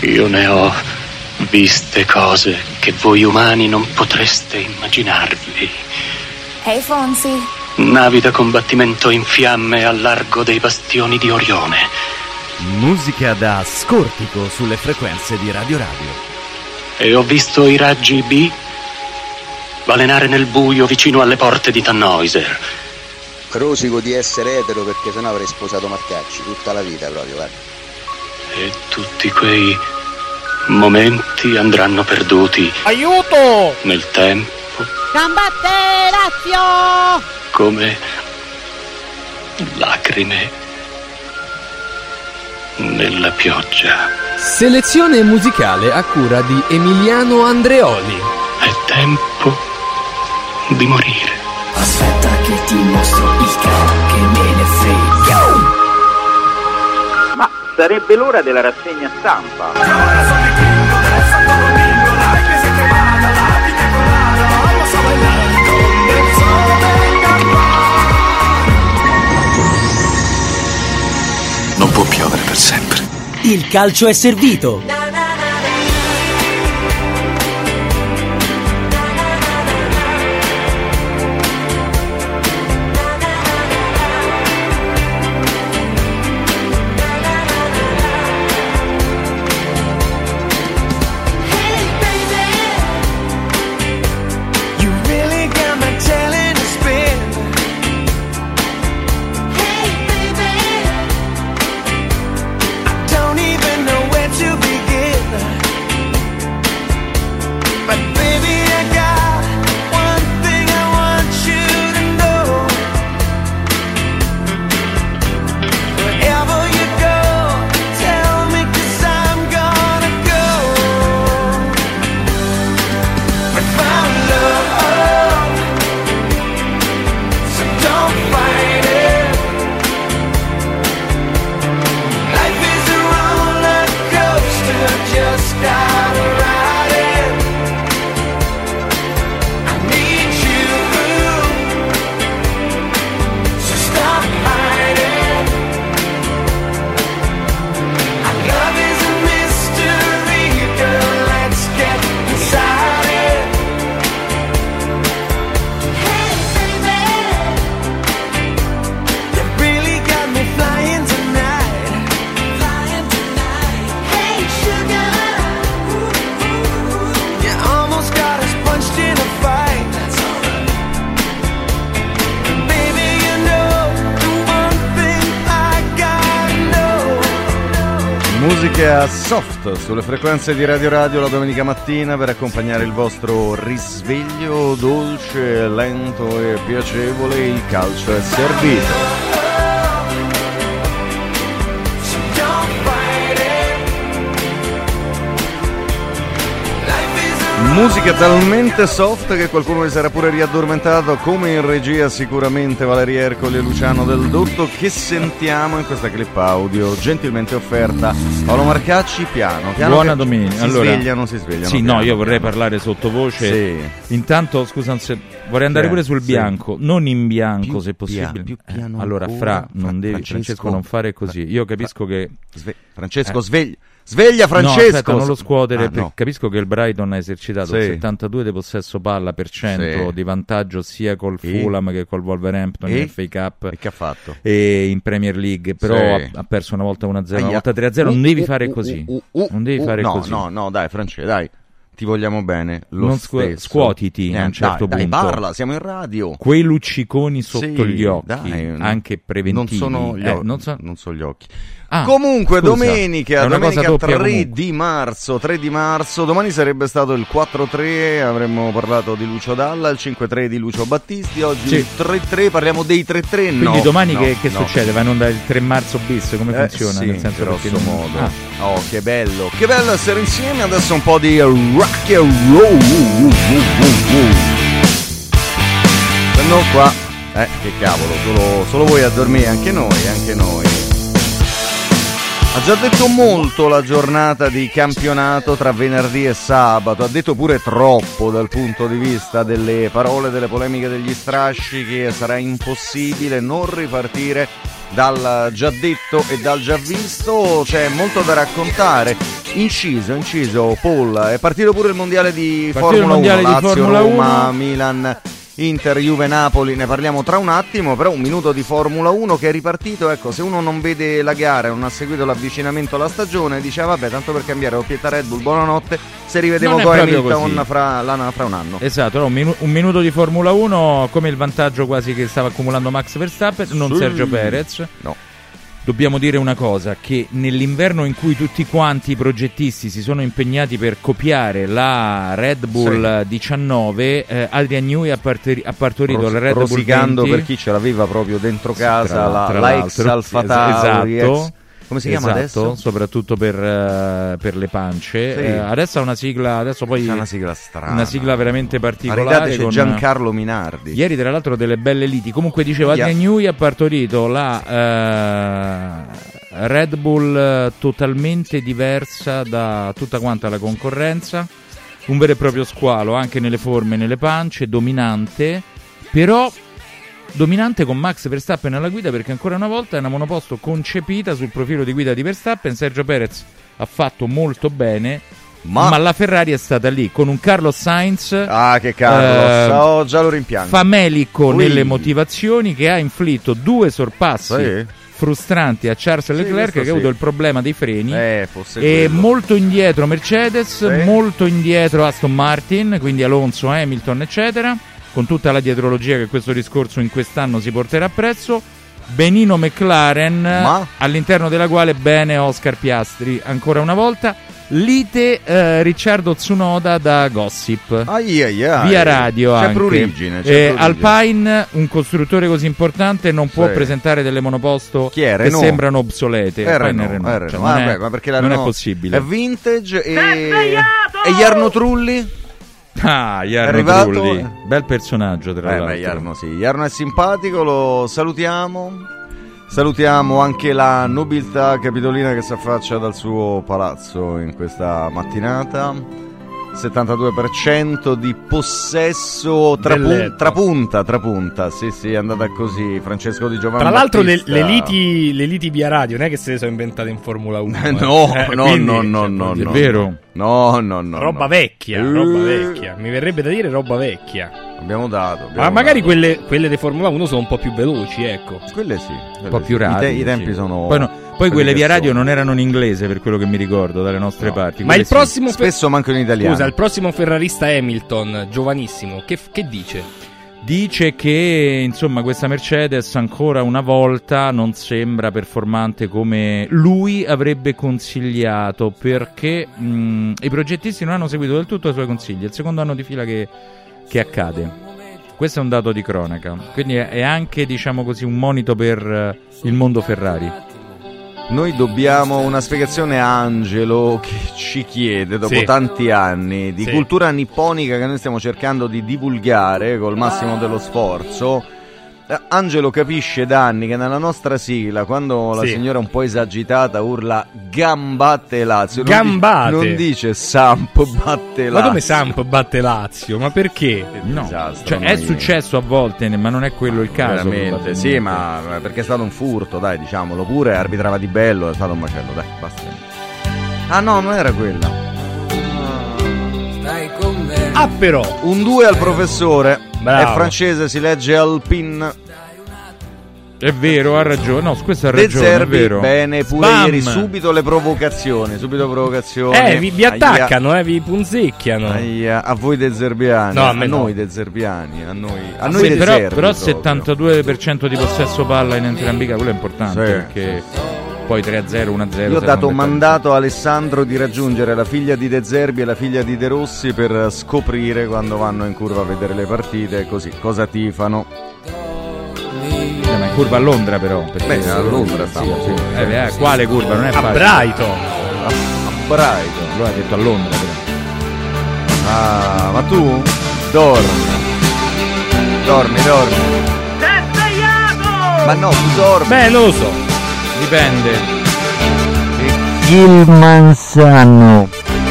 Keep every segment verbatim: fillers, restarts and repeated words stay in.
Io ne ho viste cose che voi umani non potreste immaginarvi. Ehi, hey, Fonzi. Navi da combattimento in fiamme al largo dei bastioni di Orione. Musica da scortico sulle frequenze di Radio Radio. E ho visto i raggi B balenare nel buio vicino alle porte di Tannhäuser. Rosico di essere etero perché sennò avrei sposato Marcacci tutta la vita proprio, guarda. E tutti quei momenti andranno perduti. Aiuto! Nel tempo. Combatte Lazio! Come lacrime nella pioggia. Selezione musicale a cura di Emiliano Andreoli. È tempo di morire. Aspetta che ti mostro il capo che me ne frega. Ma sarebbe l'ora della rassegna stampa. Non può piovere per sempre. Il calcio è servito. Musica soft sulle frequenze di Radio Radio la domenica mattina per accompagnare il vostro risveglio dolce, lento e piacevole. Il calcio è servito. Musica talmente soft che qualcuno vi sarà pure riaddormentato, come in regia sicuramente Valeria Ercoli e Luciano Del Dotto, che sentiamo in questa clip audio gentilmente offerta Paolo Marcacci. Piano, piano. Buona domenica. Si allora, svegliano, si svegliano. Sì, piano, no, io vorrei piano. parlare sottovoce. Sì. Intanto, scusa, se vorrei andare sì, pure sul sì. bianco, non in bianco Più se possibile. Più piano eh, allora, ancora. Fra, non devi, Francesco, Francesco, non fare così. Io capisco che Sve- Francesco, eh. sveglia. Sveglia Francesco! No, aspetta, non lo scuotere, ah, perché no. capisco che il Brighton ha esercitato Sì. il settantadue di possesso palla per cento Sì. di vantaggio sia col E? Fulham che col Wolverhampton E? in F A Cup E che ha fatto? e in Premier League, però Sì. ha, ha perso una volta uno a zero, Aia. una volta tre a zero. Uh, Non devi uh, fare uh, così. uh, uh, non devi uh, fare no, così. No, no, dai Francesco, dai. Ti vogliamo bene, lo Non scu- stesso. scuotiti Eh, a un certo dai, punto. Dai, parla, siamo in radio. Quei lucciconi sotto Sì, gli occhi, dai, anche preventivi. Non sono gli eh, occhi. non so- non sono gli occhi. Ah, Comunque scusa, domenica, è una cosa domenica doppia tre comunque. di marzo, tre di marzo, domani sarebbe stato il quattro tre, avremmo parlato di Lucio Dalla, il cinque tre di Lucio Battisti, oggi Sì. il tre tre, parliamo dei tre tre, no. Quindi domani no, che, che no. succede? Va in onda il tre marzo bis? Come Eh, funziona? sì, Nel senso in grosso perché non- modo. Ah. Oh, che bello, che bello essere insieme, adesso un po' di rock and roll. No qua, eh, che cavolo, solo, solo voi a dormire, anche noi, anche noi. Ha già detto molto la giornata di campionato tra venerdì e sabato, ha detto pure troppo dal punto di vista delle parole, delle polemiche, degli strascichi, e sarà impossibile non ripartire dal già detto e dal già visto. C'è molto da raccontare. Inciso, inciso, Paul, è partito pure il mondiale di Formula uno, Lazio, Roma, Milan, Inter, Juve, Napoli, ne parliamo tra un attimo, però un minuto di Formula uno che è ripartito. Ecco, se uno non vede la gara e non ha seguito l'avvicinamento alla stagione, dice vabbè, tanto per cambiare doppietta Red Bull, buonanotte, se rivedemo con Hamilton fra, fra un anno. Esatto, no, un, minu- un minuto di Formula uno, come il vantaggio quasi che stava accumulando Max Verstappen, non sì. Sergio Perez. No. Dobbiamo dire una cosa, che nell'inverno in cui tutti quanti i progettisti si sono impegnati per copiare la Red Bull sì. diciannove, eh, Adrian Newey ha, parteri- ha partorito Ros- la Red Bull rosicando venti. Per chi ce l'aveva proprio dentro casa, sì, tra, la, tra la ex Alfa Tauri, esatto. ex... Come si esatto, chiama adesso? Soprattutto per, uh, per le pance. Sì. Eh, adesso ha una sigla, adesso poi c'è una sigla strana. Una sigla veramente particolare. Maritate, c'è con Giancarlo Minardi. Ieri tra l'altro delle belle liti. Comunque dicevo, yeah. Adrian Newey ha partorito la uh, Red Bull totalmente diversa da tutta quanta la concorrenza. Un vero e proprio squalo anche nelle forme e nelle pance, dominante, però dominante con Max Verstappen alla guida, perché ancora una volta è una monoposto concepita sul profilo di guida di Verstappen. Sergio Perez ha fatto molto bene, ma, ma la Ferrari è stata lì con un Carlos Sainz, ah che Carlos, eh, oh, già lo rimpiango, famelico Ui. nelle motivazioni, che ha inflitto due sorpassi sì. frustranti a Charles Leclerc, sì, che ha avuto sì. il problema dei freni, eh, e molto indietro Mercedes, sì. molto indietro Aston Martin, quindi Alonso, Hamilton eccetera, con tutta la dietrologia che questo discorso in quest'anno si porterà appresso. Benino McLaren, ma? all'interno della quale bene Oscar Piastri ancora una volta. Lite eh, Ricciardo Tsunoda da Gossip, ai ai ai. via radio. C'è anche prurigine, c'è eh, prurigine. Alpine, un costruttore così importante, non può sì. presentare delle monoposto Chi è? che Renault? sembrano obsolete. È Renault, Renault, Renault. è Cioè, Renault. non, Ah, è, beh, ma perché la non Renault è possibile. È vintage e... e Jarno Trulli? Ah, Jarno Trulli, bel personaggio tra eh, l'altro. Beh, Jarno sì, Jarno è simpatico, lo salutiamo. Salutiamo anche la nobiltà capitolina che si affaccia dal suo palazzo in questa mattinata. settantadue per cento di possesso, trapun- trapunta, trapunta, sì sì, è andata così. Francesco Di Giovanni Tra l'altro Battista. le, le, liti, le liti via radio non è che se le sono inventate in Formula uno. no, eh, no, quindi, no, no, cioè, no, è no, vero. No, no, no. Roba no. vecchia, uh. roba vecchia. Mi verrebbe da dire roba vecchia. Abbiamo dato. Abbiamo Ma magari dato. quelle, quelle di Formula uno sono un po' più veloci, ecco. Quelle sì. Quelle un po' sì. più rapide. I, te- i tempi sì. sono... Poi, no, poi quelle via radio non erano in inglese, per quello che mi ricordo, dalle nostre no. parti. Ma il sì. prossimo... Fe- Spesso manco in italiano. Scusa, il prossimo ferrarista Hamilton, giovanissimo, che, che dice? Dice che insomma questa Mercedes ancora una volta non sembra performante come lui avrebbe consigliato, perché mh, i progettisti non hanno seguito del tutto i suoi consigli. È il secondo anno di fila che, che accade. Questo è un dato di cronaca, quindi è, è anche, diciamo così, un monito per uh, il mondo Ferrari. Noi dobbiamo una spiegazione a Angelo, che ci chiede dopo sì. tanti anni di sì. cultura nipponica che noi stiamo cercando di divulgare col massimo dello sforzo. Angelo capisce da anni che nella nostra sigla, quando la sì. signora un po' esagitata urla Gambate Lazio, non Gambate. Dice, non dice Samp batte Lazio. Ma come Samp batte Lazio? Ma perché? No, disastro, cioè, è successo a volte, ma non è quello il caso. Veramente, sì, ma perché è stato un furto, dai, diciamolo pure, arbitrava Di Bello, è stato un macello, dai, basta. Ah no, non era quella. Stai con me. Ah però, Un due al professore. Bravo. È francese, si legge Alpin. È vero, ha ragione. No, questo ha De ragione, Zerbi, è vero. bene, pure Spam. ieri subito le provocazioni, subito provocazioni. eh, vi, vi Aia. attaccano, eh, vi punzecchiano. Aia. A voi De Zerbiani, No, a a, me noi no. De Zerbiani, a noi, a Ah, noi sì, De però, Zerbi però proprio. settantadue per cento di possesso palla in entrambi i casi, quello è importante, Sì. perché poi tre a zero, uno a zero. Io ho se dato non mandato a Alessandro di raggiungere la figlia di De Zerbi e la figlia di De Rossi per scoprire quando vanno in curva a vedere le partite, così, cosa tifano. Eh, ma in curva a Londra però. Perché Beh, a Londra stiamo, sì. Eh, eh, quale curva? Non è A facile. Brighton. A, a Brighton. Lui ha detto a Londra però. Ah, ma tu dormi. Dormi, dormi. Ma no, tu dormi. Beh, non lo so. Dipende. Che il Manzano.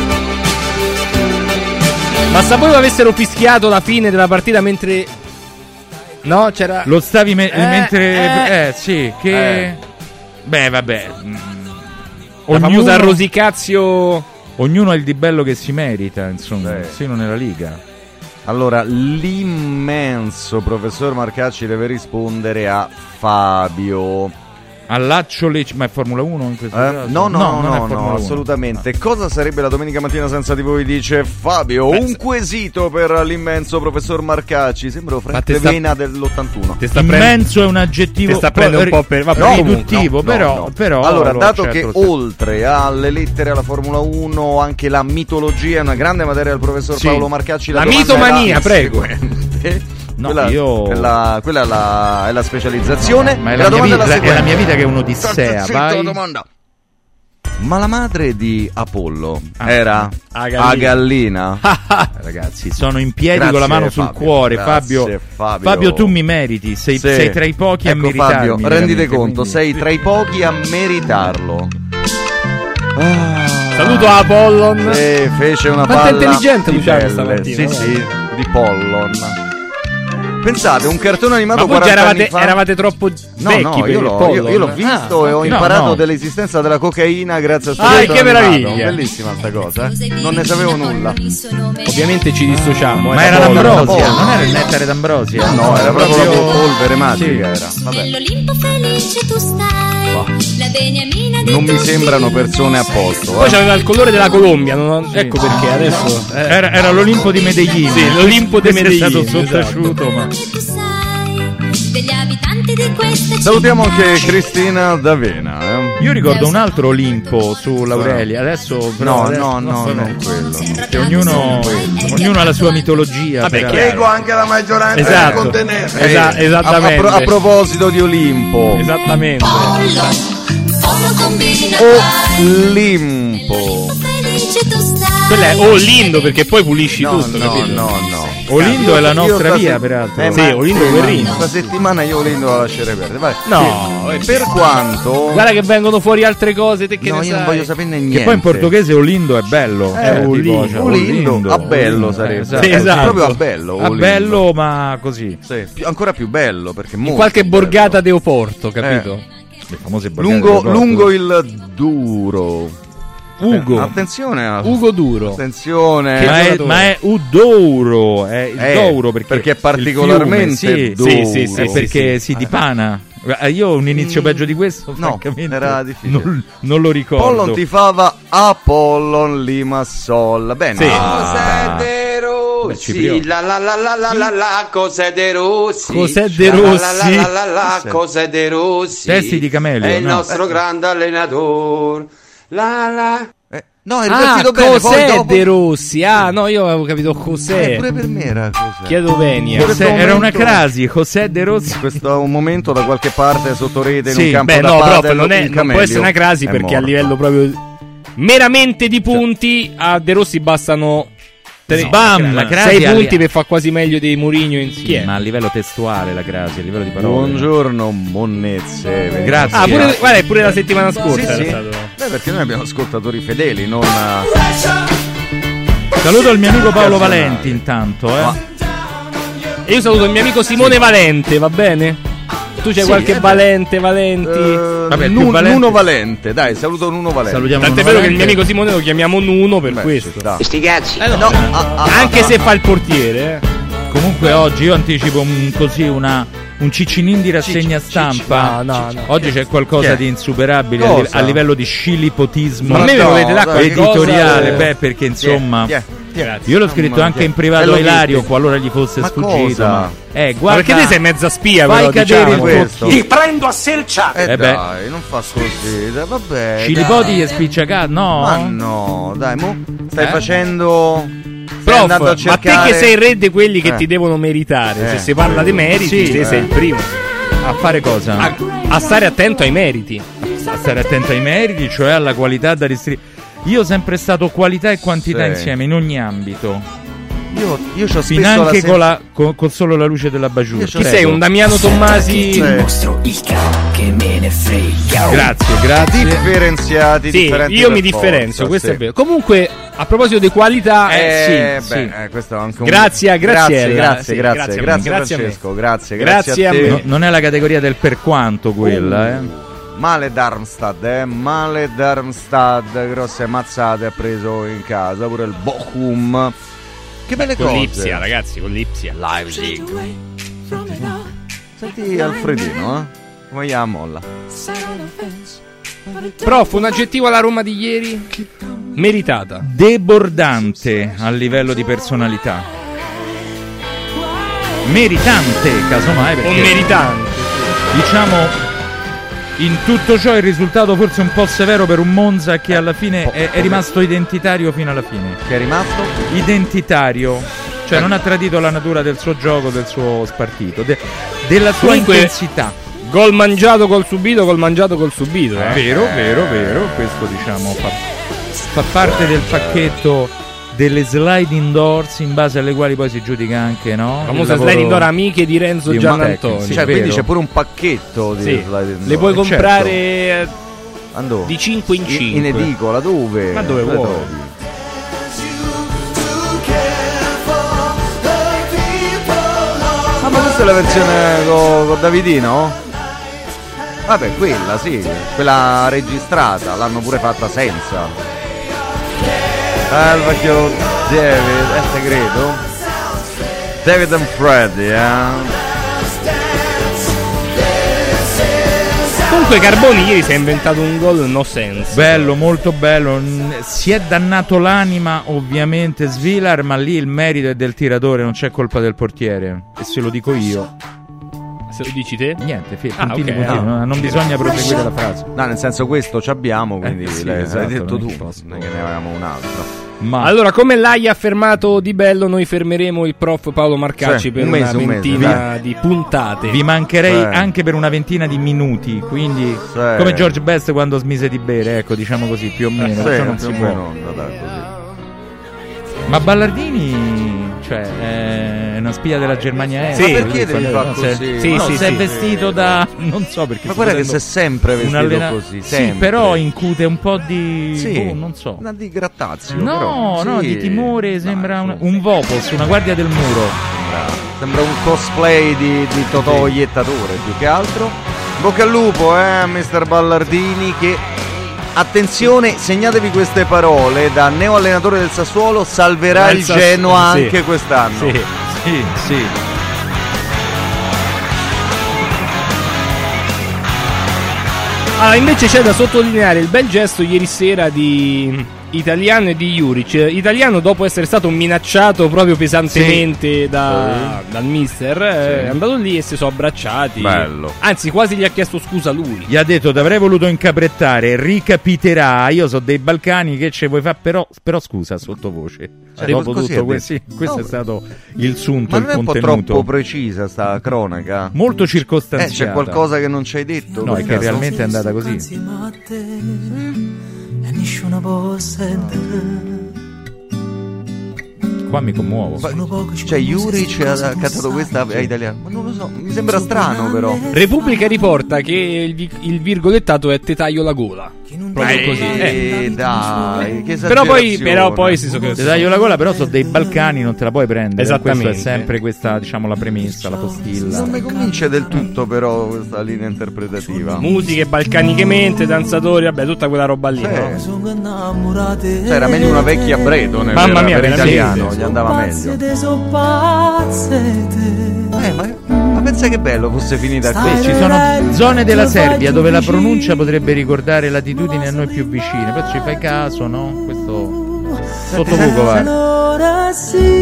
Ma se voi avessero fischiato la fine della partita mentre... No, c'era... Lo stavi me- eh, mentre... Eh, eh sì, che... Eh. Beh, vabbè. La famosa rosicazio... Ognuno ha il di bello che si merita, insomma, Beh. sino nella Liga. Allora, l'immenso professor Marcacci deve rispondere a Fabio. Allaccio le... Ma è Formula uno in questo Eh? caso? No, no, no, non è no, Formula no, uno. assolutamente. Cosa sarebbe la domenica mattina senza di voi, dice Fabio. Beh, Un se... quesito per l'immenso professor Marcacci. Sembra Frank sta... Vena dell'ottantuno. Immenso è un aggettivo... Ti sta prendendo un po' per... Vabbè, riduttivo, no, no, però, no. però... Allora, lo dato accetto che lo stesso. oltre alle lettere alla Formula uno, anche la mitologia è una grande materia del professor Sì. Paolo Marcacci. La, la mitomania, la prego. No, quella, io... è, la, quella è, la, è la specializzazione. Ma è la la, mia domanda vita, è la è la seguente. mia vita che è un'odissea, Zitto, vai. domanda. Ma la madre di Apollo Ah, era a gallina. a gallina? Ragazzi, sono in piedi Grazie, con la mano sul Fabio, cuore. grazie, Fabio, Fabio. Fabio, tu mi meriti. Sei, Sì. sei tra i pochi ecco, a meritarmi. Fabio, rendite veramente, conto, quindi- sei tra i pochi a meritarlo. Ah. Saluto a Apollon. Sì, fece una Quanto è palla intelligente di Luciano pelle. stamattina, Sì, guarda. sì, di Pollon. Pensate, un cartone animato Ma voi già quaranta eravate, anni fa. eravate troppo No, vecchi no, per io il l'ho, Pollon. io, io l'ho visto Ah, e ho ok. imparato No, no. dell'esistenza della cocaina grazie a sto Ah, cartone che animato. meraviglia. Bellissima sta cosa, eh? Non ne sapevo nulla. Ovviamente ci dissociamo. Ma eh, era da Pollon. l'ambrosia, Pollon. non era il nettare d'ambrosia. No, era proprio la proprio- polvere magica, Sì. era. Vabbè. Nell'Olimpo felice tu stai, la beniamina dei Non mi tuoi sembrano figli. persone a posto. Poi eh. c'aveva il colore della Colombia. non- Ecco perché adesso. eh. Era, era l'Olimpo di Medellin. Sì, l'Olimpo di Questo Medellin, è stato sottaciuto, ma... Che tu sai degli abitanti di questa Salutiamo città. anche Cristina D'Avena. Eh. Io ricordo un altro Olimpo su L'Aurelia. Adesso però, No, adesso- no, no, vabbè. non quello. Che ognuno, ognuno ha la sua mitologia. Vabbè, però- prego anche la maggioranza Esatto. di contenere. Esa- Eh, esattamente. A, a pro- a proposito di Olimpo. Esattamente. Pollo, pollo combina Olimpo. felice tu stai. Quella è Olindo perché poi pulisci No, tutto. no, capito? no, no. Olindo è la Io nostra sta via, se- peraltro. Eh, Sì, ma- Olindo sì, Guerrino. ma Questa settimana io Olindo la lascerei perdere. Vai. No, Sì. Per quanto. Guarda che vengono fuori altre cose. Te che no, ne io sai? non voglio saperne niente. Che poi in portoghese Olindo è bello. Eh, Cioè, tipo, Olindo. cioè, Olindo, a bello sarebbe. esatto. Sì, esatto. Proprio a bello. A Olindo. bello, ma così. Sì, più- ancora più bello perché In molto qualche bello. borgata de Oporto, capito? Le famose borgate Lungo, del lungo Porto. il duro. Ugo. Attenzione a... Ugo Duro. Attenzione. Ma è, giocatore? ma è Udouro, è il Eh, Douro perché, perché è il particolarmente fiume, sì, duro. sì, sì, sì, Sì, perché sì. si dipana. Eh, Io ho un inizio Mm, peggio di questo, no, francamente era difficile. Non, non lo ricordo. Pollon tifava Apollon Limassol. Bene. Sì. Ah. Beh, Cipriano. la la la la la la la cos'è De Rossi? Cos'è De La la Rossi? la la la la cos'è De Rossi? Testi di Camelio, È il no. nostro grande allenatore. La la Eh, no, è Ah, ripartito bene. Poi cos'è dopo... De Rossi? Ah, no, io avevo capito cos'è. Eh, pure per me era cos'è. Chiedo venia. Pure- José- questo era una momento- crasi, José De Rossi. Questo è un momento da qualche parte sotto rete in Sì, un campo Beh, da no, padel, però non, è, un non camelio può essere una crasi è perché a morto. livello proprio meramente di punti a De Rossi bastano tre, Bam! La crasi sei a- punti per fare quasi meglio di Mourinho insieme. Ma a livello testuale la crasi, a livello di parole. Buongiorno monnezze. Grazie. Ah, pure, guarda, è pure la settimana Sì, scorsa sì. era stato. Beh, perché noi abbiamo ascoltatori fedeli, non Saluto il mio amico Paolo Occasionale. Valenti intanto, eh. Ma- E io saluto il mio amico Simone Valente, va bene? Tu c'hai Sì, qualche eh beh. Valente, Valenti? Eh, Vabbè, più Nun- Valente. Nuno Valente, dai, saluto Nuno Valente. Salutiamo Tant'è Nuno vero che il mio Valente. amico Simone lo chiamiamo Nuno per Beh, questo. ci sta. Sti cazzi. Eh, no, No, ah, ah, anche ah, se ah. fa il portiere, eh. Comunque oggi io anticipo un, così una, un ciccinin di rassegna stampa. No, no, no. Oggi c'è qualcosa Chi è? di insuperabile a, li- Cosa? a livello di scilipotismo Ma a me me volete dare dai, qualcosa? editoriale. o- Beh, perché insomma. Chi è? Chi è? Io l'ho scritto Mamma anche mia. in privato E lo a Ilario dici? qualora gli fosse Ma sfuggito. cosa? Ma... Eh, Ma guarda, perché te sei mezza spia, fai però, cadere diciamo. il questo. tuo- prendo a selciare. Eh Eh beh. dai, non fa così, dai, vabbè. Scilipoti dai. e spicciacati, no? Ma no, dai, mo stai Eh? facendo stai Prof, andando a ma cercare... te che sei il re di quelli che Eh. ti devono meritare, Eh. se si parla di meriti, Sì, te eh. sei il primo. A fare cosa? A, a stare attento ai meriti. A stare attento ai meriti, cioè alla qualità da distribuire. Io ho sempre stato qualità e quantità Sì. insieme, in ogni ambito. Io, io c'ho spesso Finanche la sen- con, la, con, con solo la luce della Bajour. Io c'ho- Chi Prego. sei, un Damiano Tommasi? Ti mostro il capo che che me ne frega. Grazie, grazie. Differenziati, sì, differenti io mi per differenzio, forza, questo sì. è vero. Comunque, a proposito di qualità, Eh, eh, sì, beh, sì. eh, questo è anche un... Grazie a Graziella. Grazie, Sì, grazie, grazie grazie, a me, grazie, grazie a me. Francesco, grazie, Grazie grazie a a te. me. No, non è la categoria del per quanto quella, eh. Male Darmstadt, eh, male Darmstadt, grosse mazzate ha preso in casa, pure il Bochum. Che belle Con cose. l'Ipsia, ragazzi, con l'Ipsia. Leipzig. Senti Alfredino, eh? Come gli molla? Prof, un aggettivo alla Roma di ieri? Meritata. Debordante a livello di personalità. Meritante, casomai, perché Un meritante. diciamo in tutto ciò il risultato forse un po' severo per un Monza che alla fine è, è rimasto identitario fino alla fine. Che è rimasto? Identitario. Cioè non ha tradito la natura del suo gioco, del suo spartito, de- della sua Comunque, intensità. Gol mangiato col subito, gol mangiato col subito. Eh. Vero, vero, vero. Questo diciamo fa, fa parte del pacchetto delle sliding doors in base alle quali poi si giudica anche, no? La famosa sliding door amiche di Renzo di un Giannantonio. tecnico, sì, Cioè, vero. quindi c'è pure un pacchetto di Sì. sliding Le door. puoi Eh, comprare certo. Andò. di cinque in cinque. In edicola, dove? Ma dove Dove vuoi? trovi? Ah, ma questa è la versione con, con Davidino? Vabbè, quella sì, quella registrata, l'hanno pure fatta senza. Ah, il vecchio David, è segreto? David and Freddy, eh? Comunque Carboni ieri si è inventato un gol no sense. Bello, molto bello. N- Si è dannato l'anima ovviamente Svilar, ma lì il merito è del tiratore, non c'è colpa del portiere. E se lo dico io. Se lo dici te? Niente, fi- Ah, puntini, ok, puntini, no. non, non bisogna proseguire la frase. No, nel senso questo ci abbiamo, quindi Eh, sì, l'hai, esatto, l'hai detto non è tu, che posso- non è che ne avevamo un altro. Ma Allora, come l'hai affermato Di Bello, noi fermeremo il prof Paolo Marcacci Sì, per un mese, una un mese, ventina dai. di puntate. vi mancherei Sì. anche per una ventina di minuti, quindi Sì. come George Best quando smise di bere, ecco, diciamo così, più o meno. Sì, perciò non più si o può. meno, dai, così. Ma Ballardini, cioè, è una spia della Germania Est. Sì. Ma perché devi fare no, così? se- Sì, no, sì, se è sì. vestito da non so perché. Ma sto guarda che vedendo si è sempre un vestito allena- così, Sì, sempre. però incute un po' di Sì, boh, non so. una di grattazio. No, però. no, Sì. di timore, sembra Dai, una- su. un Vopos, una guardia del muro. Sembra, sembra un cosplay di, di Totò Iettatore più che altro. Bocca al lupo, eh, mister Ballardini, che attenzione, segnatevi queste parole, da neo allenatore del Sassuolo salverà Il il Sass- Genoa sì. anche quest'anno. Sì. Sì, sì. Allora, invece c'è da sottolineare il bel gesto ieri sera di Italiano e di Juric. Italiano, dopo essere stato minacciato proprio pesantemente da, dal mister, è andato lì e si sono abbracciati. Bello. Anzi, quasi gli ha chiesto scusa lui. Gli ha detto t'avrei voluto incaprettare, ricapiterà, io so dei Balcani, che ce vuoi fare, però, però scusa sottovoce. Cioè, Eh, dopo così tutto ha questo, detto. sì, questo No, è stato il sunto, Ma il non è un po' contenuto. troppo precisa sta cronaca? Molto Eh, circostanziata. c'è qualcosa che non ci hai detto? No, per è che caso? realmente è andata così. E nessuno può sentire. Qua mi commuovo. Cioè Juric ha cantato questa a italiano. Ma non lo so, mi sembra strano però. Repubblica riporta che il, vi- il virgolettato è te taglio la gola. Proprio Eh, così. Eh. dai, che Però poi, esagerazione. però poi si so che Te taglio la gola, però sono dei Balcani, non te la puoi prendere. Esattamente. Questa è sempre questa, diciamo, la premessa, la postilla. Non mi convince del tutto però questa linea interpretativa. musiche balcanichamente, danzatori, vabbè, tutta quella roba lì. Sì. No? Sono innamorate. Cioè, era meglio una vecchia Bretone. Mamma per- mia, per veramente. italiano, gli andava meglio. Pazzete, so pazzete. Eh, ma, ma pensa che bello fosse finita Sì, qui. ci sono zone della Serbia dove la pronuncia potrebbe ricordare latitudini a noi più vicine, però ci fai caso, no? Questo sotto Vukovar. Allora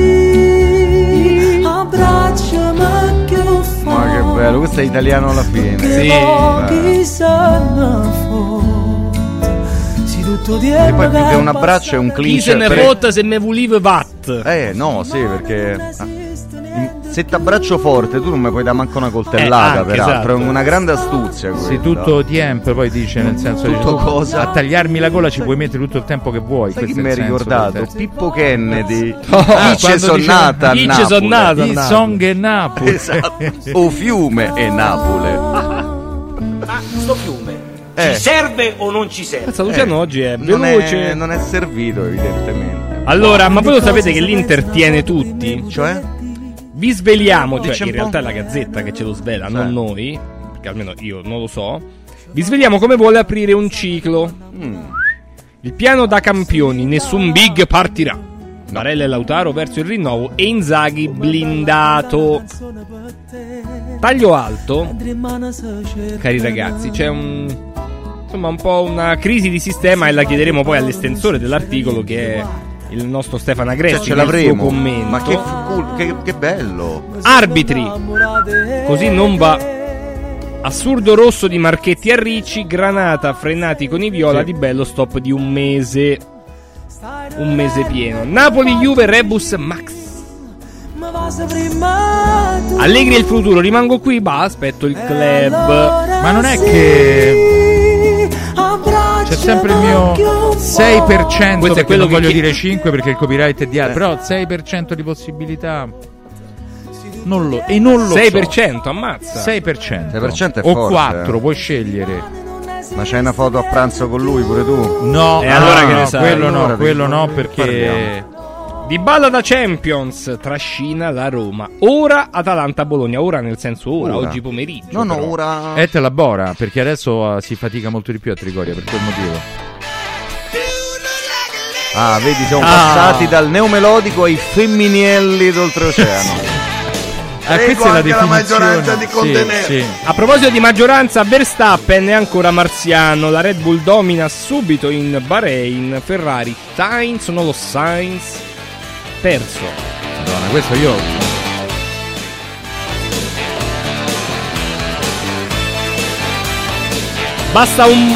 sì, abbracciami più forte. Ma che bello, questo è italiano alla fine. Sì. Pochi sanno forte. Si tutto di E poi più che un abbraccio è un Chi clinch. se ne pre- fotta se me volevo vat. Eh no, sì, perché ah, se t'abbraccio forte tu non mi puoi dare manco una coltellata, Eh, anche, peraltro, esatto. è una grande astuzia questa. Sì, tutto tempo, poi dice, nel senso Tutto dice, tu cosa? a tagliarmi la gola ci puoi mettere tutto il tempo che vuoi. Sai chi questo mi è hai il senso ricordato? del testo. Pippo Kennedy. Oh, Icce quando son diceva- nata a Icce Napoli. son nata. Il song è Napoli. Esatto. O fiume e Napoli. Ma sto fiume Eh. ci serve o non ci serve? Mazza, Luciano oggi è Non veloce. è, non è servito, evidentemente. Allora, ma voi lo sapete che l'Inter tiene tutti? Cioè? Vi sveliamo, cioè Dice un in po'. realtà è la Gazzetta che ce lo svela, Sì. non noi, perché almeno io non lo so. Vi sveliamo come vuole aprire un ciclo. Mm. Il piano da campioni, nessun big partirà. Barella e Lautaro verso il rinnovo e Inzaghi blindato. Taglio alto. Cari ragazzi, c'è un insomma un po' una crisi di sistema e la chiederemo poi all'estensore dell'articolo che è il nostro Stefano Agressi. Cioè, ce nel suo l'avremo. commento. Ma che, fu- che, che bello. Arbitri, così non va. Assurdo rosso di Marchetti a Ricci, Granata frenati con i viola, Sì. Di Bello stop di un mese. Un mese pieno. Napoli, Juve, Rebus, Max. Allegri e il futuro, rimango qui, bah, aspetto il club. Ma non è che c'è sempre il mio sei per cento, Questo è perché quello non che voglio chi- dire cinque perché il copyright è di altri, Eh. però sei per cento di possibilità non lo, e non lo sei per so. cento, ammazza. sei per cento sei per cento è o forte, quattro, eh. puoi scegliere. Ma c'hai una foto a pranzo con lui pure tu? No, E no, allora che no, ne sai? quello no, Allora, quello di- no di- perché parliamo. Dybala da Champions, trascina la Roma. Ora Atalanta-Bologna, ora nel senso ora, Ora. oggi pomeriggio. No, no, però. ora. e te la bora perché adesso eh, si fatica molto di più a Trigoria per quel motivo. Ah, vedi, siamo Ah. passati dal neomelodico ai femminielli d'oltreoceano. Ah, questa è la definizione. maggioranza di contenere. Sì, sì. A proposito di maggioranza, Verstappen è ancora marziano. La Red Bull domina subito in Bahrain. Ferrari, Sainz, non lo Sainz, terzo. Madonna, questo io Basta un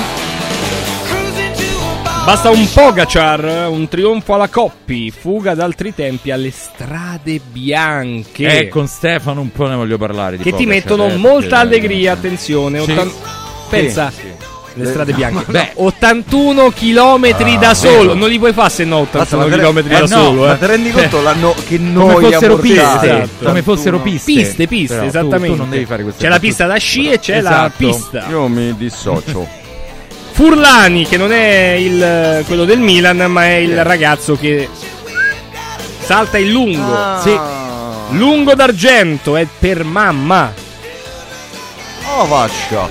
Basta un Pogacar, un trionfo alla Coppi, fuga ad altri tempi alle strade bianche. eh, con Stefano un po' ne voglio parlare di che ti Pogacar, mettono eh, molta perché- allegria, attenzione. Sì. ottan- Pensa, Sì. le strade bianche. Beh. ottantuno chilometri Ah, da solo. vero. Non li puoi fare se no Basta, ottantuno ma te- chilometri eh, da no, solo. Ma Eh. ti rendi conto l'anno che come noi fossero abbiamo piste, portato? esatto. come fossero piste, Piste, piste, Però tu- esattamente. tu non devi fare queste C'è la cose. pista da sci e c'è la Esatto. pista. Io mi dissocio. Furlani, che non è il, quello del Milan, ma è il ragazzo che salta il lungo. Ah. Sì. Lungo d'argento è per mamma. Oh, vaccia.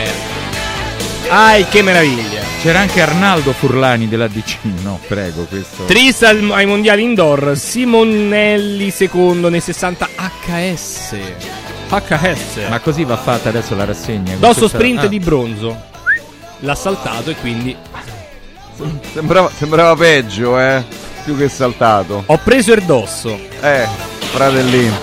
Ai, che meraviglia. C'era anche Arnaldo Furlani della D C. No, prego, questo. Tris al- ai mondiali indoor. Simonelli secondo nei sessanta H S. H S. Ma così va fatta adesso la rassegna. con Dosso questa- sprint ah. di bronzo. L'ha saltato e quindi Sembrava, sembrava peggio, eh. Più che saltato. ho preso il dosso. Eh, fratellino.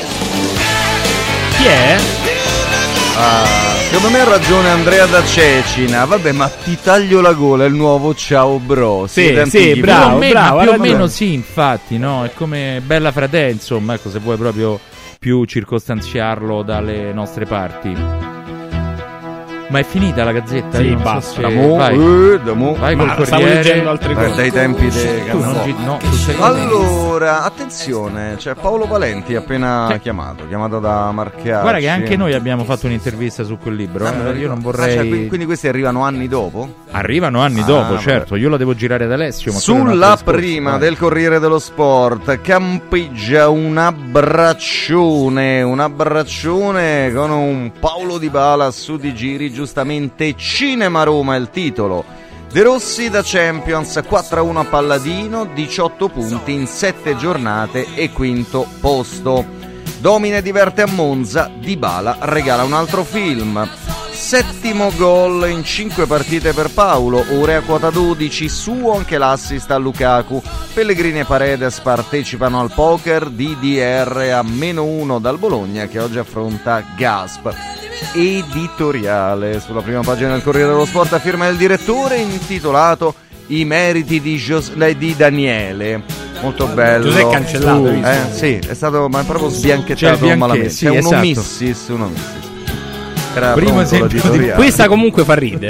Chi è? Ah, secondo me ha ragione Andrea da Cecina. Vabbè, ma ti taglio la gola, è il nuovo ciao bro. Sì, Siete sì, antichi, bravo, Più o meno, bravo, più ha o meno ragione. sì, infatti, no? È come Bella Fratelli, insomma, ecco, se vuoi proprio più circostanziarlo dalle nostre parti. Ma è finita la Gazzetta? Sì, Io non so basta. se- Damo, Vai, eh, damo. vai col Ma stavo Corriere. leggendo altre Dai, cose. dai tempi dei Tu non gi- no, tu sei- Allora, attenzione, c'è Paolo Valenti appena Sì. chiamato, chiamato da Marchiacci. Guarda che anche noi abbiamo fatto un'intervista su quel libro. Ah, me lo eh. Io ricordo. non Ah, vorrei. cioè, quindi, quindi questi arrivano anni dopo? Arrivano anni Ah, dopo, vabbè. certo. Io la devo girare ad Alessio. Ma quello è un Sulla altro discorso. prima Vai. del Corriere dello Sport campeggia un abbraccione, un abbraccione con un Paolo Dybala su di giri, giustamente Cinema Roma è il titolo. De Rossi da Champions, quattro a uno a Palladino, diciotto punti in sette giornate e quinto posto. Domina e diverte a Monza, Dybala regala un altro film. Settimo gol in cinque partite per Paolo, ore a quota dodici, suo anche l'assist a Lukaku. Pellegrini e Paredes partecipano al poker, D D R a meno uno dal Bologna che oggi affronta Gasp. Editoriale sulla prima pagina del Corriere dello Sport a firma del direttore intitolato I meriti di, Gios- di Daniele. Molto bello. Giuseppe cancellato, hai visto? eh, sì, è stato ma è proprio C'è sbianchettato il bianche, malamente. sì, C'è un esatto. omissis, un omissis. Era Primo pronto esempio di- l'editoriale. Questa comunque fa ridere. Eh.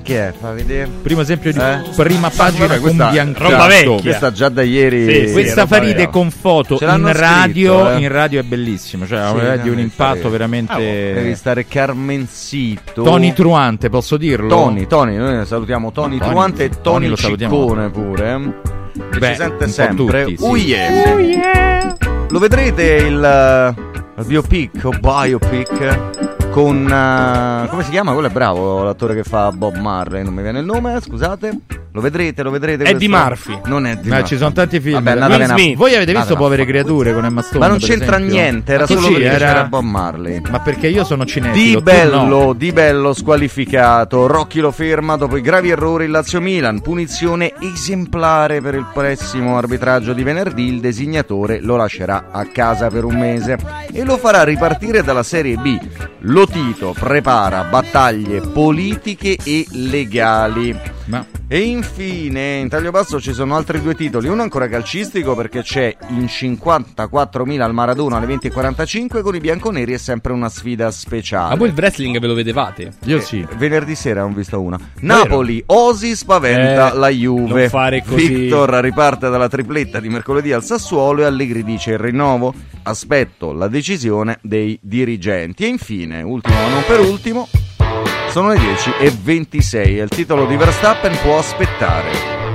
che è? Fa vedere. Primo esempio di eh? prima pagina vabbè, con questa, biancato. roba vecchia. Questa già da ieri. Sì, sì, questa Faride vecchia. Con foto in radio, scritto, eh? in radio è bellissima, cioè sì, è di un impatto fare. veramente. Ah, devi stare Carmencito. Tony Truante, posso dirlo? Tony, Tony, noi salutiamo Tony, Tony Truante e Tony, Tony Ciccone pure. Che Beh, ci sente sempre. Tutti, sì. Oh yeah. Oh yeah. Lo vedrete il, il biopic o biopic con uh, come si chiama? Quello è bravo, l'attore che fa Bob Marley, non mi viene il nome, scusate. Lo vedrete, lo vedrete. Eddie Murphy. Non è Eddie Ma Murphy. Ci sono tanti film. Vabbè, Will Smith. Voi avete visto Povere Creature con Emma Stone? Ma non c'entra niente, era solo perché era... c'era Bob Marley. Ma perché io sono cinefilo. Di bello, no. Di bello squalificato. Rocchi lo ferma dopo i gravi errori il Lazio Milan. Punizione esemplare per il prossimo arbitraggio di venerdì. Il designatore lo lascerà a casa per un mese e lo farà ripartire dalla Serie B. Lotito prepara battaglie politiche e legali. Ma... E infine in taglio basso ci sono altri due titoli, uno ancora calcistico perché c'è in cinquantaquattromila al Maradona alle venti e quarantacinque con i bianconeri, è sempre una sfida speciale. Ma voi il wrestling ve lo vedevate? Io sì. Eh, venerdì sera ho visto una. Napoli, Osi spaventa eh, la Juve. Non fare così. Victor riparte dalla tripletta di mercoledì al Sassuolo e Allegri dice il rinnovo. Aspetto la decisione dei dirigenti. E infine, ultimo ma non per ultimo, sono le dieci e ventisei e il titolo di Verstappen può aspettare.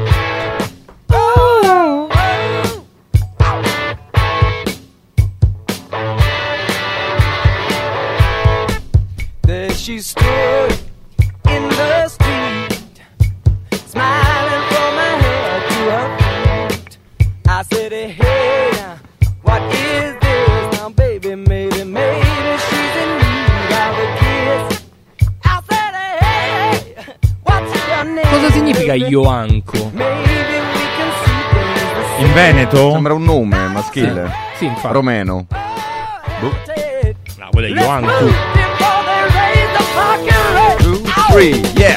There she stood in the street, smiling from her head to her feet. I said, hey, what is this now, baby? Maybe, maybe she's in need of a kiss. Cosa significa Ioanco? In Veneto? Sembra un nome maschile. Eh, sì, infatti. Romeno. Boh. No, quello è Ioanco. Two, three, yeah.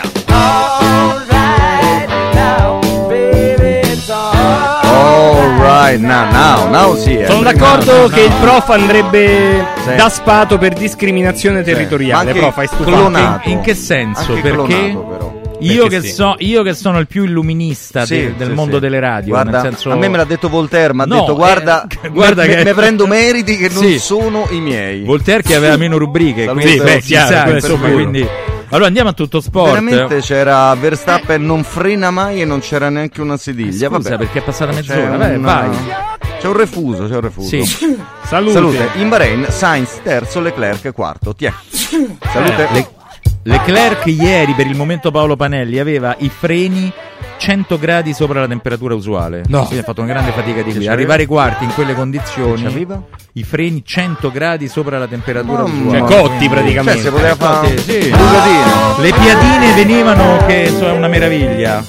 Alright, now, now, now sì. Sono d'accordo no, no, che no. il prof andrebbe sì. da spato per discriminazione territoriale. Sì. Prof, hai clonato. In, in che senso? Anche Perché? Clonato, però. Io che, sì. so, io che sono il più illuminista sì, de, del sì, mondo sì. delle radio, guarda, nel senso... a me me l'ha detto Voltaire, mi ha no, detto guarda, eh, guarda me, che me prendo meriti che non sì. sono i miei. Voltaire che aveva meno rubriche, quindi sì, beh, chiaro, sa, insomma, quindi... Allora andiamo a tutto sport. Veramente c'era Verstappen non frena mai e non c'era neanche una sediglia. Scusa, vabbè, perché è passata mezz'ora. C'è Vabbè, una... vai. C'è un refuso, c'è un refuso. Sì. Salute. Salute. In Bahrain, Sainz terzo, Leclerc quarto. Tiè. Salute. Le... Leclerc ieri per il momento Paolo Panelli aveva i freni cento gradi sopra la temperatura usuale. No. Quindi ha fatto una grande fatica di guida. Arrivare ai quarti in quelle condizioni. I freni cento gradi sopra la temperatura Mamma usuale. Cioè cotti praticamente. Cioè, si poteva fare sì. un bucatino. Le piadine venivano che insomma, è una meraviglia.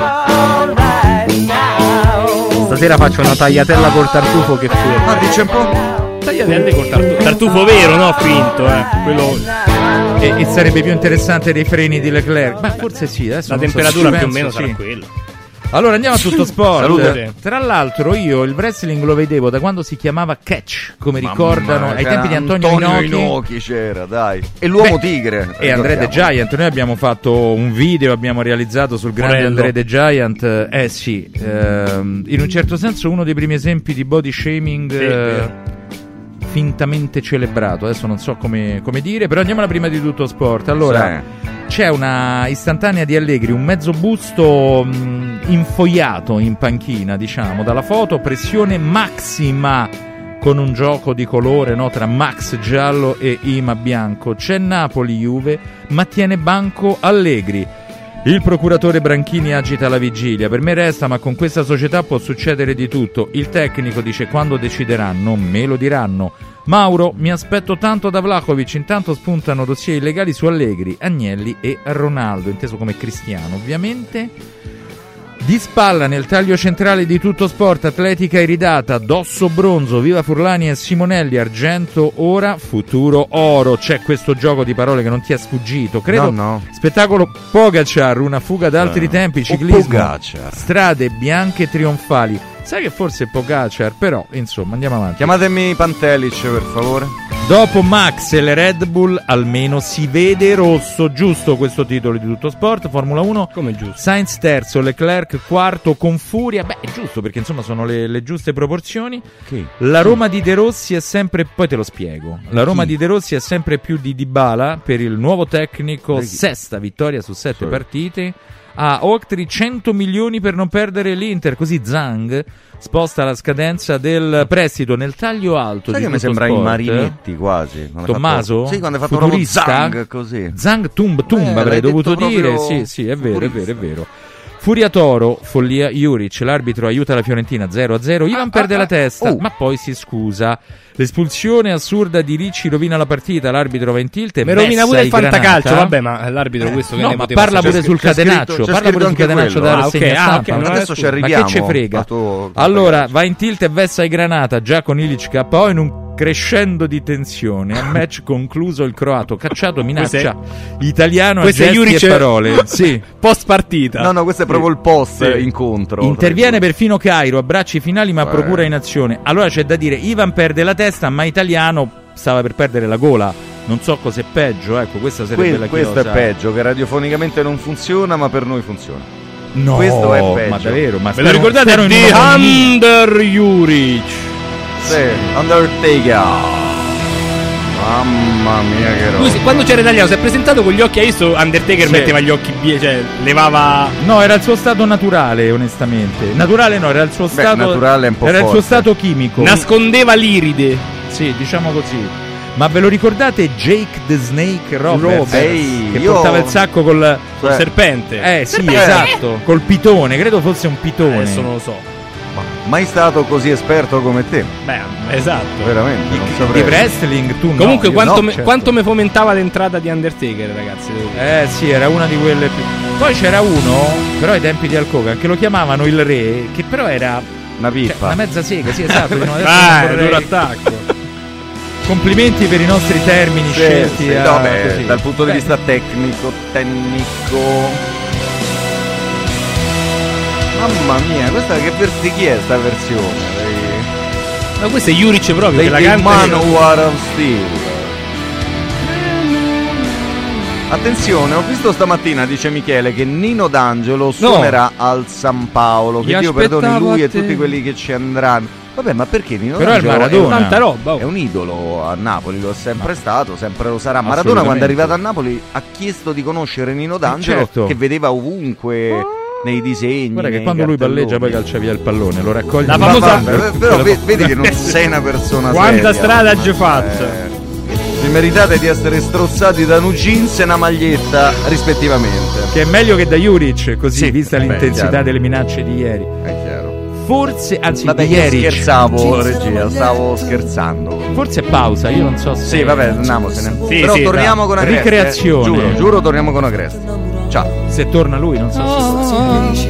Stasera faccio una tagliatella col tartufo che fu. Ma dice un po'. Tagliatelle col tartufo. Tartufo vero, no? Finto, eh. Quello. E, e sarebbe più interessante dei freni di Leclerc. Ma forse sì, adesso la non temperatura so, più o penso, meno sì. sarà quella. Allora andiamo a tutto sport. Salute. Tra l'altro io il wrestling lo vedevo da quando si chiamava Catch, come Mamma ricordano ai tempi di Antonio, Antonio Inoki. Inoki c'era, dai. E l'uomo Beh, tigre. E André the Giant. Noi abbiamo fatto un video, abbiamo realizzato sul grande Morello. André the Giant. Eh sì, ehm, in un certo senso uno dei primi esempi di body shaming sì, eh, fintamente celebrato. Adesso non so come, come dire, però andiamo alla prima di tutto sport. Allora, sì. C'è una istantanea di Allegri, un mezzo busto mh, infogliato in panchina, diciamo, dalla foto, pressione massima con un gioco di colore, no, tra Max giallo e Ima bianco. C'è Napoli-Juve, ma tiene banco Allegri. Il procuratore Branchini agita la vigilia. Per me resta, ma con questa società può succedere di tutto. Il tecnico dice quando decideranno, me lo diranno. Mauro, mi aspetto tanto da Vlahovic. Intanto spuntano dossier illegali su Allegri, Agnelli e Ronaldo, inteso come Cristiano ovviamente. Di spalla nel taglio centrale di tutto sport, atletica iridata, dosso bronzo, viva Furlani e Simonelli, argento ora, futuro oro. C'è questo gioco di parole che non ti è sfuggito, credo. No, no. Spettacolo Pogacar, una fuga d'altri eh. tempi, ciclismo, strade bianche trionfali. Sai che forse è Pogacar, però insomma andiamo avanti. Chiamatemi Pantelic per favore. Dopo Max e le Red Bull almeno si vede rosso, giusto questo titolo di Tutto Sport, Formula uno. Come giusto? Sainz terzo, Leclerc quarto con furia, beh è giusto perché insomma sono le, le giuste proporzioni. Chi? La Roma di De Rossi è sempre, poi te lo spiego, la Roma Chi? di De Rossi è sempre più di Dybala per il nuovo tecnico, sesta vittoria su sette sì. partite. Ha oltre cento milioni per non perdere l'Inter, così Zhang sposta la scadenza del prestito nel taglio alto. Sai di che mi sembra Sport. in Marinetti quasi. Tommaso? Fatto... Sì, quando hai fatto futurista? Zhang così. Zhang Tumb Tumb eh, avrei dovuto dire. proprio... Sì, sì, è vero, è vero, è vero. Furia Toro, follia Juric, l'arbitro aiuta la Fiorentina zero a zero, Ivan ah, perde ah, la testa, oh. ma poi si scusa. L'espulsione assurda di Ricci rovina la partita, l'arbitro va in tilt e mi rovina pure il fantacalcio, vabbè, ma l'arbitro questo che no, ne ma parla pure sul catenaccio, parla pure sul catenaccio da rassegna stampa. Ah, okay, adesso ci arriviamo. Ma che ce frega? Tuo, allora, va in tilt e vessa i Granata, già con Ilic K O in un crescendo di tensione. A match concluso il croato cacciato minaccia italiano a gesti Juric e parole. Sì. Post partita. No, no, questo è proprio il post sì. incontro. Interviene perfino Cairo, abbracci finali ma Beh. procura in azione. Allora c'è da dire, Ivan perde la testa, ma Italiano stava per perdere la gola. Non so cos'è peggio, ecco, questa sarebbe que- la Questo chiosa. è peggio, che radiofonicamente non funziona, ma per noi funziona. No, questo è peggio. Ma davvero, ma ve lo ricordate? The Under Juric. Sì, Undertaker. Mamma mia che roba. Lui, quando c'era Italiano si è presentato con gli occhi, hai visto Undertaker sì. metteva gli occhi bie, cioè levava. No, era il suo stato naturale, onestamente. Naturale no, era il suo Beh, stato naturale è un po' Era forte. il suo stato chimico. Nascondeva l'iride. Sì, diciamo così. Ma ve lo ricordate Jake the Snake Roberts? Ehi, che io... portava il sacco col, col serpente. Eh sì, serpente. esatto, col pitone, credo fosse un pitone. Adesso non lo so. Ma mai stato così esperto come te? Beh, esatto. Veramente, di, non saprei. Di wrestling tu no. Comunque quanto, no, me, certo. quanto me fomentava l'entrata di Undertaker, ragazzi. Eh sì, era una di quelle più... Poi c'era uno, però ai tempi di Hulk Hogan, che lo chiamavano il re, che però era una pippa, cioè, una mezza sega, sì esatto. No, ah, è duro attacco. Complimenti per i nostri termini sì, scelti sì, a... no, beh, così. dal punto di beh. vista tecnico, tecnico. Mamma mia, questa che versi chi è sta versione? Dei... Ma questo è Juric proprio, dei, che la canta Manowar of Steel. Attenzione, ho visto stamattina, dice Michele, che Nino D'Angelo suonerà no. al San Paolo. Che Dio perdoni lui e tutti quelli che ci andranno. Vabbè, ma perché Nino Però D'Angelo è, Maradona. è tanta roba, oh. è un idolo a Napoli, lo è sempre ma. stato, sempre lo sarà. Maradona quando è arrivato a Napoli ha chiesto di conoscere Nino D'Angelo, certo. che vedeva ovunque oh. nei disegni. Guarda che quando lui palleggia poi calcia via il pallone, lo raccoglie. La famosa... Vabbè, però vedi che non sei una persona quanta seria. strada ha già fatto. Eh, vi meritate di essere strozzati da un jeans e una maglietta rispettivamente. Che è meglio che da Juric, così sì, vista beh, l'intensità chiaro. delle minacce di ieri. È chiaro. Forse, anzi, vabbè, di ieri scherzavo, regia, stavo scherzando. Forse è pausa, io non so se. Sì, vabbè, andiamosene. Sì, però sì, torniamo da. con Agreste. Ricreazione. Eh. Giuro, giuro, torniamo con Agreste. Ciao. Se torna lui, non so oh. se.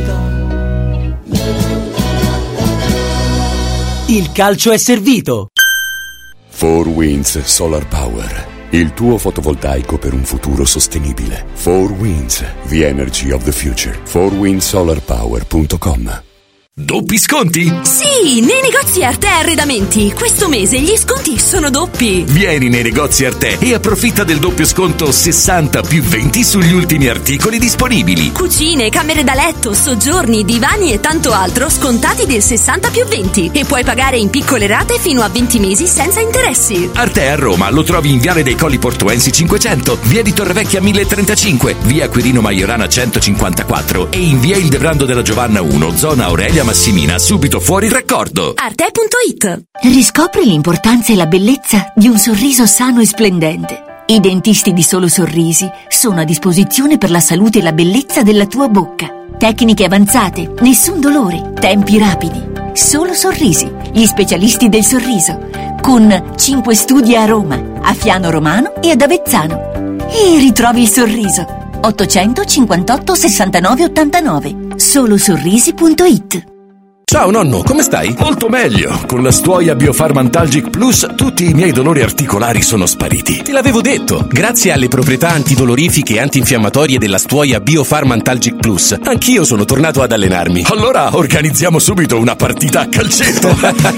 Il calcio è servito. four Winds Solar Power. Il tuo fotovoltaico per un futuro sostenibile. four Winds, the energy of the future. four wind solar power punto com. Doppi sconti? Sì, nei negozi Arte Arredamenti. Questo mese gli sconti sono doppi. Vieni nei negozi Arte e approfitta del doppio sconto sessanta più venti sugli ultimi articoli disponibili. Cucine, camere da letto, soggiorni, divani e tanto altro scontati del sessanta più venti. E puoi pagare in piccole rate fino a venti mesi senza interessi. Arte a Roma lo trovi in Viale dei Colli Portuensi cinquecento, via di Torrevecchia mille e trentacinque, via Quirino Maiorana centocinquantaquattro e in via Ildebrando della Giovanna uno, zona Aurelia Massimina, subito fuori il raccordo. Arte punto it. Riscopri l'importanza e la bellezza di un sorriso sano e splendente. I dentisti di Solo Sorrisi sono a disposizione per la salute e la bellezza della tua bocca. Tecniche avanzate, nessun dolore, tempi rapidi. Solo Sorrisi, gli specialisti del sorriso, con cinque studi a Roma, a Fiano Romano e ad Avezzano. E ritrovi il sorriso. ottocentocinquantotto sessantanove ottantanove. solo sorrisi punto it. Ciao nonno, come stai? Molto meglio. Con la Stuoia Biofarm Antalgic Plus tutti i miei dolori articolari sono spariti. Te l'avevo detto. Grazie alle proprietà antidolorifiche e antinfiammatorie della Stuoia Biofarm Antalgic Plus, anch'io sono tornato ad allenarmi. Allora organizziamo subito una partita a calcetto.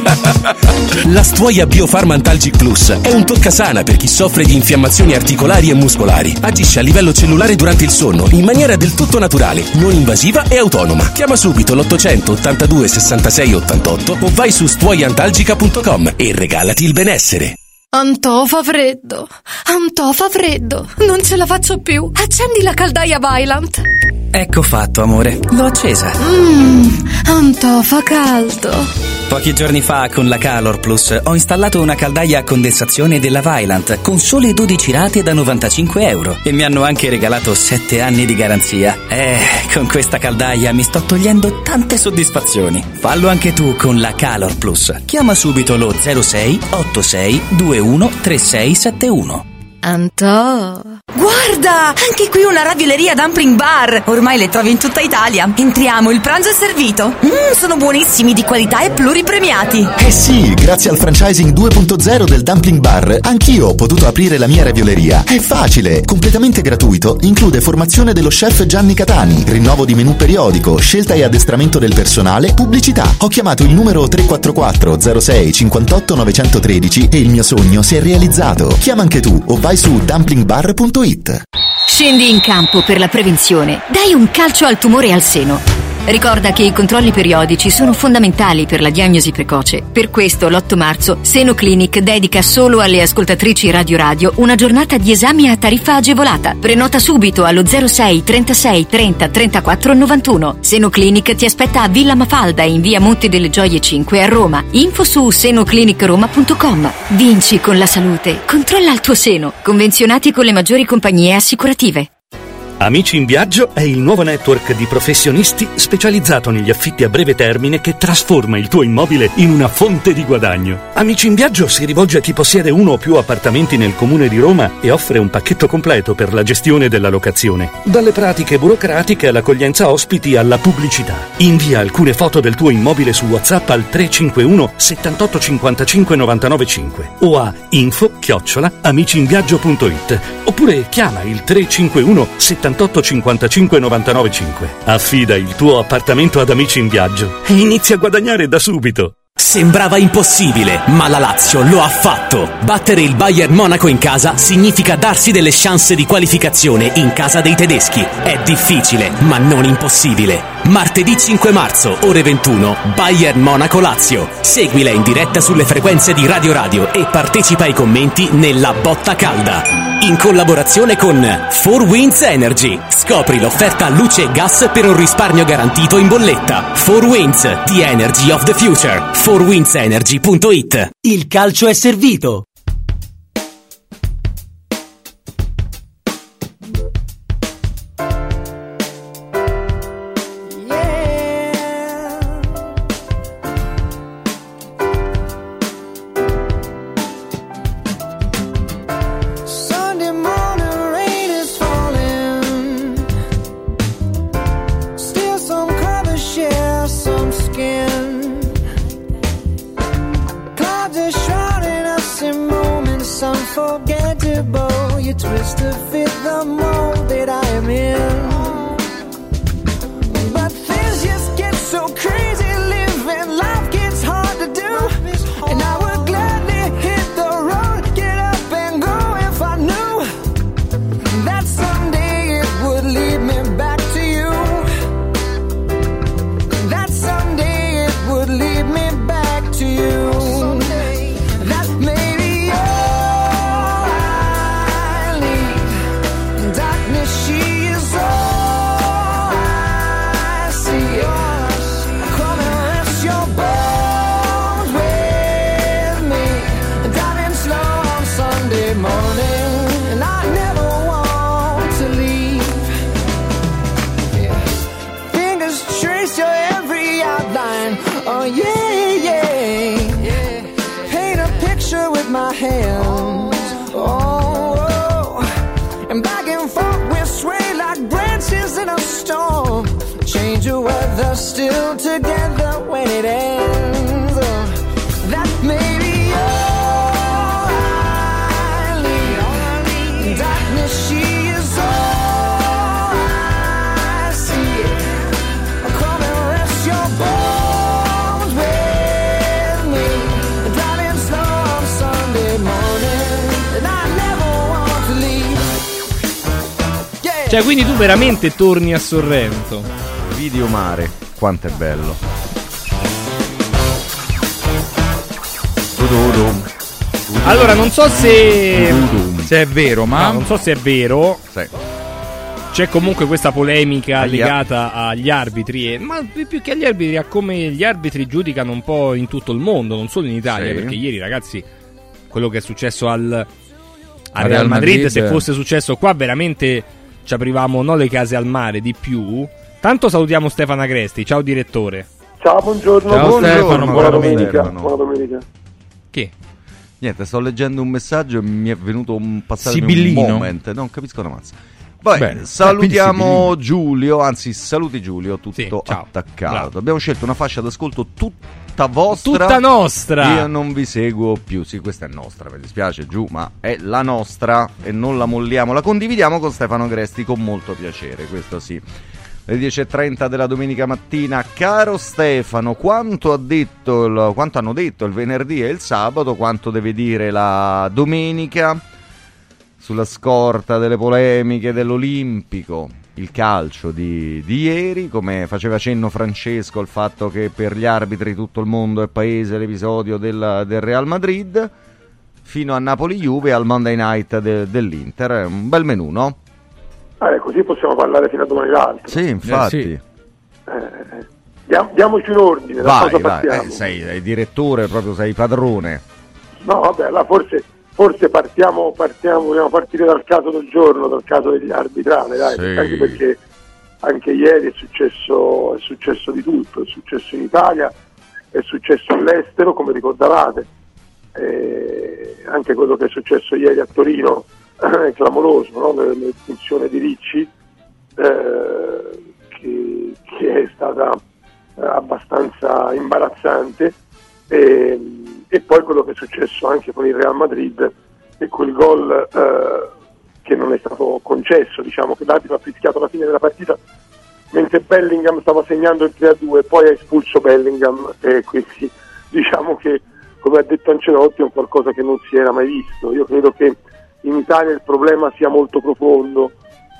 La Stuoia Biofarm Antalgic Plus è un toccasana per chi soffre di infiammazioni articolari e muscolari. Agisce a livello cellulare durante il sonno in maniera del tutto naturale, non invasiva e autonoma. Chiama subito l'ottocento ottantadue sessantasei ottantotto o vai su stuoiantalgica punto com e regalati il benessere. Antò fa freddo, Antò fa freddo, non ce la faccio più. Accendi la caldaia Vaillant. Ecco fatto, amore, l'ho accesa. Mmm, Antò fa caldo. Pochi giorni fa con la Calor Plus ho installato una caldaia a condensazione della Vaillant con sole dodici rate da novantacinque euro e mi hanno anche regalato sette anni di garanzia. Eh, con questa caldaia mi sto togliendo tante soddisfazioni. Fallo anche tu con la Calor Plus. Chiama subito lo zero sei otto sei due uno tre sei sette uno. Antò. Guarda, anche qui una ravioleria dumpling bar. Ormai le trovi in tutta Italia. Entriamo, il pranzo è servito. Mmm, sono buonissimi, di qualità e pluripremiati. Eh sì, grazie al franchising due punto zero del dumpling bar, anch'io ho potuto aprire la mia ravioleria. È facile, completamente gratuito, include formazione dello chef Gianni Catani, rinnovo di menù periodico, scelta e addestramento del personale, pubblicità. Ho chiamato il numero tre quattro quattro zero sei cinquantotto novecentotredici e il mio sogno si è realizzato. Chiama anche tu o vai su dumpling bar punto it. Scendi in campo per la prevenzione. Dai un calcio al tumore al seno. Ricorda che i controlli periodici sono fondamentali per la diagnosi precoce. Per questo l'otto marzo Seno Clinic dedica solo alle ascoltatrici Radio Radio una giornata di esami a tariffa agevolata. Prenota subito allo zero sei trentasei trenta trentaquattro novantuno. Seno Clinic ti aspetta a Villa Mafalda in via Monte delle Gioie cinque a Roma. Info su senoclinicroma punto com. Vinci con la salute. Controlla il tuo seno. Convenzionati con le maggiori compagnie assicurative. Amici in Viaggio è il nuovo network di professionisti specializzato negli affitti a breve termine che trasforma il tuo immobile in una fonte di guadagno. Amici in Viaggio si rivolge a chi possiede uno o più appartamenti nel comune di Roma e offre un pacchetto completo per la gestione della locazione. Dalle pratiche burocratiche all'accoglienza ospiti alla pubblicità. Invia alcune foto del tuo immobile su WhatsApp al tre cinque uno settantotto cinquantacinque novantanove cinque o a info chiocciola amicinviaggio punto it oppure chiama il tre cinque uno settantotto cinquantacinque novantanove cinque. Affida il tuo appartamento ad Amici in Viaggio e inizia a guadagnare da subito. Sembrava impossibile, ma la Lazio lo ha fatto. Battere il Bayern Monaco in casa significa darsi delle chance di qualificazione in casa dei tedeschi. È difficile, ma non impossibile. Martedì cinque marzo, ore ventuno, Bayern Monaco Lazio. Seguila in diretta sulle frequenze di Radio Radio e partecipa ai commenti nella botta calda. In collaborazione con four Winds Energy. Scopri l'offerta luce e gas per un risparmio garantito in bolletta. four Winds, the energy of the future. four winds energy punto it. Il calcio è servito. Twist to fit the mold that I am in. But things just get so crazy, living life gets hard to do. And I would gladly hit the road, get up and go if I knew that someday it would lead me back to you. That someday it would lead me back to you. That maybe darkness, she is all still together when it ends. Oh, that may be all I need. Darkness, she is all I see. Come and rest your bones with me. Driving slow on Sunday morning, and I never want to leave. Yeah. Cioè, quindi tu veramente torni a Sorrento? Video mare, quanto è bello. Allora, non so se se è vero, ma no, non so se è vero. Sì. C'è comunque questa polemica Aia. legata agli arbitri, e, ma più che agli arbitri, a come gli arbitri giudicano un po' in tutto il mondo, non solo in Italia. Sì. Perché ieri, ragazzi, quello che è successo al, al Real Real Madrid, Madrid, se fosse successo qua, veramente ci aprivamo no le case al mare, di più. Tanto salutiamo Stefano Agresti, ciao direttore. Ciao, buongiorno. Ciao, buongiorno. Stefano, buona buona domenica. Stefano. Buona domenica. Che? Niente, sto leggendo un messaggio e mi è venuto un passaggio Sibillino? un moment, non capisco una mazza. Poi Bene. salutiamo Giulio, anzi saluti Giulio, tutto Sì, ciao. attaccato. Bravo. Abbiamo scelto una fascia d'ascolto tutta vostra. Tutta nostra. Io non vi seguo più. Sì, questa è nostra, mi dispiace giù, ma è la nostra e non la molliamo, la condividiamo con Stefano Agresti con molto piacere, questo sì. Le dieci e trenta della domenica mattina. Caro Stefano, quanto, ha detto il, quanto hanno detto il venerdì e il sabato, quanto deve dire la domenica sulla scorta delle polemiche dell'Olimpico, il calcio di, di ieri, come faceva cenno Francesco, il fatto che per gli arbitri tutto il mondo è paese l'episodio del, del Real Madrid, fino a Napoli-Juve e al Monday Night de, dell'Inter. È un bel menù, no? Eh, così possiamo parlare fino a domani l'altro. Sì, infatti. Eh, sì. Eh, diam- diamoci un ordine. Da Vai, cosa vai, partiamo? eh, sei, sei direttore, proprio sei padrone. No, vabbè, allora forse, forse partiamo, partiamo, vogliamo partire dal caso del giorno, dal caso degli arbitrali, dai, Sì. anche perché anche ieri è successo, è successo di tutto, è successo in Italia, è successo all'estero, come ricordavate, eh, anche quello che è successo ieri a Torino è clamoroso, no? L'espulsione di Ricci, eh, che, che è stata eh, abbastanza imbarazzante, e, e poi quello che è successo anche con il Real Madrid e quel gol eh, che non è stato concesso, diciamo che l'arbitro ha fischiato alla fine della partita mentre Bellingham stava segnando il tre a due, poi ha espulso Bellingham, e quindi diciamo che, come ha detto Ancelotti, è un qualcosa che non si era mai visto. Io credo che in Italia il problema sia molto profondo,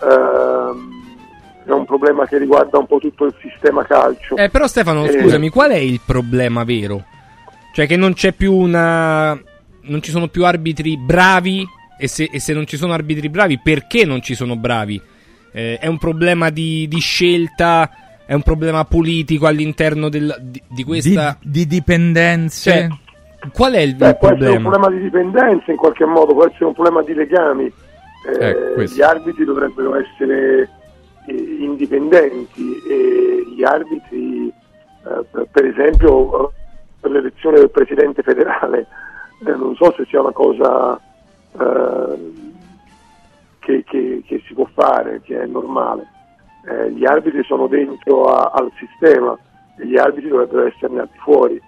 ehm, è un problema che riguarda un po' tutto il sistema calcio. Eh, però Stefano, Eh, scusami, qual è il problema vero? Cioè che non c'è più una... non ci sono più arbitri bravi, e se, e se non ci sono arbitri bravi, perché non ci sono bravi? Eh, è un problema di, di scelta, è un problema politico all'interno del, di, di questa... Di, di dipendenze... Cioè, qual è il, Beh, il può essere un problema? problema di dipendenza in qualche modo, può essere un problema di legami. Eh, Eh, questo. gli arbitri dovrebbero essere eh, indipendenti, e gli arbitri, eh, per, per esempio, per l'elezione del presidente federale, eh, non so se sia una cosa eh, che, che, che si può fare, che è normale. Eh, gli arbitri sono dentro a, al sistema e gli arbitri dovrebbero esserne al di fuori.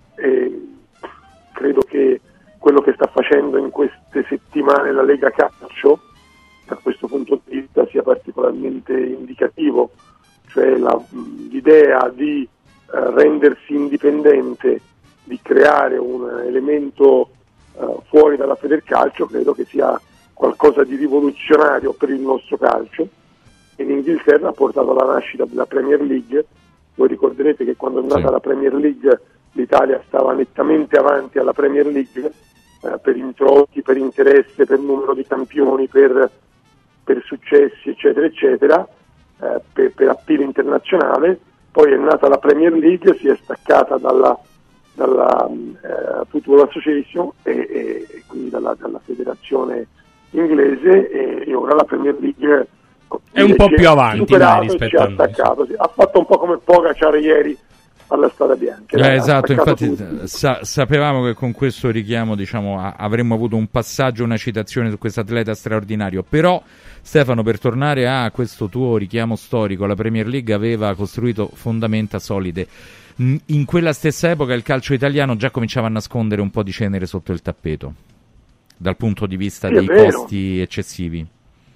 E credo che quello che sta facendo in queste settimane la Lega Calcio, da questo punto di vista, sia particolarmente indicativo, cioè la, l'idea di eh, rendersi indipendente, di creare un elemento eh, fuori dalla Federcalcio, credo che sia qualcosa di rivoluzionario per il nostro calcio. In Inghilterra ha portato alla nascita della Premier League. Voi ricorderete che quando è nata Sì. la Premier League l'Italia stava nettamente avanti alla Premier League eh, per introiti, per interesse, per numero di campioni, per, per successi, eccetera, eccetera, eh, per, per appeal internazionale. Poi è nata la Premier League, si è staccata dalla, dalla eh, Football Association e, e, e quindi dalla, dalla federazione inglese, e, e ora la Premier League È un po' si più avanti, superato dai, e ci rispetto ha a noi, sì. attaccato, sì. Ha fatto un po' come Pogacar ieri alla strada bianca. Eh, esatto, infatti sa- sapevamo che con questo richiamo, diciamo, a- avremmo avuto un passaggio, una citazione su questo atleta straordinario. Però, Stefano, per tornare a questo tuo richiamo storico, la Premier League aveva costruito fondamenta solide. In quella stessa epoca il calcio italiano già cominciava a nascondere un po' di cenere sotto il tappeto, dal punto di vista sì, dei vero. costi eccessivi.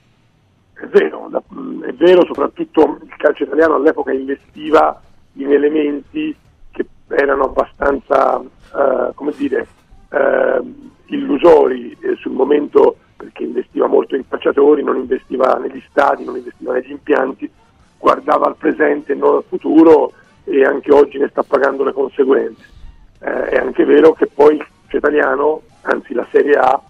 È vero, è vero, soprattutto il calcio italiano all'epoca investiva in elementi che erano abbastanza, eh, come dire, eh, illusori eh, sul momento, perché investiva molto in calciatori, non investiva negli stadi, non investiva negli impianti, guardava al presente e non al futuro, e anche oggi ne sta pagando le conseguenze. Eh, è anche vero che poi il calcio italiano, anzi la Serie A,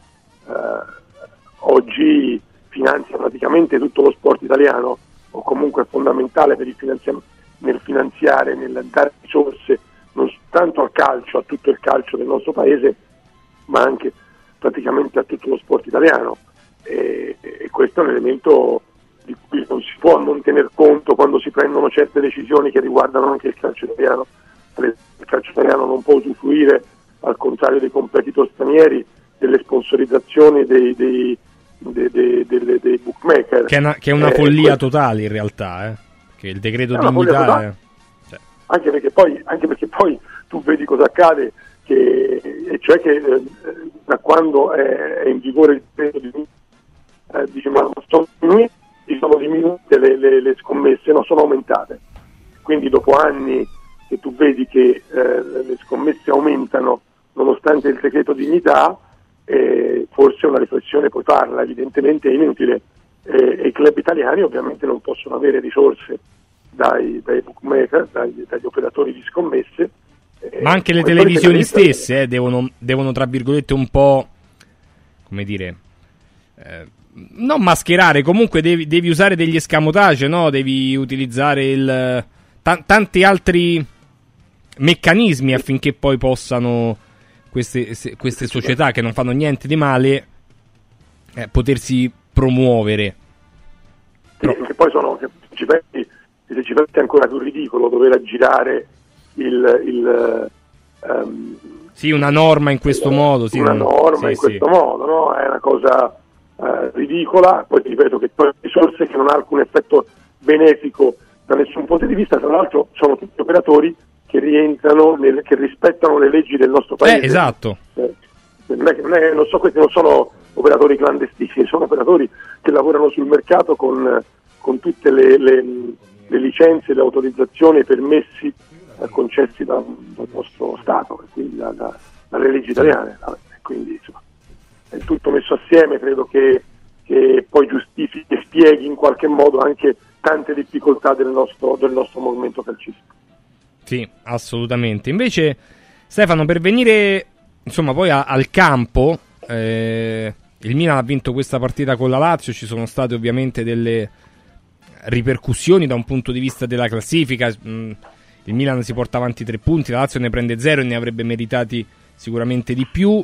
eh, oggi finanzia praticamente tutto lo sport italiano, o comunque è fondamentale per il finanziamento, nel finanziare, nel dare risorse non soltanto al calcio, a tutto il calcio del nostro paese, ma anche praticamente a tutto lo sport italiano, e, e questo è un elemento di cui non si può non tener conto quando si prendono certe decisioni che riguardano anche il calcio italiano. Il calcio italiano non può usufruire, al contrario dei competitor stranieri, delle sponsorizzazioni dei, dei, dei, dei, dei, dei bookmaker, che è una, che è una eh, follia questo, totale in realtà, eh? Che il decreto è dignità è... cioè. anche perché poi anche perché poi tu vedi cosa accade, che, e cioè che eh, da quando è, è in vigore il decreto di eh, diciamo, sono diminuite, sono diminuite le, le, le scommesse, no, sono aumentate. Quindi dopo anni che tu vedi che eh, le scommesse aumentano nonostante il decreto dignità, eh, forse una riflessione puoi farla, evidentemente è inutile, eh, e i club italiani ovviamente non possono avere risorse dai, dai bookmaker, dai, dagli operatori di scommesse. Eh, ma anche le televisioni stesse eh, devono, devono tra virgolette un po', come dire, eh, non mascherare, comunque devi, devi usare degli escamotage, no? Devi utilizzare il, t- tanti altri meccanismi affinché poi possano queste, se, queste società che non fanno niente di male eh, potersi promuovere. Però... Che poi sono, che ci pensi, se ci pensi è ancora più ridicolo dover aggirare il, il um, sì, una norma in questo eh, modo, sì, una un... norma sì, in questo sì. modo, no? È una cosa uh, ridicola. Poi ti ripeto che poi risorse che non ha alcun effetto benefico da nessun punto di vista. Tra l'altro sono tutti operatori che rientrano nel, che rispettano le leggi del nostro paese. Eh, esatto. Eh, non è che non, è, non so, questi non sono operatori clandestini, sono operatori che lavorano sul mercato con, con tutte le, le, le licenze, le autorizzazioni, i permessi eh, concessi da, dal nostro Stato, e quindi da, da, dalle leggi italiane. Quindi insomma, è tutto messo assieme, credo che, che poi giustifichi e spieghi in qualche modo anche tante difficoltà del nostro, del nostro movimento calcistico. Sì, assolutamente. Invece, Stefano, per venire insomma poi a, al campo, eh, il Milan ha vinto questa partita con la Lazio, ci sono state ovviamente delle ripercussioni da un punto di vista della classifica. Mm, il Milan si porta avanti tre punti, la Lazio ne prende zero e ne avrebbe meritati sicuramente di più.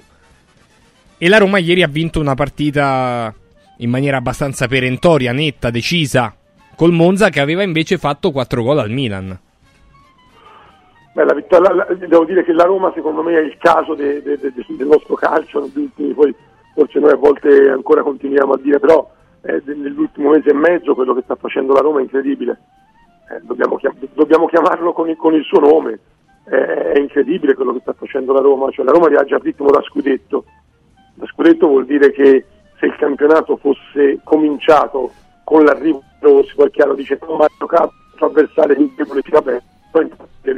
E la Roma ieri ha vinto una partita in maniera abbastanza perentoria, netta, decisa, col Monza, che aveva invece fatto quattro gol al Milan. Beh, la vittoria, la, devo dire che la Roma secondo me è il caso de, de, de, de, del nostro calcio, poi forse noi a volte ancora continuiamo a dire, però eh, nell'ultimo mese e mezzo quello che sta facendo la Roma è incredibile, eh, dobbiamo, chiam- dobbiamo chiamarlo con il, con il suo nome, eh, è incredibile quello che sta facendo la Roma, cioè la Roma viaggia a ritmo da scudetto. Da scudetto vuol dire che se il campionato fosse cominciato con l'arrivo di Rossi, poi chiaro dice no, ma ha giocato avversario più debole, vabbè, poi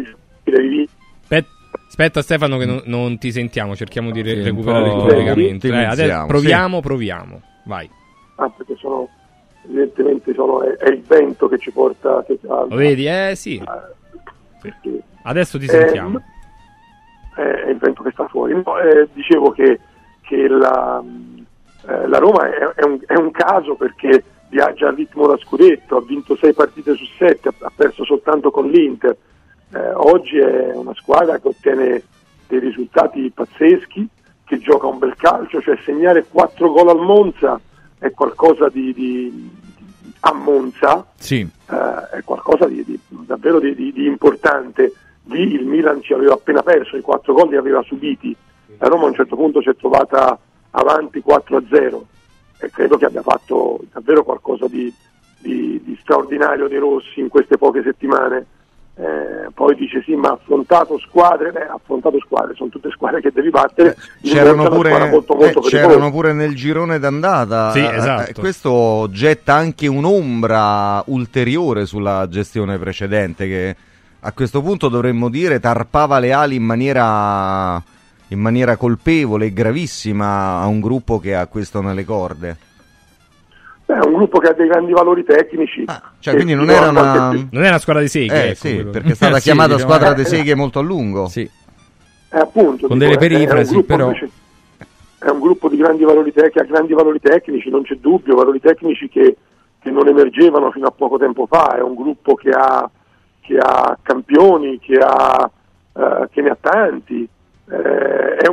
Aspetta, aspetta Stefano che non, non ti sentiamo, cerchiamo di re- sì, recuperare il collegamento. Eh, adesso proviamo, sì. proviamo, vai. Ah, perché sono evidentemente sono, è, è il vento che ci porta. Che, a, Lo vedi? Eh sì. A, perché, adesso ti sentiamo. È, è il vento che sta fuori. No, eh, dicevo che, che la, eh, la Roma è, è, un, è un caso perché viaggia a ritmo da scudetto, ha vinto sei partite su sette, ha perso soltanto con l'Inter. Eh, oggi è una squadra che ottiene dei risultati pazzeschi, che gioca un bel calcio, cioè segnare quattro gol al Monza è qualcosa di, di a Monza, sì. eh, è qualcosa di, di davvero di, di, di importante. Gli subì, il Milan ci aveva appena perso, i quattro gol li aveva subiti, la Roma a un certo punto si è trovata avanti quattro a zero e credo che abbia fatto davvero qualcosa di, di, di straordinario De Rossi in queste poche settimane. Eh, poi dice sì, ma ha affrontato squadre, beh, ha affrontato squadre, sono tutte squadre che devi battere. Eh, c'erano pure, molto, molto eh, c'erano pure nel girone d'andata. Sì, esatto. Eh, questo getta anche un'ombra ulteriore sulla gestione precedente, che a questo punto dovremmo dire tarpava le ali in maniera, in maniera colpevole e gravissima a un gruppo che ha questo nelle corde. Beh, è un gruppo che ha dei grandi valori tecnici. Ah, cioè, quindi non era una... non era una squadra di seghe. Eh, ecco, sì, quello. perché è stata sì, chiamata diciamo, squadra eh, di seghe molto a lungo. Sì. Eh, appunto, con dico, delle perifrasi, però... Invece, è un gruppo di grandi valori tecnici, ha grandi valori tecnici, non c'è dubbio, valori tecnici che, che non emergevano fino a poco tempo fa. È un gruppo che ha, che ha campioni, che, ha, uh, che ne ha tanti. Eh, è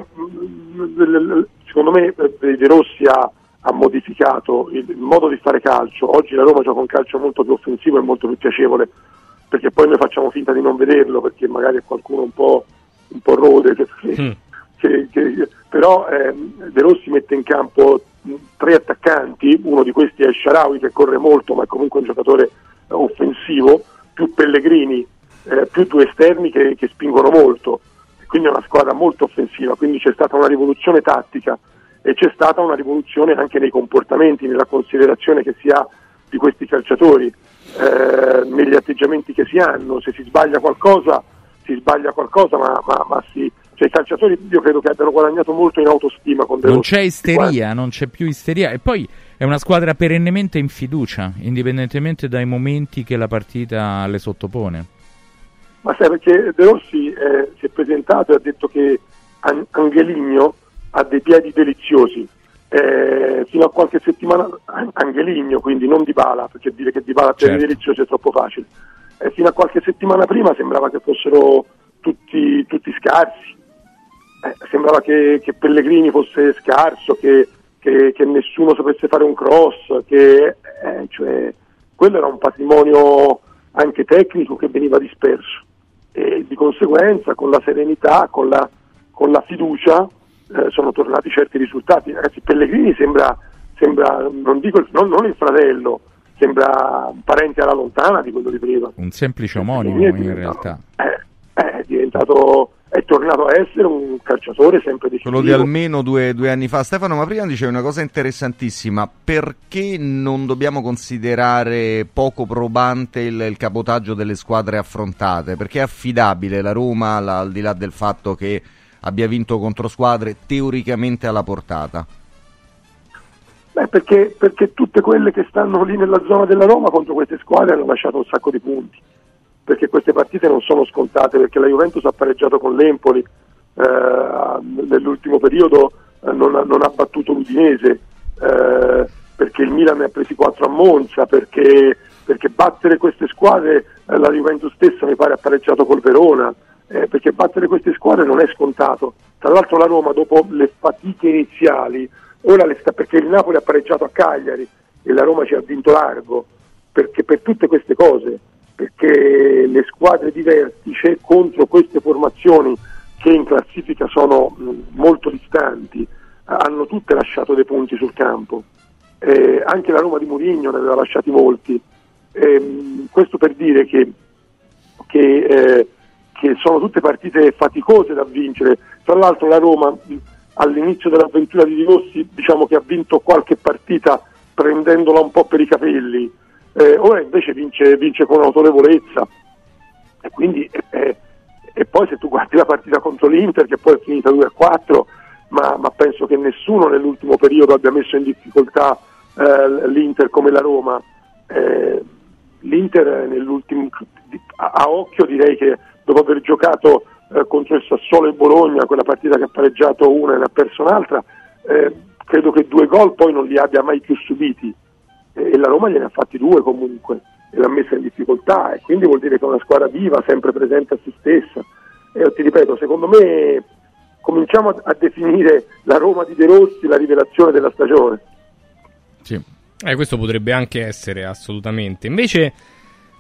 un, secondo me De Rossi ha ha modificato il, il modo di fare calcio. Oggi la Roma gioca un calcio molto più offensivo e molto più piacevole, perché poi noi facciamo finta di non vederlo, perché magari è qualcuno un po', un po' rode, che, mm. che, che, però eh, De Rossi mette in campo tre attaccanti, uno di questi è Shaarawy che corre molto ma è comunque un giocatore eh, offensivo, più Pellegrini, eh, più due esterni che, che spingono molto, quindi è una squadra molto offensiva, quindi c'è stata una rivoluzione tattica e c'è stata una rivoluzione anche nei comportamenti, nella considerazione che si ha di questi calciatori, eh, negli atteggiamenti che si hanno. Se si sbaglia qualcosa, si sbaglia qualcosa, ma, ma, ma si, cioè, i calciatori io credo che abbiano guadagnato molto in autostima. Con non c'è isteria, non c'è più isteria, e poi è una squadra perennemente in fiducia, indipendentemente dai momenti che la partita le sottopone. Ma sai, perché De Rossi eh, si è presentato e ha detto che An- Angeligno ha dei piedi deliziosi, eh, fino a qualche settimana Angeligno, quindi non Dybala, perché dire che Dybala ha piedi certo. deliziosi è troppo facile, eh, fino a qualche settimana prima sembrava che fossero tutti, tutti scarsi, eh, sembrava che, che Pellegrini fosse scarso, che, che, che nessuno sapesse fare un cross, che eh, cioè, quello era un patrimonio anche tecnico che veniva disperso, e di conseguenza con la serenità, con la, con la fiducia Eh, sono tornati certi risultati. Ragazzi, Pellegrini sembra, sembra non dico il, non, non il fratello, sembra un parente alla lontana di quello di prima. Un semplice omonimo in realtà. È, è diventato, è tornato a essere un calciatore sempre decisivo. Quello di almeno due, due anni fa. Stefano, ma prima dicevi una cosa interessantissima: perché non dobbiamo considerare poco probante il, il cabotaggio delle squadre affrontate? Perché è affidabile la Roma, la, al di là del fatto che abbia vinto contro squadre teoricamente alla portata? Beh, perché, perché tutte quelle che stanno lì nella zona della Roma contro queste squadre hanno lasciato un sacco di punti, perché queste partite non sono scontate, perché la Juventus ha pareggiato con l'Empoli, eh, nell'ultimo periodo eh, non, ha, non ha battuto l'Udinese, eh, perché il Milan ne ha presi quattro a Monza, perché, perché battere queste squadre, eh, la Juventus stessa mi pare ha pareggiato col Verona, Eh, perché battere queste squadre non è scontato. Tra l'altro la Roma, dopo le fatiche iniziali, ora le sta, perché il Napoli ha pareggiato a Cagliari e la Roma ci ha vinto largo, perché per tutte queste cose, perché le squadre di vertice contro queste formazioni che in classifica sono mh, molto distanti, hanno tutte lasciato dei punti sul campo, eh, anche la Roma di Mourinho ne aveva lasciati molti, eh, questo per dire che, che eh, che sono tutte partite faticose da vincere. Tra l'altro la Roma all'inizio dell'avventura di Di Rossi diciamo che ha vinto qualche partita prendendola un po' per i capelli, eh, ora invece vince, vince con autorevolezza, e quindi eh, e poi se tu guardi la partita contro l'Inter, che poi è finita due a quattro, ma, ma penso che nessuno nell'ultimo periodo abbia messo in difficoltà eh, l'Inter come la Roma. eh, l'Inter nell'ultimo a, a occhio direi che dopo aver giocato eh, contro il Sassuolo e Bologna, quella partita che ha pareggiato una e ne ha perso un'altra, eh, credo che due gol poi non li abbia mai più subiti, e, e la Roma gliene ha fatti due comunque e l'ha messa in difficoltà, e quindi vuol dire che è una squadra viva, sempre presente a se stessa. E io ti ripeto, secondo me cominciamo a, a definire la Roma di De Rossi la rivelazione della stagione. Sì, eh, questo potrebbe anche essere, assolutamente. Invece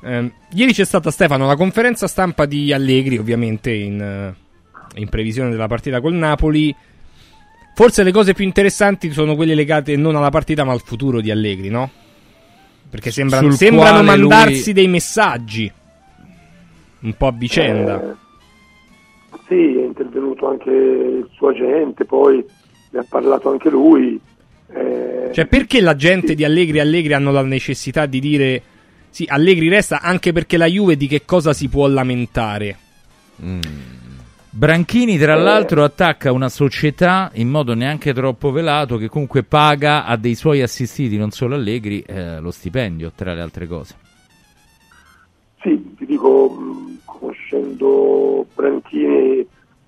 Eh, ieri c'è stata, Stefano, la conferenza stampa di Allegri, ovviamente in, in previsione della partita col Napoli. Forse le cose più interessanti sono quelle legate non alla partita ma al futuro di Allegri, no? Perché sembrano, sembrano mandarsi lui... dei messaggi un po' a vicenda. Eh, sì, è intervenuto anche il suo agente, poi ne ha parlato anche lui. Eh, cioè, perché la gente sì. di Allegri e Allegri hanno la necessità di dire sì, Allegri resta, anche perché la Juve di che cosa si può lamentare? Mm. Branchini, tra l'altro, attacca una società in modo neanche troppo velato che comunque paga a dei suoi assistiti, non solo Allegri, eh, lo stipendio, tra le altre cose. Sì, ti dico, conoscendo Branchini,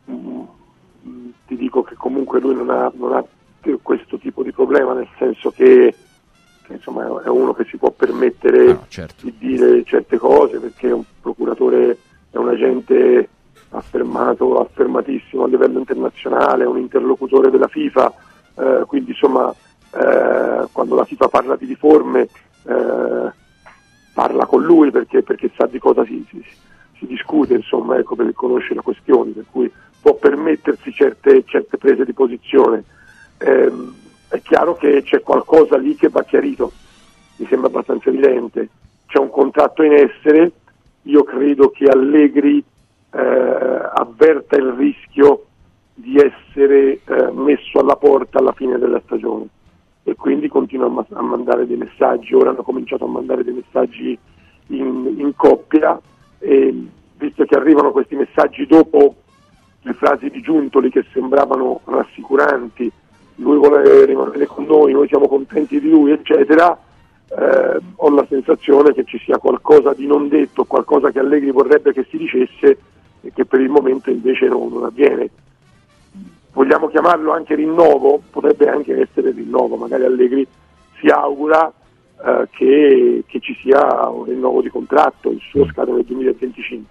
ti dico che comunque lui non ha, non ha questo tipo di problema, nel senso che, che insomma è uno che si può permettere ah, certo. di dire certe cose, perché è un procuratore, è un agente affermato, affermatissimo a livello internazionale, è un interlocutore della FIFA, eh, quindi insomma eh, quando la FIFA parla di riforme eh, parla con lui perché, perché sa di cosa si, si, si discute, insomma, ecco, perché conosce la questione, per cui può permettersi certe, certe prese di posizione. Eh, è chiaro che c'è qualcosa lì che va chiarito, mi sembra abbastanza evidente, c'è un contratto in essere, io credo che Allegri Eh, avverta il rischio di essere eh, messo alla porta alla fine della stagione e quindi continua a, ma- a mandare dei messaggi. Ora hanno cominciato a mandare dei messaggi in, in coppia e visto che arrivano questi messaggi dopo le frasi di Giuntoli che sembravano rassicuranti, lui vuole rimanere con noi, noi siamo contenti di lui, eccetera, eh, ho la sensazione che ci sia qualcosa di non detto, qualcosa che Allegri vorrebbe che si dicesse e che per il momento invece non, non avviene. Vogliamo chiamarlo anche rinnovo? Potrebbe anche essere rinnovo, magari Allegri si augura eh, che, che ci sia un rinnovo di contratto, il suo scade nel duemilaventicinque.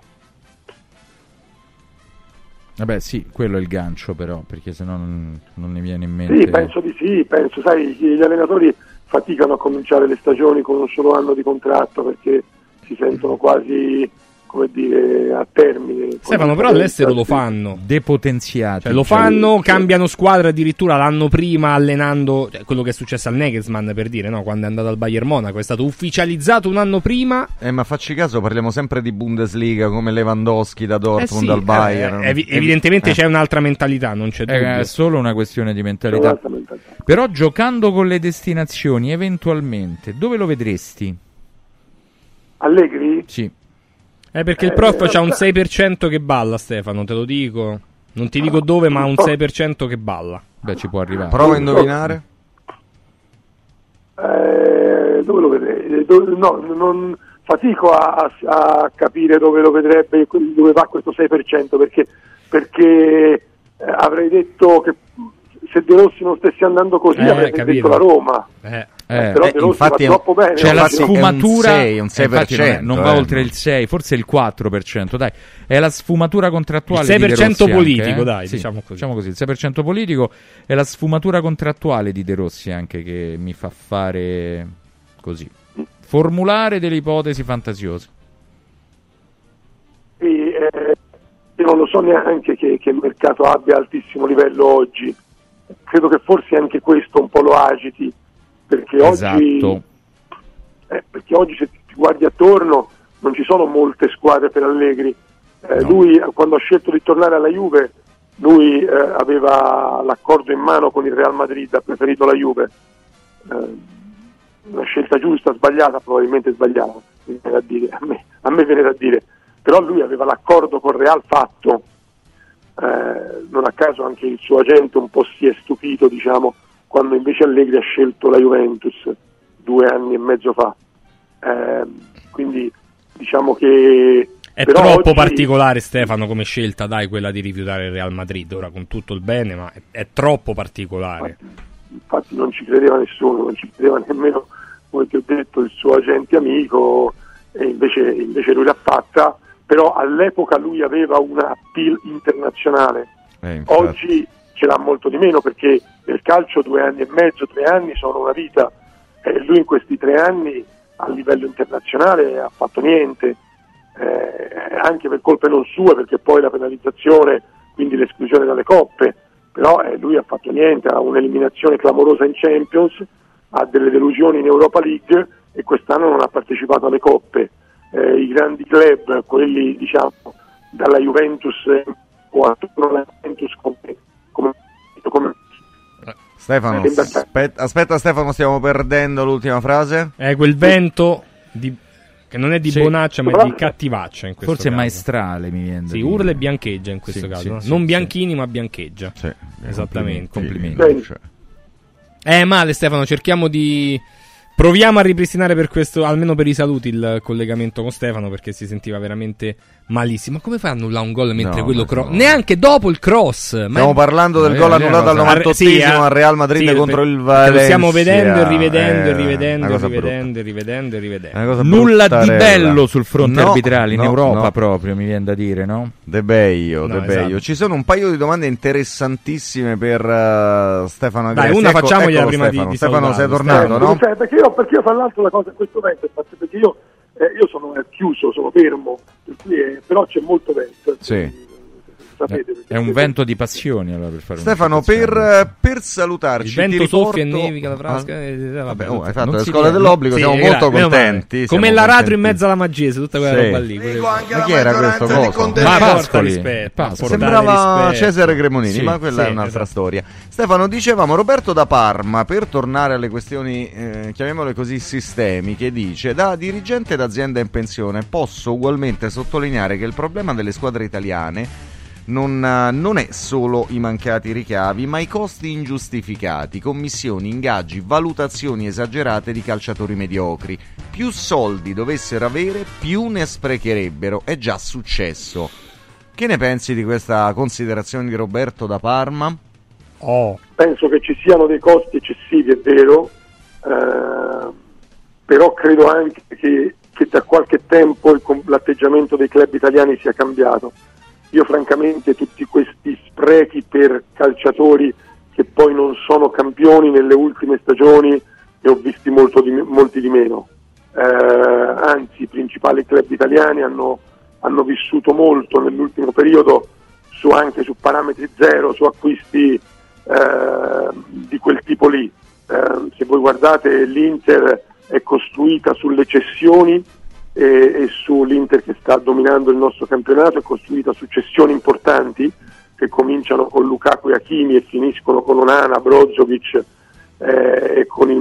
Vabbè sì, quello è il gancio però, perché se no non, non ne viene in mente. Sì, penso di sì, penso, sai, gli allenatori faticano a cominciare le stagioni con un solo anno di contratto perché si sentono quasi, come dire, a termine. Stefano, però all'estero lo fanno. Depotenziati. Cioè, lo fanno, cambiano squadra addirittura l'anno prima allenando, cioè, quello che è successo al Nagelsmann, per dire, no? Quando è andato al Bayern Monaco, è stato ufficializzato un anno prima. Eh, ma facci caso, parliamo sempre di Bundesliga, come Lewandowski da Dortmund eh sì, al Bayern. Eh, ev- evidentemente eh. c'è un'altra mentalità, non c'è dubbio. È solo una questione di mentalità. mentalità. Però giocando con le destinazioni, eventualmente, dove lo vedresti? Allegri? Sì. Eh, perché il prof eh, c'ha un sei per cento che balla, Stefano, te lo dico. Non ti dico dove, ma ha un sei per cento che balla. Beh, ci può arrivare. Prova a indovinare. Eh, dove lo vedrei? Dove, no, non fatico a, a capire dove lo vedrebbe, dove va questo sei per cento, perché, perché eh, avrei detto che se De Rossi non stesse andando così eh, avrei detto la Roma. Eh. Eh, però eh, De Rossi infatti va troppo bene. C'è la sfumatura, è un sei, un sei per cento, non, non va eh. oltre il sei, forse il quattro per cento, dai. È la sfumatura contrattuale il sei per cento di De Rossi politico, anche, eh? dai, sì, diciamo, così. diciamo così. Il sei per cento politico è la sfumatura contrattuale di De Rossi anche che mi fa fare così. Formulare delle ipotesi fantasiose. E, eh, io non lo so neanche che, che il mercato abbia altissimo livello oggi. Credo che forse anche questo un po' lo agiti, perché esatto. oggi eh, perché oggi se ti guardi attorno non ci sono molte squadre per Allegri. Eh, no. Lui quando ha scelto di tornare alla Juve, lui eh, aveva l'accordo in mano con il Real Madrid, ha preferito la Juve. Eh, una scelta giusta, sbagliata, probabilmente sbagliata, mi viene da dire, a me, a me viene da dire, però lui aveva l'accordo con Real fatto. Eh, non a caso anche il suo agente un po' si è stupito, diciamo, quando invece Allegri ha scelto la Juventus due anni e mezzo fa. Eh, quindi diciamo che è però troppo oggi... particolare, Stefano, come scelta, dai, quella di rifiutare il Real Madrid, ora con tutto il bene, ma è, è troppo particolare. Infatti, infatti non ci credeva nessuno, non ci credeva nemmeno, come ti ho detto, il suo agente amico, e invece, invece lui l'ha fatta. Però all'epoca lui aveva una appeal internazionale, eh, oggi ce l'ha molto di meno, perché nel calcio due anni e mezzo, tre anni sono una vita, e lui in questi tre anni a livello internazionale ha fatto niente, eh, anche per colpe non sue, perché poi la penalizzazione, quindi l'esclusione dalle coppe, però eh, lui ha fatto niente, ha un'eliminazione clamorosa in Champions, ha delle delusioni in Europa League e quest'anno non ha partecipato alle coppe. Eh, I grandi club, quelli diciamo dalla Juventus eh, o attorno alla Juventus come, come, come Stefano, aspetta, aspetta Stefano, stiamo perdendo l'ultima frase. È quel vento di, che non è di sì. bonaccia ma è di cattivaccia in questo Forse caso. maestrale mi viene da sì, dire. urla e biancheggia in questo sì, caso, sì, no? sì, non sì. Bianchini ma biancheggia, sì. Esattamente. Complimenti, complimenti. È male Stefano, cerchiamo di proviamo a ripristinare per questo, almeno per i saluti, il collegamento con Stefano, perché si sentiva veramente malissimo. Ma come fai a annullare un gol mentre No, quello no. cross? Neanche dopo il cross. Ma Stiamo è... parlando del Eh, gol eh, annullato al cosa- novantottesimo Sì, eh. al Real Madrid Sì, contro per- il perché Valencia. Lo stiamo vedendo e rivedendo Eh, e rivedendo una e cosa rivedendo e rivedendo e rivedendo. Una cosa Nulla di bruttarella. bello sul fronte No, arbitrale in no, Europa no. proprio, mi viene da dire, no? De Beio, No, De Beio. esatto. Ci sono un paio di domande interessantissime per uh, Stefano Dai, Agresti. una ecco, facciamogliela eccolo prima di- Stefano. di Stefano, sei salutarlo. tornato, no? Cioè, perché, io, perché io fra l'altro la cosa in questo vento, perché io, eh, io sono eh, chiuso, sono fermo, per cui, eh, però c'è molto vento. Sì. Sapete, È un vento di passioni allora per fare Stefano, una per, per salutarci Il vento ti riporto... soffia e nevica la frasca. Ah, eh, vabbè, vabbè, oh, hai fatto non le si scuole viene. dell'obbligo, Sì, siamo gra- molto meno male. contenti. Come siamo l'aratro contenti. in mezzo alla Magese, tutta quella Sì. roba lì. quelle- Ma chi era questo coso? Ma porta Pascoli. rispetto, Pascoli. portare Sembrava rispetto. Cesare Cremonini, Sì, ma quella sì, è un'altra esatto. storia. Stefano, dicevamo Roberto da Parma, per tornare alle questioni, eh, chiamiamole così, sistemiche, dice: da dirigente d'azienda in pensione posso ugualmente sottolineare che il problema delle squadre italiane non, non è solo i mancati ricavi, ma i costi ingiustificati, commissioni, ingaggi, valutazioni esagerate di calciatori mediocri. Più soldi dovessero avere, più ne sprecherebbero. È già successo. Che ne pensi di questa considerazione di Roberto da Parma? Oh. Penso che ci siano dei costi eccessivi, è vero, eh, però credo anche che, che da qualche tempo il, l'atteggiamento dei club italiani sia cambiato. Io francamente tutti questi sprechi per calciatori che poi non sono campioni nelle ultime stagioni ne ho visti molto di, molti di meno. Eh, anzi, i principali club italiani hanno, hanno vissuto molto nell'ultimo periodo su, anche su parametri zero, su acquisti eh, di quel tipo lì. Eh, se voi guardate, l'Inter è costruita sulle cessioni e, e sull'Inter che sta dominando il nostro campionato è costruita su cessioni importanti che cominciano con Lukaku e Hakimi e finiscono con Onana, Brozovic eh, e con il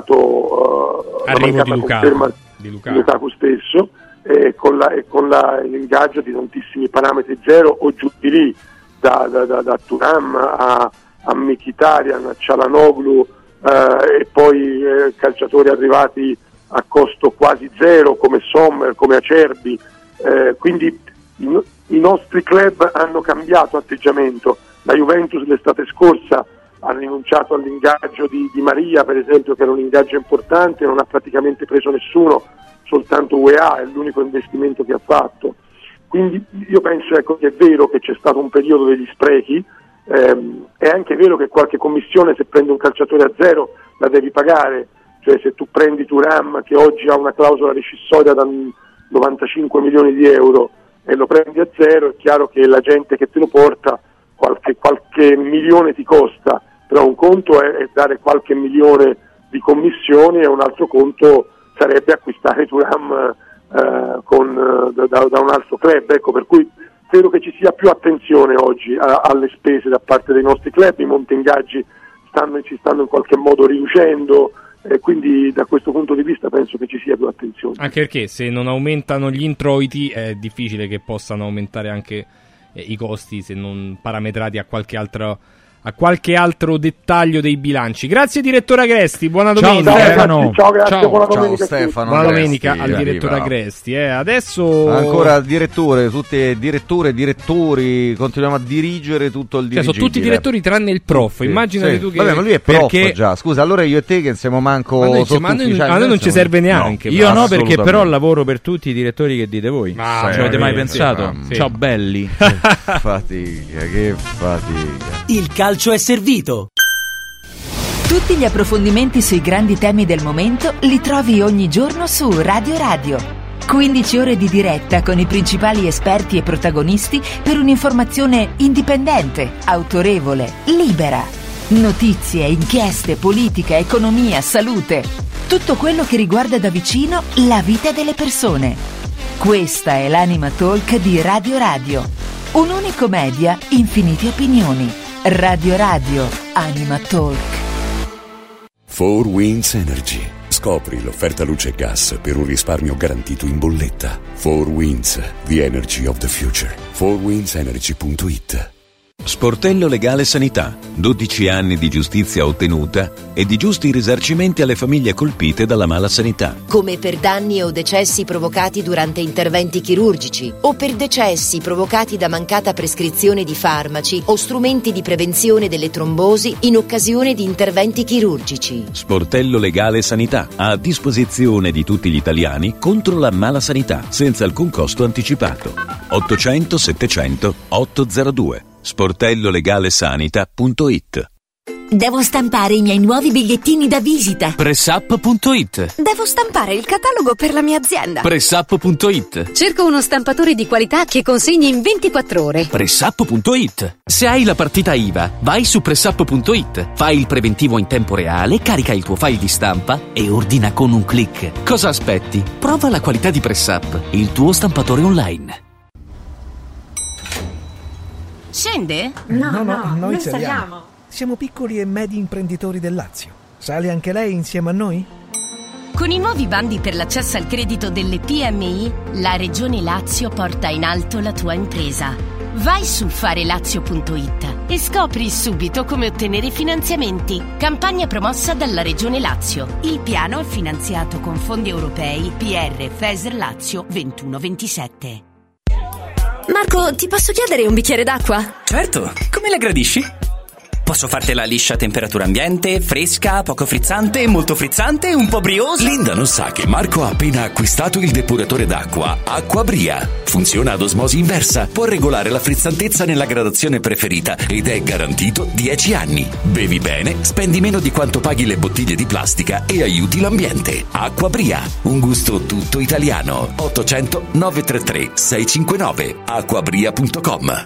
mancato uh, la mancata di Lukaku, conferma di Lukaku. Lukaku stesso e con, la, e con la, l'ingaggio di tantissimi parametri zero o giù di lì, da, da, da, da Thuram a, a Mkhitaryan, a Çalhanoğlu eh, e poi eh, calciatori arrivati a costo quasi zero come Sommer, come Acerbi, eh, quindi i, i nostri club hanno cambiato atteggiamento. La Juventus l'estate scorsa ha rinunciato all'ingaggio di, di Maria, per esempio, che era un ingaggio importante, non ha praticamente preso nessuno, soltanto U E A è l'unico investimento che ha fatto. Quindi io penso, ecco, che è vero che c'è stato un periodo degli sprechi, ehm, è anche vero che qualche commissione, se prendi un calciatore a zero, la devi pagare. Cioè se tu prendi Thuram, che oggi ha una clausola rescissoria da novantacinque milioni di euro, e lo prendi a zero, è chiaro che la gente che te lo porta qualche, qualche milione ti costa, però un conto è, è dare qualche milione di commissioni e un altro conto sarebbe acquistare Thuram eh, con, da, da un altro club. Ecco, per cui credo che ci sia più attenzione oggi a, alle spese da parte dei nostri club, i monte ingaggi stanno, ci stanno in qualche modo riducendo. E quindi da questo punto di vista penso che ci sia più attenzione. Anche perché se non aumentano gli introiti è difficile che possano aumentare anche eh, i costi, se non parametrati a qualche altro a qualche altro dettaglio dei bilanci. Grazie direttore Agresti, buona domenica. Ciao Stefano. Ciao, grazie, Ciao. buona Ciao domenica. Stefano. Buona Agresti, domenica al direttore arriva. Agresti. Eh. Adesso Ancora direttore, tutte diretture, direttori, continuiamo a dirigere tutto il cioè, dirigibile. sono tutti direttori tranne il prof. Sì, Immaginati sì. tu che Vabbè, ma lui è prof perché... già. Scusa, allora io e te che non siamo manco Ma noi- sotto ma noi- ufficiali, a noi non ci siamo- serve neanche. Io no, perché assolutamente. però lavoro per tutti i direttori che dite voi. Ma ci avete mai veramente, pensato? sì. Ciao belli. Fatica, che fatica. Il calcio è servito. Tutti gli approfondimenti sui grandi temi del momento li trovi ogni giorno su Radio Radio. quindici ore di diretta con i principali esperti e protagonisti per un'informazione indipendente, autorevole, libera. Notizie, inchieste, politica, economia, salute. Tutto quello che riguarda da vicino la vita delle persone. Questa è l'Anima Talk di Radio Radio. Un unico media, infinite opinioni. Radio Radio, Anima Talk. four Winds Energy. Scopri l'offerta luce e gas per un risparmio garantito in bolletta. four Winds, the energy of the future. four winds energy punto it. Sportello Legale Sanità, dodici anni di giustizia ottenuta e di giusti risarcimenti alle famiglie colpite dalla mala sanità. Come per danni o decessi provocati durante interventi chirurgici o per decessi provocati da mancata prescrizione di farmaci o strumenti di prevenzione delle trombosi in occasione di interventi chirurgici. Sportello Legale Sanità, a disposizione di tutti gli italiani contro la mala sanità, senza alcun costo anticipato. ottocento settecento ottocentodue. sportello legale sanità punto it. Devo stampare i miei nuovi bigliettini da visita. pressup punto it. Devo stampare il catalogo per la mia azienda. pressup punto it. Cerco uno stampatore di qualità che consegni in ventiquattro ore. pressup punto it. Se hai la partita I V A, vai su pressup punto it. Fai il preventivo in tempo reale, carica il tuo file di stampa e ordina con un click. Cosa aspetti? Prova la qualità di Pressup, il tuo stampatore online. Scende? No, no, no, noi, noi saliamo. saliamo. Siamo piccoli e medi imprenditori del Lazio. Sale anche lei insieme a noi? Con i nuovi bandi per l'accesso al credito delle P M I, la Regione Lazio porta in alto la tua impresa. Vai su farelazio punto it e scopri subito come ottenere finanziamenti. Campagna promossa dalla Regione Lazio. Il piano è finanziato con fondi europei P R FESR Lazio ventuno ventisette. Marco, ti posso chiedere un bicchiere d'acqua? Certo, come la gradisci? Posso fartela liscia a temperatura ambiente, fresca, poco frizzante, molto frizzante, un po' briosa? Linda non sa che Marco ha appena acquistato il depuratore d'acqua Acquabria. Funziona ad osmosi inversa, può regolare la frizzantezza nella gradazione preferita ed è garantito dieci anni. Bevi bene, spendi meno di quanto paghi le bottiglie di plastica e aiuti l'ambiente. Acquabria, un gusto tutto italiano. ottocento nove tre tre sei cinque nove acquabria punto com.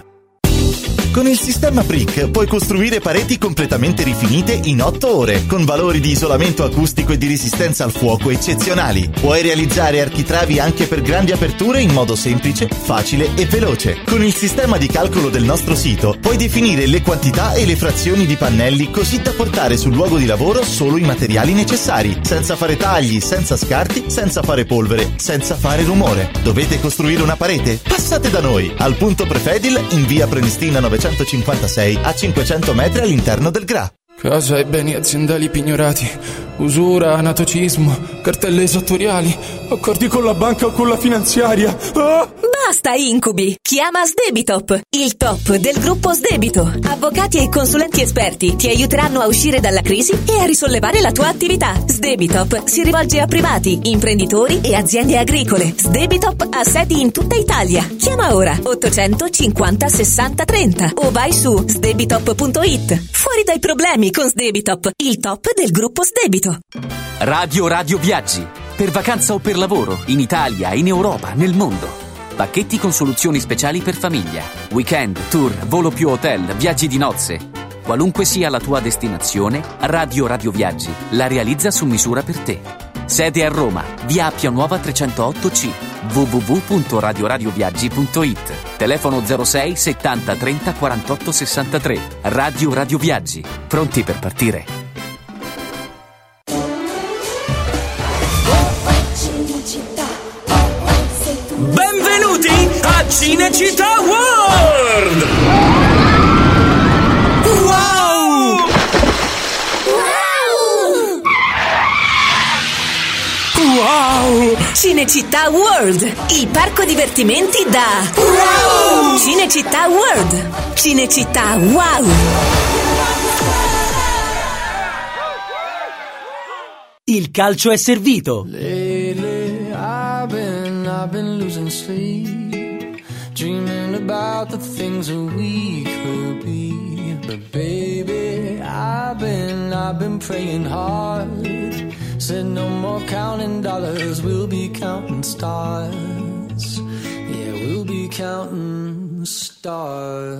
Con il sistema P R I C puoi costruire pareti completamente rifinite in otto ore, con valori di isolamento acustico e di resistenza al fuoco eccezionali. Puoi realizzare architravi anche per grandi aperture in modo semplice, facile e veloce. Con il sistema di calcolo del nostro sito puoi definire le quantità e le frazioni di pannelli così da portare sul luogo di lavoro solo i materiali necessari, senza fare tagli, senza scarti, senza fare polvere, senza fare rumore. Dovete costruire una parete? Passate da noi, al punto Prefedil in via Prenestina novecentocinquantasei a cinquecento metri all'interno del G R A. Casa e beni aziendali pignorati, usura, anatocismo, cartelle esattoriali, accordi con la banca o con la finanziaria. Ah! Basta incubi! Chiama Sdebitop, il top del gruppo Sdebito. Avvocati e consulenti esperti ti aiuteranno a uscire dalla crisi e a risollevare la tua attività. Sdebitop si rivolge a privati, imprenditori e aziende agricole. Sdebitop ha sedi in tutta Italia. Chiama ora ottocento cinquanta sessanta trenta o vai su sdebitop punto it. Fuori dai problemi con Sdebitop, il top del gruppo Sdebito. Radio Radio Viaggi. Per vacanza o per lavoro, in Italia, in Europa, nel mondo. Pacchetti con soluzioni speciali per famiglia. Weekend, tour, volo più hotel, viaggi di nozze. Qualunque sia la tua destinazione, Radio Radio Viaggi la realizza su misura per te. Sede a Roma, via Appia Nuova trecentootto C, w w w punto radio radio viaggi punto it. Telefono zero sei settanta trenta quarantotto sessantatré. Radio Radio Viaggi, pronti per partire. Benvenuti a Cinecittà World! Wow! Wow! Cinecittà World, il parco divertimenti da wow! Cinecittà World, Cinecittà Wow! Il calcio è servito! Lately I've been, I've been losing sleep, dreaming about the things that we could be. But baby, I've been, I've been praying hard. Said no more counting dollars, we'll be counting stars. Yeah, we'll be counting stars.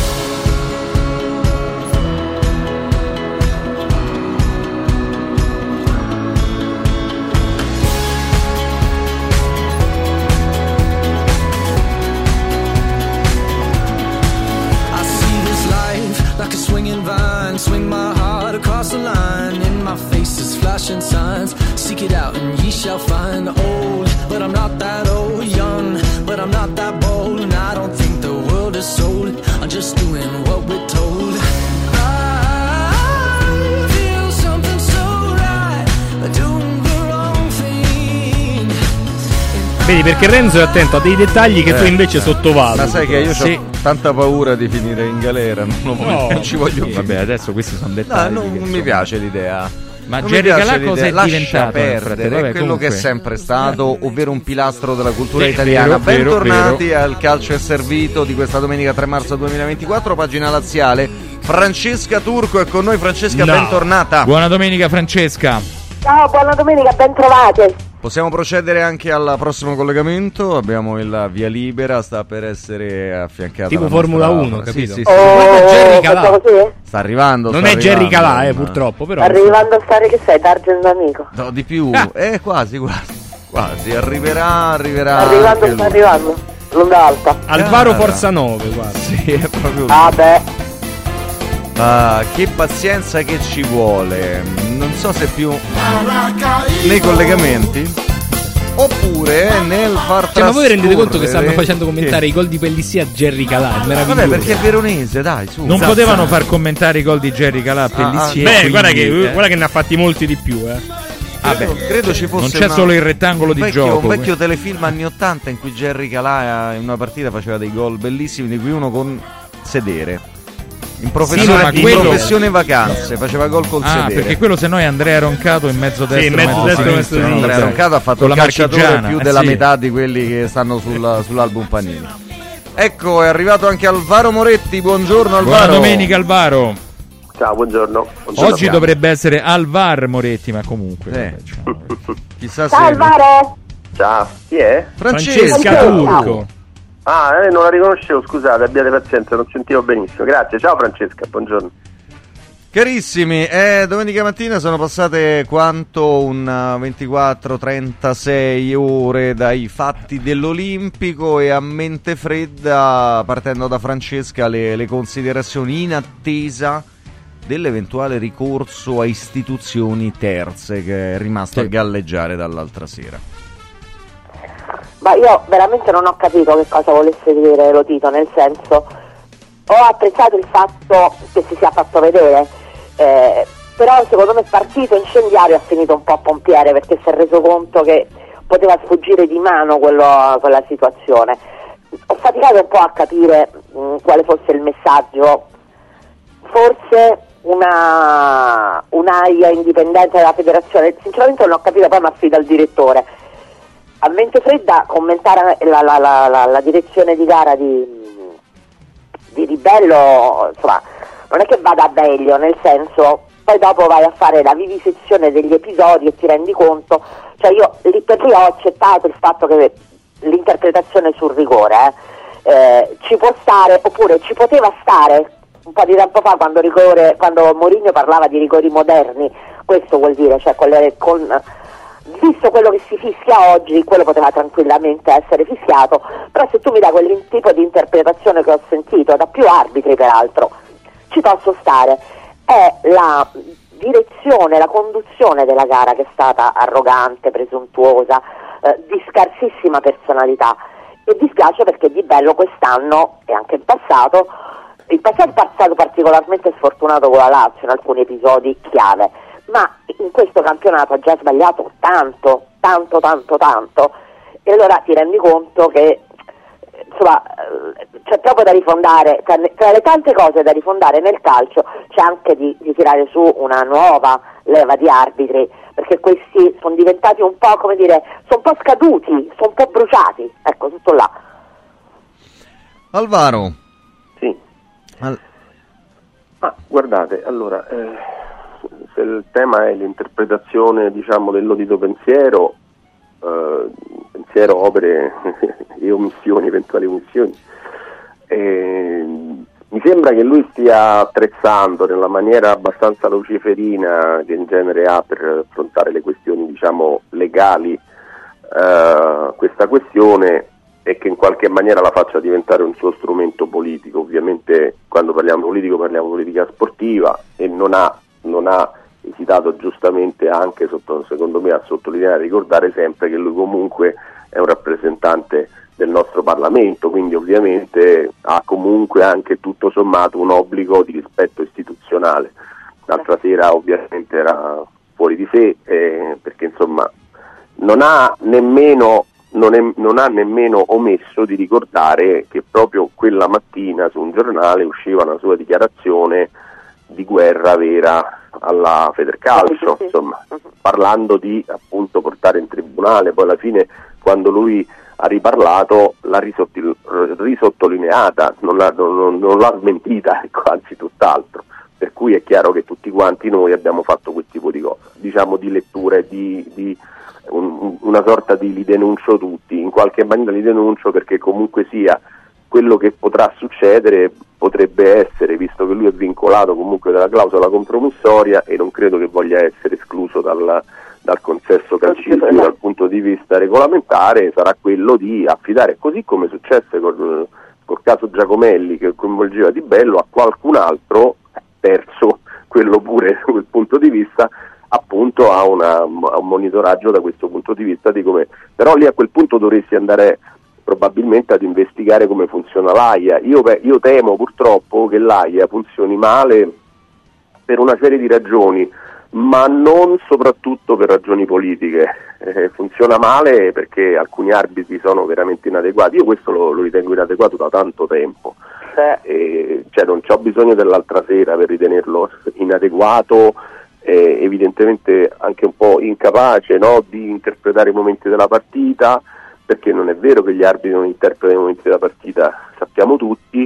Like a swinging vine, swing my heart across the line. In my face is flashing signs. Seek it out and ye shall find. Old, but I'm not that old. Young, but I'm not that bold. And I don't think the world is sold. I'm just doing what we're told. I feel something so right, doing the wrong thing. Vedi, perché Renzo è attento a dei dettagli che Eh, tu invece sottovaluti. Ma sai che io Sì. ho tanta paura di finire in galera, non, lo voglio, No. non ci voglio Vabbè, finire. adesso questi sono No, dettagli. non che, non mi insomma. piace l'idea. Ma Non Jerry mi piace Calà cosa l'idea. è Lascia diventato, nel perdere, frattempo? è Vabbè, quello comunque. che è sempre stato, ovvero un pilastro della cultura Sì, italiana. vero, vero, Bentornati vero. al Calcio è Servito di questa domenica tre marzo duemilaventiquattro, pagina laziale. Francesca Turco è con noi. Francesca, No. bentornata. Buona domenica, Francesca. Ciao, buona domenica, ben trovate. Possiamo procedere anche al prossimo collegamento. Abbiamo il via libera, sta per essere affiancata Tipo la Formula nostra- uno, sì, capito? sì, sì. Oh, Guarda Jerry Calà. facciamo così? Sta arrivando. Non sta è Jerry arrivando, Calà, eh, ma- purtroppo, però. Arrivando a stare che sei, D'Argento amico. No, di più. Ah. Eh, quasi, quasi. Quasi. Arriverà, arriverà. Arrivando, anche sta lui. arrivando. Lunga alta. Alvaro Cara. Forza nove, guarda. Sì, è proprio. Ah beh, Ah, che pazienza che ci vuole. Non so se più nei collegamenti oppure nel far Cioè, ma voi rendete conto che trascorrere- stanno facendo commentare i gol di Pellissier a Jerry Calà? È meraviglioso. Vabbè, perché è veronese, dai, su. Non Zazza. potevano far commentare i gol di Jerry Calà, Pellissier. Beh, quindi, guarda che, eh. guarda che ne ha fatti molti di più, eh. Ah, beh, Credo ci fosse non c'è una- solo il rettangolo un di vecchio, gioco. un vecchio telefilm anni ottanta in cui Jerry Calà in una partita faceva dei gol bellissimi, di cui uno con sedere. In professione, ma in quello- professione vacanze, faceva gol col Ah, sedere. perché quello se no è Andrea Roncato in mezzo destro, in mezzo mezzo destro, sinistro, mezzo no? Andrea Vabbè. Roncato ha fatto Con il la calciatore marchigiana, più eh, della sì. metà di quelli che stanno sul- sull'album Panini. Ecco, è arrivato anche Alvaro Moretti. Buongiorno Alvaro. Buona domenica, Alvaro. Ciao, buongiorno. buongiorno Oggi Piano. dovrebbe essere Alvar Moretti, ma comunque. Eh. vabbè, cioè. Chissà ciao se Alvaro. Ciao, chi è? Francesca Francesca Turco. Turco. Ah, eh, non la riconoscevo, scusate, abbiate pazienza, non sentivo benissimo. Grazie, ciao Francesca, buongiorno. Carissimi, eh, domenica mattina sono passate quanto un ventiquattro trentasei ore dai fatti dell'Olimpico e a mente fredda, partendo da Francesca, le, le considerazioni in attesa dell'eventuale ricorso a istituzioni terze che è rimasto a galleggiare dall'altra sera. Ma io veramente non ho capito che cosa volesse dire Lotito, nel senso, ho apprezzato il fatto che si sia fatto vedere, eh, però secondo me il partito incendiario ha finito un po' a pompiere, perché si è reso conto che poteva sfuggire di mano quello, quella situazione. Ho faticato un po' a capire mh, quale fosse il messaggio. Forse una un'aia indipendente della federazione, sinceramente non ho capito, poi mi affido al direttore. A mente fredda commentare la, la, la, la, la direzione di gara di, di Ribello, insomma, non è che vada meglio, nel senso, poi dopo vai a fare la vivisezione degli episodi e ti rendi conto, cioè io lì per lì ho accettato il fatto che l'interpretazione sul rigore eh, eh, ci può stare, oppure ci poteva stare un po' di tempo fa quando, rigore, quando Mourinho parlava di rigori moderni, questo vuol dire, cioè con, le, con visto quello che si fischia oggi, quello poteva tranquillamente essere fischiato, però se tu mi dai quel tipo di interpretazione che ho sentito da più arbitri peraltro, ci posso stare. È la direzione, la conduzione della gara che è stata arrogante, presuntuosa, eh, di scarsissima personalità, e dispiace perché Di Bello quest'anno e anche in passato, il passato è passato particolarmente sfortunato con la Lazio in alcuni episodi chiave, ma in questo campionato ha già sbagliato tanto, tanto, tanto, tanto, e allora ti rendi conto che insomma c'è proprio da rifondare, tra, tra le tante cose da rifondare nel calcio c'è anche di, di tirare su una nuova leva di arbitri, perché questi sono diventati un po', come dire, sono un po' scaduti, sono un po' bruciati, ecco, tutto là. Alvaro. Sì. Al- Ma guardate, allora, eh, se il tema è l'interpretazione, diciamo, dell'odito pensiero, eh, pensiero, opere e omissioni, eventuali omissioni, eh, mi sembra che lui stia attrezzando nella maniera abbastanza luciferina che in genere ha per affrontare le questioni, diciamo, legali, eh, questa questione, e che in qualche maniera la faccia diventare un suo strumento politico. Ovviamente quando parliamo di politico parliamo di politica sportiva, e non ha, non ha esitato giustamente anche, sotto, secondo me, a sottolineare e ricordare sempre che lui comunque è un rappresentante del nostro Parlamento, quindi ovviamente ha comunque anche tutto sommato un obbligo di rispetto istituzionale. L'altra sera ovviamente era fuori di sé, eh, perché insomma non ha nemmeno non, è, non ha nemmeno omesso di ricordare che proprio quella mattina su un giornale usciva una sua dichiarazione di guerra vera alla Federcalcio, insomma, parlando di appunto portare in tribunale. Poi alla fine, quando lui ha riparlato, l'ha risottil- risottolineata, non l'ha, non, non l'ha smentita, ecco, anzi tutt'altro. Per cui è chiaro che tutti quanti noi abbiamo fatto quel tipo di cosa, diciamo di letture, di, di un, una sorta di li denuncio tutti, in qualche maniera li denuncio perché comunque sia quello che potrà succedere potrebbe essere, visto che lui è vincolato comunque dalla clausola compromissoria e non credo che voglia essere escluso dal, dal consesso calcistico dal punto di vista regolamentare, sarà quello di affidare, così come successe col, col caso Giacomelli che coinvolgeva Di Bello, a qualcun altro, perso quello pure da quel punto di vista, appunto a, una, a un monitoraggio da questo punto di vista di come, però lì a quel punto dovresti andare probabilmente ad investigare come funziona l'A I A. Io, io temo purtroppo che l'A I A funzioni male per una serie di ragioni, ma non soprattutto per ragioni politiche. Eh, funziona male perché alcuni arbitri sono veramente inadeguati. Io questo lo, lo ritengo inadeguato da tanto tempo. Eh, cioè non c'ho bisogno dell'altra sera per ritenerlo inadeguato, eh, evidentemente anche un po' incapace, no, di interpretare i momenti della partita, perché non è vero che gli arbitri non interpretano i momenti della partita, sappiamo tutti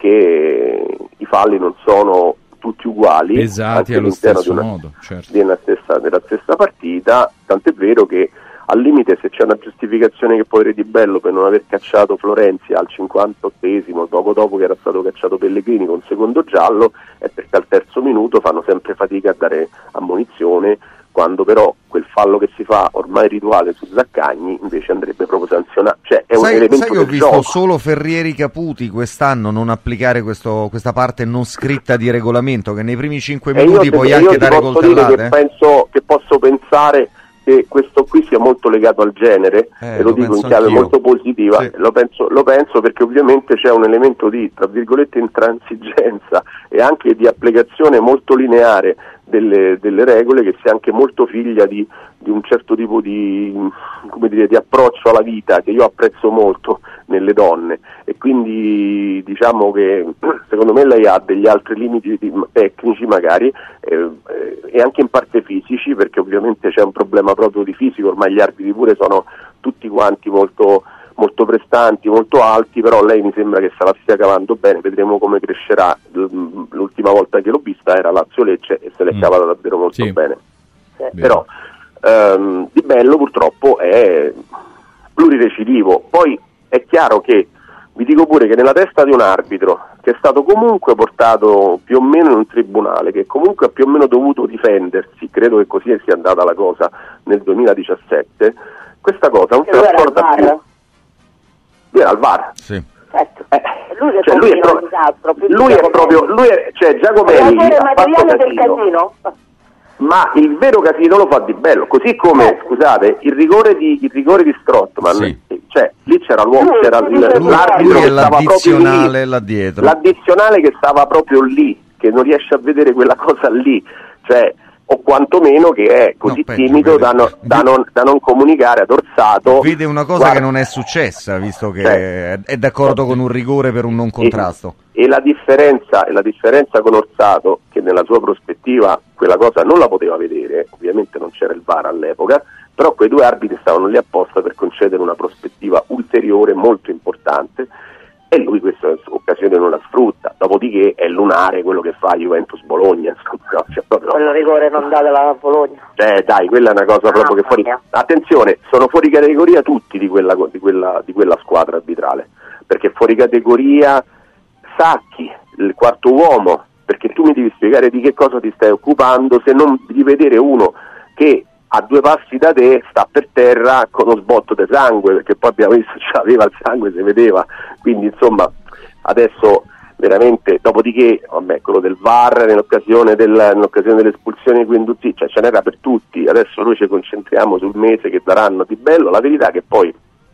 che i falli non sono tutti uguali, pesati allo stesso di una, modo, certo. della, stessa, della stessa partita, tant'è vero che al limite, se c'è una giustificazione che può avere Di Bello per non aver cacciato Florenzi al cinquantottesimo, poco dopo che era stato cacciato Pellegrini con secondo giallo, è perché al terzo minuto fanno sempre fatica a dare ammonizione, quando però quel fallo che si fa ormai rituale su Zaccagni invece andrebbe proprio sanzionato. Cioè è un sai, elemento sai che ho del visto gioco. Solo Ferrieri Caputi quest'anno non applicare questo, questa parte non scritta di regolamento, che nei primi cinque minuti puoi anche io dare coltellate. Che penso che posso pensare che questo qui sia molto legato al genere, eh, e lo, lo dico in penso chiave anch'io. molto positiva, Sì. lo, penso, lo penso perché ovviamente c'è un elemento di, tra virgolette, intransigenza e anche di applicazione molto lineare delle, delle regole, che sia anche molto figlia di, di un certo tipo di, come dire, di approccio alla vita che io apprezzo molto nelle donne, e quindi diciamo che secondo me lei ha degli altri limiti di, tecnici magari eh, eh, e anche in parte fisici, perché ovviamente c'è un problema proprio di fisico, ormai gli arbitri pure sono tutti quanti molto molto prestanti, molto alti, però lei mi sembra che se la stia cavando bene, vedremo come crescerà. L'ultima volta che l'ho vista era Lazio-Lecce e se l'è Mm. cavata davvero molto Sì. bene. Eh, però ehm, Di Bello purtroppo è plurirecidivo. Poi è chiaro che, vi dico pure che nella testa di un arbitro che è stato comunque portato più o meno in un tribunale, che comunque ha più o meno dovuto difendersi, credo che così sia andata la cosa nel duemiladiciassette, questa cosa non se la scorda più. Lui era al V A R. Sì. Certo. Eh, lui è, cioè, lui è, pro- disastro, lui è proprio, lui è, cioè Giacomelli l'autore ha fatto materiale del casino, casino. ma il vero casino lo fa Di Bello, così come, Eh. scusate, il rigore di, il rigore di Strottman, Sì. cioè lì c'era l'uomo, Lui- c'era lui- il- lui- l'arbitro Lui che è stava proprio l'addizionale lì, là dietro. l'addizionale che stava proprio lì, che non riesce a vedere quella cosa lì, cioè, o quantomeno che è così No, peggio, timido vede. da, no- da, non, da non comunicare ad Orsato. Vede una cosa Guarda, che non è successa, visto che Cioè, è d'accordo con un rigore per un non contrasto. E, e la differenza, e la differenza con Orsato, che nella sua prospettiva quella cosa non la poteva vedere, ovviamente non c'era il V A R all'epoca, però quei due arbitri stavano lì apposta per concedere una prospettiva ulteriore molto importante, e lui questa occasione non la sfrutta. Dopodiché dopodiché è lunare quello che fa Juventus Bologna, insomma, cioè proprio... quello rigore non dato alla Bologna. Eh dai, quella è una cosa proprio ah, che fuori. mia. Attenzione, sono fuori categoria tutti di quella, di quella, di quella squadra arbitrale, perché fuori categoria Sacchi, il quarto uomo, perché tu mi devi spiegare di che cosa ti stai occupando se non di vedere uno che a due passi da te sta per terra con uno sbotto di sangue, perché poi abbiamo visto che aveva il sangue, si vedeva, quindi insomma adesso veramente, dopodiché vabbè, quello del V A R nell'occasione, del, nell'occasione dell'espulsione di Guendouzi, cioè ce n'era per tutti, adesso noi ci concentriamo sul mese che daranno di bello, la verità è che poi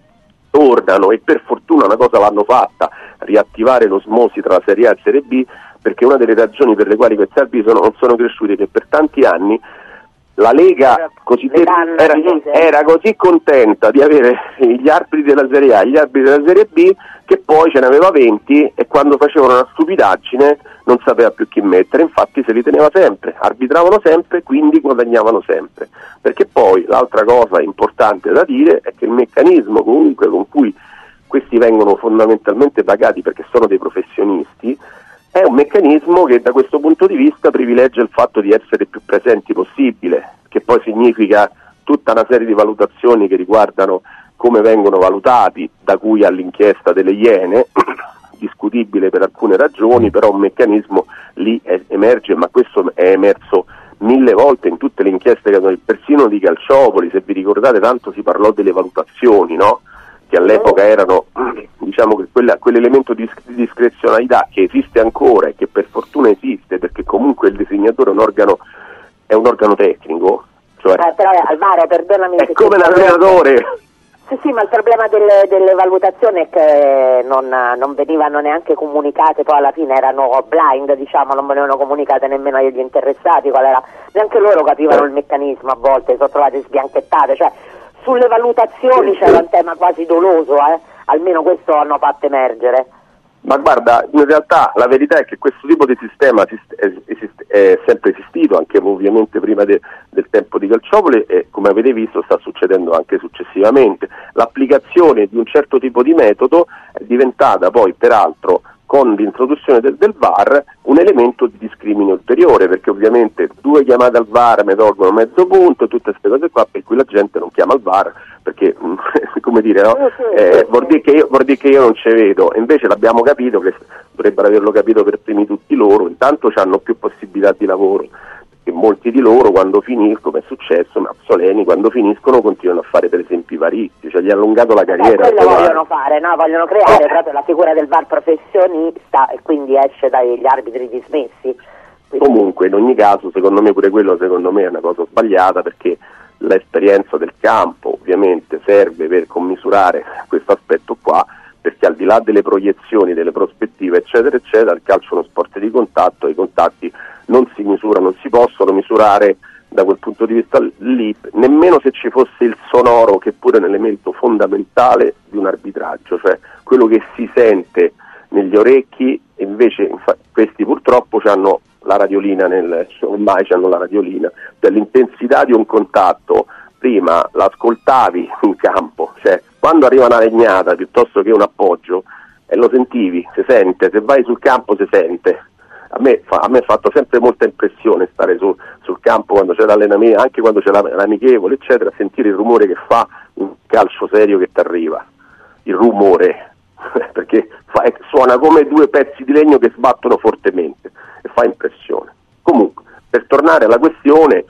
tornano e per fortuna una cosa l'hanno fatta, riattivare l'osmosi tra la Serie A e la Serie B, perché una delle ragioni per le quali questi arbitri sono, non sono cresciuti è che per tanti anni la Lega così te- era, era così contenta di avere gli arbitri della Serie A e gli arbitri della Serie B che poi ce ne aveva venti e quando facevano una stupidaggine non sapeva più chi mettere, infatti se li teneva sempre, arbitravano sempre, quindi guadagnavano sempre, perché poi l'altra cosa importante da dire è che il meccanismo comunque con cui questi vengono fondamentalmente pagati, perché sono dei professionisti, è un meccanismo che da questo punto di vista privilegia il fatto di essere più presenti possibile, che poi significa tutta una serie di valutazioni che riguardano come vengono valutati, da cui all'inchiesta delle Iene, discutibile per alcune ragioni, però un meccanismo lì è, emerge, ma questo è emerso mille volte in tutte le inchieste che hanno, persino di Calciopoli, se vi ricordate tanto si parlò delle valutazioni, no? Che all'epoca erano, diciamo che quella, quell'elemento di, di discrezionalità che esiste ancora e che per fortuna esiste, perché comunque il disegnatore è un organo, è un organo tecnico, cioè eh, però Alvaro, perdonami, è come l'allenatore. Sì, sì, ma il problema delle, delle valutazioni è che non, non venivano neanche comunicate, poi alla fine erano blind, diciamo, non venivano comunicate nemmeno agli interessati, qual era, neanche loro capivano il meccanismo, a volte sono trovate sbianchettate, cioè sulle valutazioni c'era un tema quasi doloso, eh? Almeno questo hanno fatto emergere. Ma guarda, in realtà la verità è che questo tipo di sistema esiste, è sempre esistito, anche ovviamente prima de, del tempo di Calciopoli, e come avete visto sta succedendo anche successivamente. L'applicazione di un certo tipo di metodo è diventata poi peraltro con l'introduzione del, del V A R un elemento di discrimine ulteriore, perché ovviamente due chiamate al V A R mi tolgono mezzo punto, tutte queste cose qua, per cui la gente non chiama il V A R perché come dire, no? Eh, vuol dire che io, vuol dire che io non ci vedo, invece l'abbiamo capito, che dovrebbero averlo capito per primi tutti loro, intanto hanno più possibilità di lavoro, perché molti di loro quando finiscono, come è successo, Mazzoleni, quando finiscono continuano a fare per esempio i varisti, cioè gli ha allungato la carriera. Eh, quello vogliono fare, no? Vogliono creare oh. proprio la figura del V A R professionista e quindi esce dagli arbitri dismessi. Quindi... Comunque in ogni caso secondo me pure quello secondo me è una cosa sbagliata, perché l'esperienza del campo ovviamente serve per commisurare questo aspetto qua, perché al di là delle proiezioni, delle prospettive eccetera eccetera, il calcio è uno sport di contatto e i contatti non si misurano, non si possono misurare da quel punto di vista lì, nemmeno se ci fosse il sonoro, che pure è un elemento fondamentale di un arbitraggio, cioè quello che si sente negli orecchi, e invece infa- questi purtroppo hanno la radiolina, nel, ormai hanno la radiolina, cioè l'intensità di un contatto, prima l'ascoltavi in campo, cioè quando arriva una legnata piuttosto che un appoggio, e lo sentivi, si sente, se vai sul campo si sente. A me, fa, a me ha fatto sempre molta impressione stare su, sul campo quando c'è l'allenamento, anche quando c'è la, l'amichevole eccetera, sentire il rumore che fa un calcio serio che ti arriva, il rumore, perché fa, suona come due pezzi di legno che sbattono fortemente e fa impressione. Comunque, per tornare alla questione,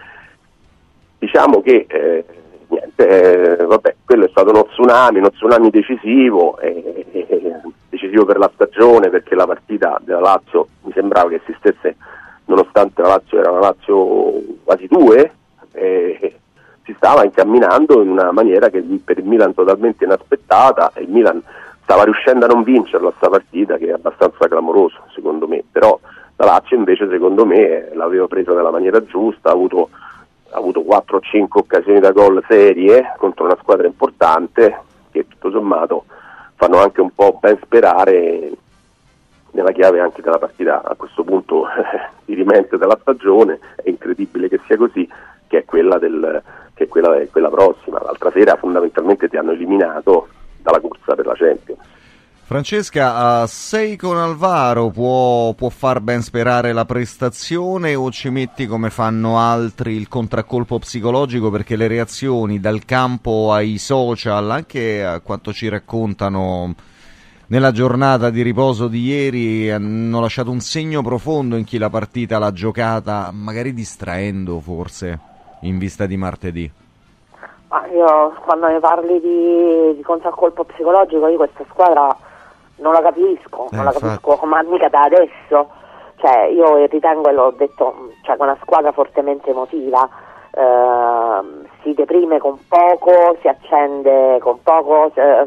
diciamo che eh, niente, eh, vabbè, quello è stato uno tsunami, uno tsunami decisivo, eh, eh, decisivo per la stagione, perché la partita della Lazio mi sembrava che si stesse, nonostante la Lazio era una Lazio quasi due, eh, si stava incamminando in una maniera che per il Milan totalmente inaspettata, e il Milan stava riuscendo a non vincerla sta partita, che è abbastanza clamoroso secondo me, però la Lazio invece secondo me l'aveva presa nella maniera giusta, ha avuto ha avuto quattro o cinque occasioni da gol serie contro una squadra importante, che tutto sommato fanno anche un po' ben sperare nella chiave anche della partita a questo punto di rimente della stagione, è incredibile che sia così, che è quella del che è quella, è quella prossima. L'altra sera fondamentalmente ti hanno eliminato dalla corsa per la Champions. Francesca, uh, sei con Alvaro, può, può far ben sperare la prestazione o ci metti come fanno altri il contraccolpo psicologico, perché le reazioni dal campo ai social, anche a quanto ci raccontano nella giornata di riposo di ieri, hanno lasciato un segno profondo in chi la partita l'ha giocata, magari distraendo forse in vista di martedì. Ma io quando ne parli di, di contraccolpo psicologico, io questa squadra non la capisco, eh, non la infatti. capisco, ma mica da adesso. Cioè io ritengo, e l'ho detto, cioè una squadra fortemente emotiva, eh, si deprime con poco, si accende con poco, eh,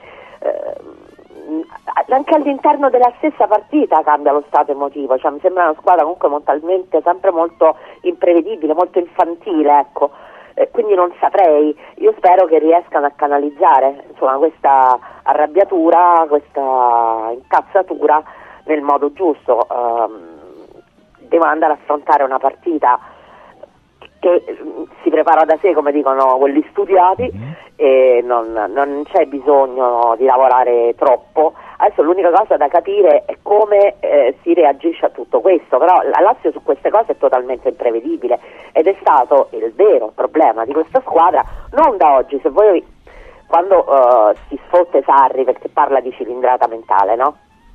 eh, anche all'interno della stessa partita cambia lo stato emotivo, cioè mi sembra una squadra comunque mentalmente sempre molto imprevedibile, molto infantile, ecco. Eh, quindi non saprei, io spero che riescano a canalizzare insomma questa arrabbiatura, questa incazzatura nel modo giusto. Um, devono andare a affrontare una partita che si prepara da sé, come dicono quelli studiati, mm-hmm. e non, non c'è bisogno di lavorare troppo. Adesso l'unica cosa da capire è come eh, si reagisce a tutto questo, però la Lazio su queste cose è totalmente imprevedibile ed è stato il vero problema di questa squadra, non da oggi. Se voi, quando uh, si sfotte Sarri perché parla di cilindrata mentale, no?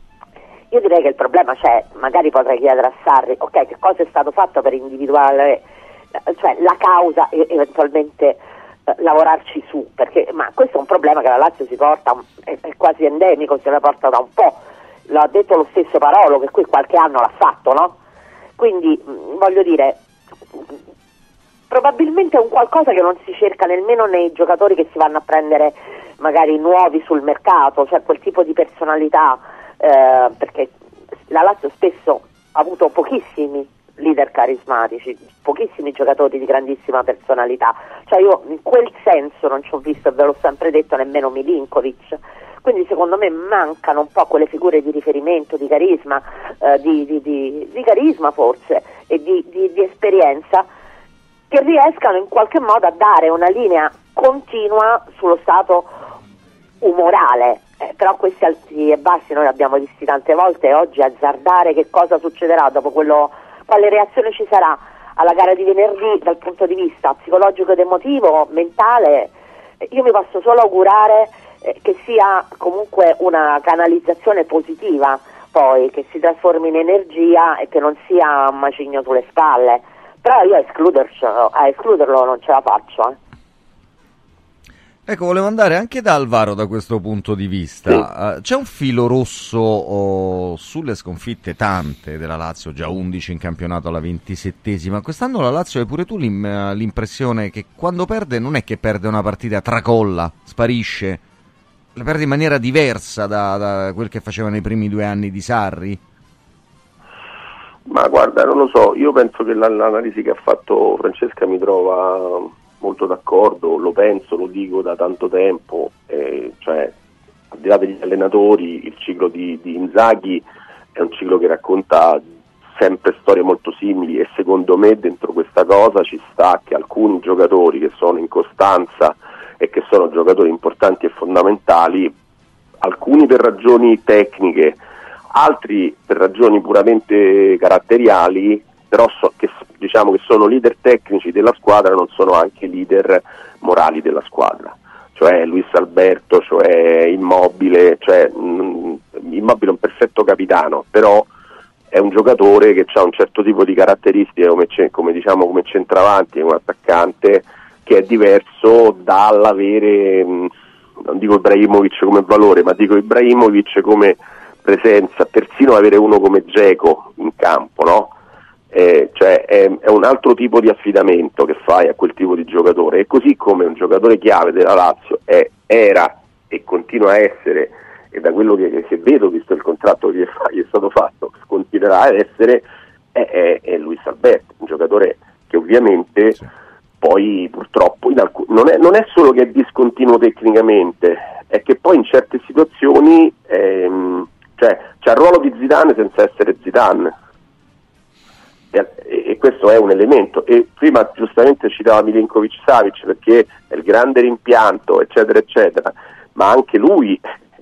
Io direi che il problema c'è, magari potrei chiedere a Sarri, ok, che cosa è stato fatto per individuare, cioè la causa e eventualmente eh, lavorarci su, perché ma questo è un problema che la Lazio si porta, è, è quasi endemico, se la porta da un po', l'ha detto lo stesso Parolo che qui qualche anno l'ha fatto, no? Quindi mh, voglio dire, probabilmente è un qualcosa che non si cerca nemmeno nei giocatori che si vanno a prendere magari nuovi sul mercato, cioè quel tipo di personalità, eh, perché la Lazio spesso ha avuto pochissimi leader carismatici, pochissimi giocatori di grandissima personalità, cioè io in quel senso non ci ho visto, e ve l'ho sempre detto, nemmeno Milinkovic, quindi secondo me mancano un po' quelle figure di riferimento, di carisma, eh, di, di, di, di carisma forse e di, di, di esperienza, che riescano in qualche modo a dare una linea continua sullo stato umorale. Eh, però questi alti e bassi noi li abbiamo visti tante volte, e oggi azzardare che cosa succederà dopo quello, quale reazione ci sarà alla gara di venerdì dal punto di vista psicologico ed emotivo, mentale, eh, io mi posso solo augurare eh, che sia comunque una canalizzazione positiva, poi che si trasformi in energia e che non sia un macigno sulle spalle, però io a escluderlo, a escluderlo non ce la faccio, eh. Ecco, volevo andare anche da Alvaro da questo punto di vista. Sì. Uh, c'è un filo rosso oh, sulle sconfitte tante della Lazio, già undici in campionato alla ventisettesima. Quest'anno la Lazio hai pure tu l'im- l'impressione che quando perde non è che perde una partita, tracolla, sparisce, la perde in maniera diversa da, da quel che faceva nei primi due anni di Sarri? Ma guarda, non lo so, io penso che l'analisi che ha fatto Francesca mi trova molto d'accordo, lo penso, lo dico da tanto tempo, eh, cioè al di là degli allenatori il ciclo di, di Inzaghi è un ciclo che racconta sempre storie molto simili, e secondo me dentro questa cosa ci sta che alcuni giocatori che sono in costanza e che sono giocatori importanti e fondamentali, alcuni per ragioni tecniche, altri per ragioni puramente caratteriali, però so che, diciamo che sono leader tecnici della squadra, non sono anche leader morali della squadra, cioè Luis Alberto, cioè Immobile, cioè mh, Immobile è un perfetto capitano, però è un giocatore che ha un certo tipo di caratteristiche come, come diciamo come centravanti, come attaccante, che è diverso dall'avere, mh, non dico Ibrahimovic come valore, ma dico Ibrahimovic come presenza, persino avere uno come Dzeko in campo, no? Eh, cioè è, è un altro tipo di affidamento che fai a quel tipo di giocatore, e così come un giocatore chiave della Lazio è, era e continua a essere, e da quello che, che vedo, visto il contratto che gli è, gli è stato fatto, continuerà ad essere, è, è, è Luis Alberto, un giocatore che ovviamente sì. Poi purtroppo in alcun, non, è, non è solo che è discontinuo tecnicamente, è che poi in certe situazioni ehm, cioè c'ha il ruolo di Zidane senza essere Zidane, e, e questo è un elemento. E prima giustamente citava Milinkovic Savic perché è il grande rimpianto eccetera eccetera, ma anche lui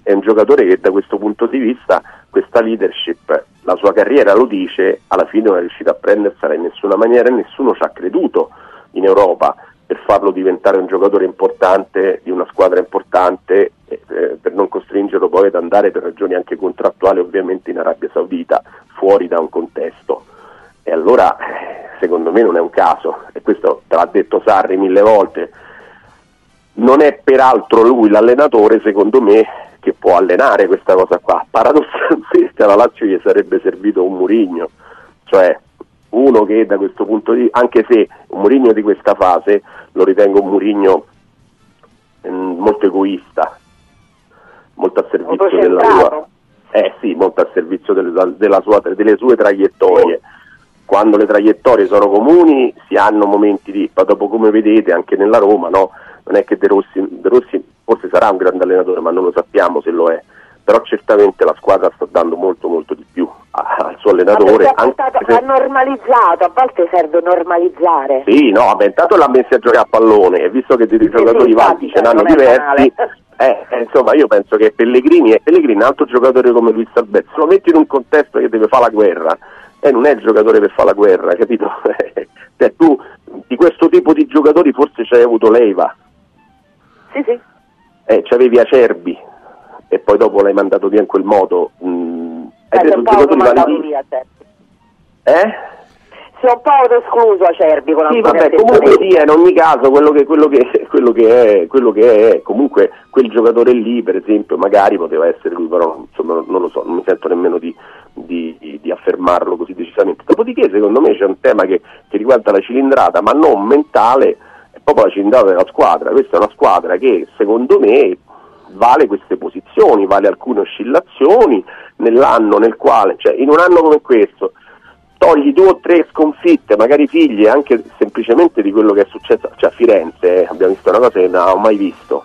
è un giocatore che da questo punto di vista, questa leadership, la sua carriera lo dice, alla fine non è riuscito a prendersela in nessuna maniera e nessuno ci ha creduto in Europa per farlo diventare un giocatore importante di una squadra importante, eh, per non costringerlo poi ad andare per ragioni anche contrattuali ovviamente in Arabia Saudita, fuori da un contesto. E allora secondo me non è un caso, e questo te l'ha detto Sarri mille volte. Non è peraltro lui l'allenatore, secondo me, che può allenare questa cosa qua. Paradossalmente alla Lazio gli sarebbe servito un Mourinho, cioè uno che da questo punto di vista, anche se un Mourinho di questa fase lo ritengo un Mourinho mh, molto egoista, molto a servizio della sua, eh sì, molto a servizio della, della sua, delle sue traiettorie. Quando le traiettorie sono comuni si hanno momenti di, ma dopo, come vedete anche nella Roma, no? Non è che De Rossi, De Rossi forse sarà un grande allenatore, ma non lo sappiamo se lo è, però certamente la squadra sta dando molto molto di più al suo allenatore. Ha, anche se... ha normalizzato, a volte serve normalizzare. Sì, no, vabbè, intanto l'ha messi a giocare a pallone, e visto che dei sì, giocatori validi ce n'hanno diversi, eh, eh, insomma io penso che Pellegrini è Pellegrini, un altro giocatore come Luis Alberto, se lo metti in un contesto che deve fare la guerra, e eh, non è il giocatore per fare la guerra, capito? Cioè, tu di questo tipo di giocatori forse ci hai avuto Leiva. Sì, sì. Eh, c'avevi Acerbi e poi dopo l'hai mandato via in quel modo. Mm, eh, hai preso un po' mandato validi. via, certo. Eh? Si è un po' autoescluso Acerbi con la sì, vabbè, comunque sì, in ogni caso quello che, quello che, quello che è, quello che è, comunque quel giocatore lì, per esempio, magari poteva essere lui, però insomma non lo so, non mi sento nemmeno di, di, di affermarlo così decisamente. Dopodiché secondo me c'è un tema che, che riguarda la cilindrata, ma non mentale, è proprio la cilindrata della squadra. Questa è una squadra che secondo me vale queste posizioni, vale alcune oscillazioni nell'anno nel quale, cioè in un anno come questo, togli due o tre sconfitte, magari figlie anche semplicemente di quello che è successo, cioè a Firenze, eh, abbiamo visto una cosa che non avevamo mai visto,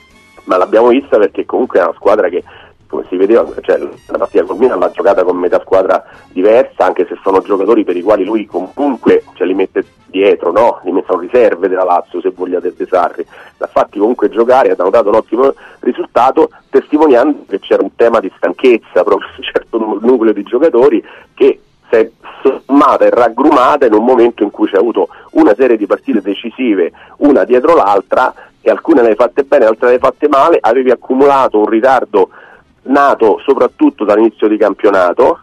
ma l'abbiamo vista perché comunque è una squadra che, come si vedeva, cioè la partita col Milan l'ha giocata con metà squadra diversa, anche se sono giocatori per i quali lui comunque cioè, li mette dietro, no? Li mettono riserve della Lazio, se vogliate, De Sarri. L'ha fatti comunque giocare, ha dato un ottimo risultato, testimoniando che c'era un tema di stanchezza proprio un certo nucleo di giocatori che si è sommata e raggrumata in un momento in cui c'è avuto una serie di partite decisive, una dietro l'altra, e alcune le hai fatte bene, altre le hai fatte male, avevi accumulato un ritardo nato soprattutto dall'inizio di campionato,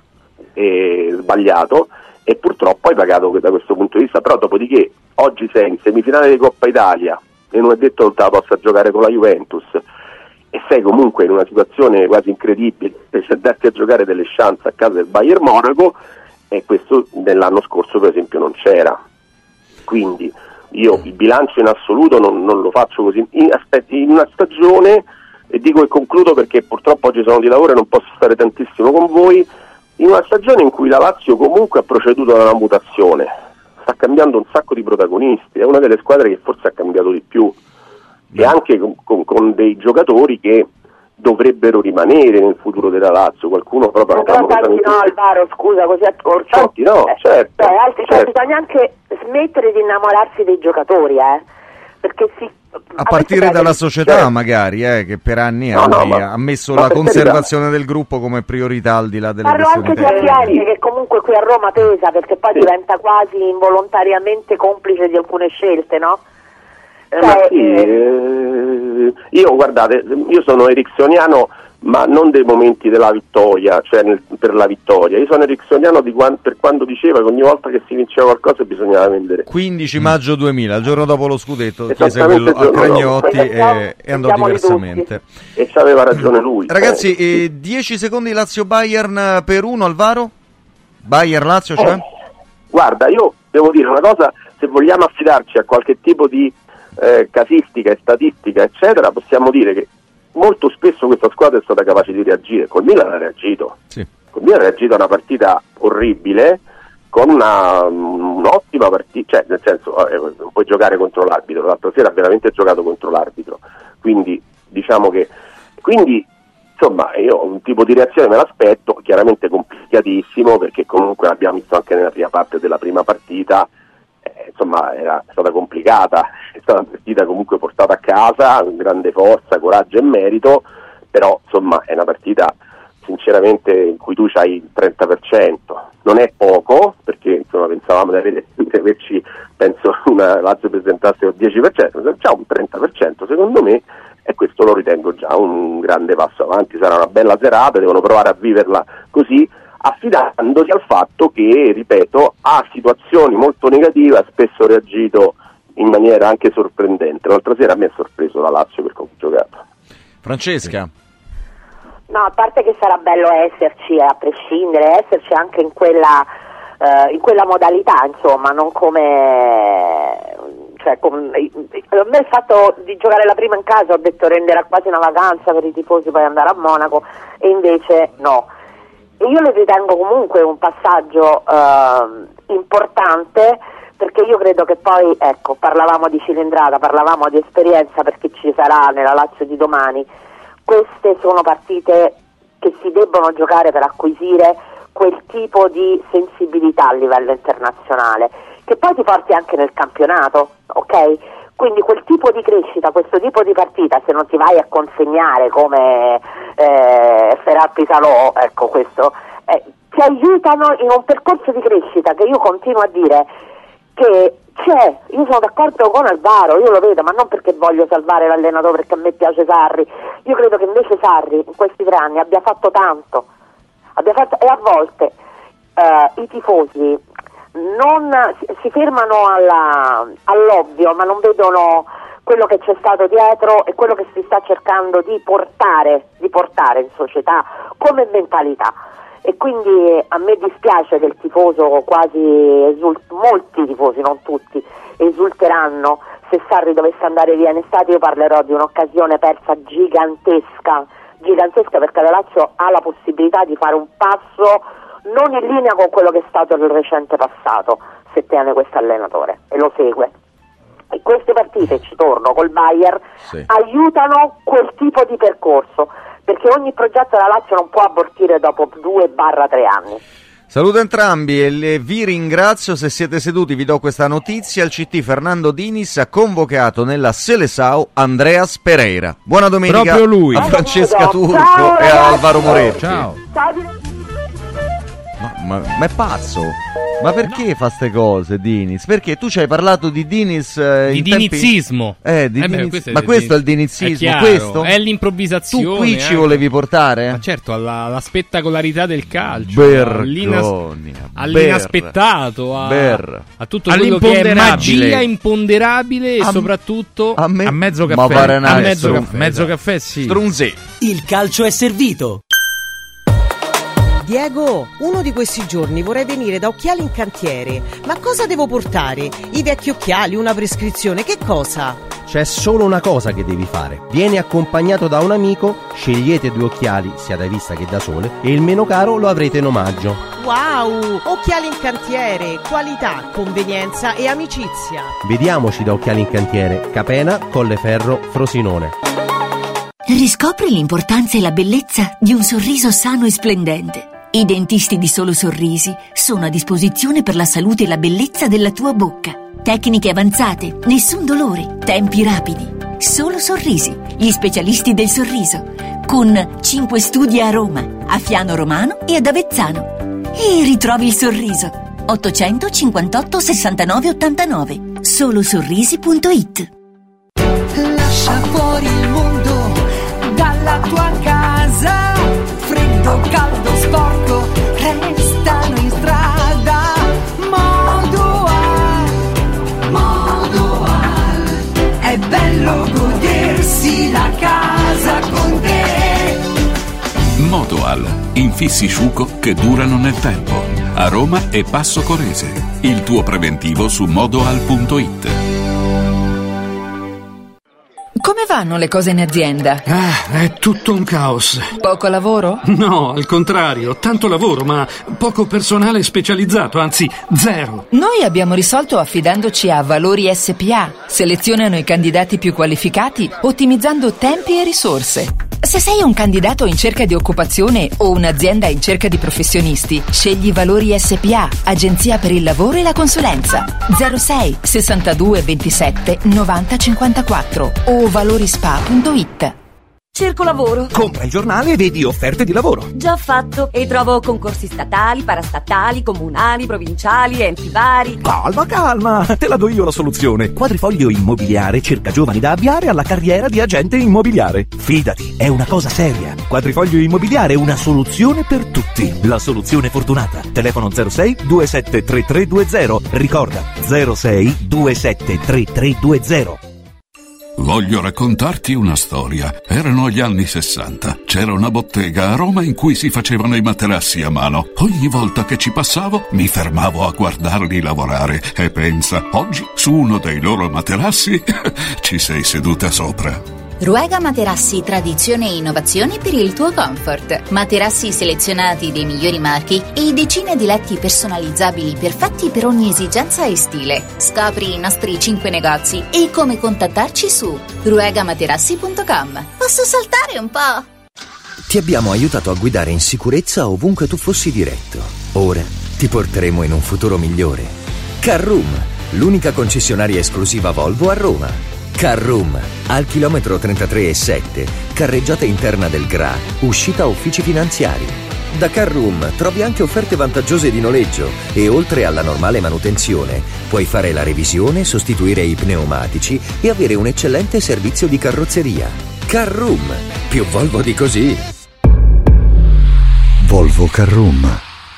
eh, sbagliato, e purtroppo hai pagato da questo punto di vista. Però dopodiché oggi sei in semifinale di Coppa Italia e non è detto non te la possa giocare con la Juventus, e sei comunque in una situazione quasi incredibile per darti a giocare delle chance a casa del Bayern Monaco, e questo nell'anno scorso per esempio non c'era. Quindi io il bilancio in assoluto non, non lo faccio così in, aspetti, in una stagione, e dico e concludo perché purtroppo oggi sono di lavoro e non posso stare tantissimo con voi, in una stagione in cui la Lazio comunque ha proceduto ad una mutazione, sta cambiando un sacco di protagonisti, è una delle squadre che forse ha cambiato di più, e anche con, con, con dei giocatori che dovrebbero rimanere nel futuro della Lazio, qualcuno proprio no, però tanti no, Alvaro, scusa, così a corto. Tanti no, eh, certo, cioè, altri, certo. Cioè, bisogna anche smettere di innamorarsi dei giocatori, eh, perché si a partire dalla società, certo. magari, eh, che per anni no, no, ma, ha messo la conservazione carità. del gruppo come priorità al di là delle Parlo anche di Appiani, che comunque qui a Roma pesa, perché poi sì. diventa quasi involontariamente complice di alcune scelte, no? Eh, cioè, ma sì, eh, io guardate, io sono ericksoniano, ma non dei momenti della vittoria, cioè nel, per la vittoria. Io sono ericksoniano di quando, per quando diceva che ogni volta che si vinceva qualcosa bisognava vendere. quindici maggio duemila, il giorno dopo lo scudetto, chiese quello a Cragnotti e, e andò diversamente. E c'aveva ragione lui. Ragazzi, eh, dieci secondi Lazio-Bayern per uno, Alvaro? Bayern-Lazio, cioè? Eh, guarda, io devo dire una cosa, se vogliamo affidarci a qualche tipo di eh, casistica e statistica, eccetera, possiamo dire che molto spesso questa squadra è stata capace di reagire. Col Milan ha reagito, sì. Col Milan ha reagito a una partita orribile con una, un'ottima partita, cioè nel senso eh, non puoi giocare contro l'arbitro, l'altra sera ha veramente giocato contro l'arbitro, quindi diciamo che quindi insomma io un tipo di reazione me l'aspetto, chiaramente complicatissimo perché comunque l'abbiamo visto anche nella prima parte della prima partita. Eh, insomma era stata complicata, è stata una partita comunque portata a casa con grande forza, coraggio e merito, però insomma è una partita sinceramente in cui tu c'hai il trenta per cento, non è poco, perché insomma pensavamo di, avere, di averci, penso una Lazio presentasse il dieci per cento, c'ha un trenta per cento secondo me, e questo lo ritengo già un grande passo avanti. Sarà una bella serata, devono provare a viverla così, affidandosi al fatto che, ripeto, a situazioni molto negative ha spesso reagito in maniera anche sorprendente. L'altra sera mi ha sorpreso la Lazio per come ha giocato. Francesca? No, a parte che sarà bello esserci, a prescindere, esserci anche in quella, eh, in quella modalità, insomma, non come... Cioè, com, a me il fatto di giocare la prima in casa, ho detto, renderà quasi una vacanza per i tifosi poi andare a Monaco, e invece no. E io lo ritengo comunque un passaggio eh, importante, perché io credo che poi, ecco, parlavamo di cilindrata, parlavamo di esperienza perché ci sarà nella Lazio di domani. Queste sono partite che si debbono giocare per acquisire quel tipo di sensibilità a livello internazionale, che poi ti porti anche nel campionato, ok? Quindi quel tipo di crescita, questo tipo di partita, se non ti vai a consegnare come eh, Ferrari Salò, ecco questo, eh, ti aiutano in un percorso di crescita che io continuo a dire che c'è. Io sono d'accordo con Alvaro, io lo vedo, ma non perché voglio salvare l'allenatore, perché a me piace Sarri. Io credo che invece Sarri in questi tre anni abbia fatto tanto, abbia fatto, e a volte eh, i tifosi non si fermano alla, all'ovvio, ma non vedono quello che c'è stato dietro e quello che si sta cercando di portare, di portare in società come mentalità. E quindi a me dispiace che il tifoso quasi esult- molti tifosi, non tutti, esulteranno se Sarri dovesse andare via in estate. Io parlerò di un'occasione persa gigantesca, gigantesca perché la Lazio ha la possibilità di fare un passo non in linea con quello che è stato il recente passato, se tiene questo allenatore e lo segue. E queste partite, ci torno, col Bayern, sì, aiutano quel tipo di percorso, perché ogni progetto della Lazio non può abortire dopo due barra tre anni. Saluto entrambi e vi ringrazio. Se siete seduti vi do questa notizia: il C T Fernando Diniz ha convocato nella Seleção Andreas Pereira. Buona domenica. Proprio lui. A Francesca Turco Ciao, e a Alvaro Moretti. Ciao. Ciao. Ma, ma, ma è pazzo? Ma perché no. fa ste cose Diniz? Perché tu ci hai parlato di Diniz eh, di in dinizismo tempi... eh, di eh beh, Diniz... questo Ma questo è il dinizismo, è questo? È l'improvvisazione. Tu qui ci anche. volevi portare? Ma certo, alla, alla spettacolarità del calcio, Vergogna, all'inaspettato, a, Ber. a tutto quello che è magia imponderabile e a, soprattutto a, me, a mezzo caffè. Ma pare a mezzo strum, caffè, mezzo caffè sì. Strunzi. Il calcio è servito. Diego, uno di questi giorni vorrei venire da Occhiali in Cantiere. Ma cosa devo portare? I vecchi occhiali, una prescrizione, che cosa? C'è solo una cosa che devi fare. Vieni accompagnato da un amico, scegliete due occhiali, sia da vista che da sole, e il meno caro lo avrete in omaggio. Wow! Occhiali in Cantiere, qualità, convenienza e amicizia. Vediamoci da Occhiali in Cantiere, Capena, Colleferro, Frosinone. Riscopri l'importanza e la bellezza di un sorriso sano e splendente. I dentisti di Solo Sorrisi sono a disposizione per la salute e la bellezza della tua bocca. Tecniche avanzate, nessun dolore, tempi rapidi. Solo Sorrisi, gli specialisti del sorriso, con cinque studi a Roma, a Fiano Romano e ad Avezzano. E ritrovi il sorriso. ottocentocinquantotto sessantanove ottantanove. solo sorrisi punto it. Lascia fuori il mondo dalla tua casa, freddo, caldo, sporco, restano in strada. Modoal, Modoal, è bello godersi la casa con te. Modoal, infissi Sciuco che durano nel tempo. A Roma e Passo Corese. Il tuo preventivo su modoal punto it. Come vanno le cose in azienda? Ah, è tutto un caos. Poco lavoro? No, al contrario, tanto lavoro, ma poco personale specializzato, anzi zero. Noi abbiamo risolto affidandoci a Valori S P A. Selezionano i candidati più qualificati, ottimizzando tempi e risorse. Se sei un candidato in cerca di occupazione o un'azienda in cerca di professionisti, scegli Valori S P A, agenzia per il lavoro e la consulenza. zero sei sessantadue ventisette novanta cinquantaquattro o valorispa punto it. Cerco lavoro. Compra il giornale e vedi offerte di lavoro. Già fatto. E trovo concorsi statali, parastatali, comunali, provinciali, enti vari. Calma, calma, te la do io la soluzione. Quadrifoglio Immobiliare cerca giovani da avviare alla carriera di agente immobiliare. Fidati, è una cosa seria. Quadrifoglio Immobiliare è una soluzione per tutti. La soluzione fortunata. Telefono zero sei due sette tre tre due zero. Ricorda, zero sei due sette tre tre due zero. Voglio raccontarti una storia. Erano gli anni sessanta. C'era una bottega a Roma in cui si facevano i materassi a mano. Ogni volta che ci passavo mi fermavo a guardarli lavorare e pensa, oggi su uno dei loro materassi ci sei seduta sopra. Ruega Materassi, tradizione e innovazione per il tuo comfort. Materassi selezionati dei migliori marchi e decine di letti personalizzabili perfetti per ogni esigenza e stile. Scopri i nostri cinque negozi e come contattarci su ruegamaterassi punto com. Posso saltare un po'? Ti abbiamo aiutato a guidare in sicurezza ovunque tu fossi diretto. Ora ti porteremo in un futuro migliore. Carroom, l'unica concessionaria esclusiva Volvo a Roma. Carroom, al chilometro trentatré e sette, carreggiata interna del G R A, uscita uffici finanziari. Da Carroom trovi anche offerte vantaggiose di noleggio e oltre alla normale manutenzione puoi fare la revisione, sostituire i pneumatici e avere un eccellente servizio di carrozzeria. Carroom, più Volvo di così. Volvo Carroom.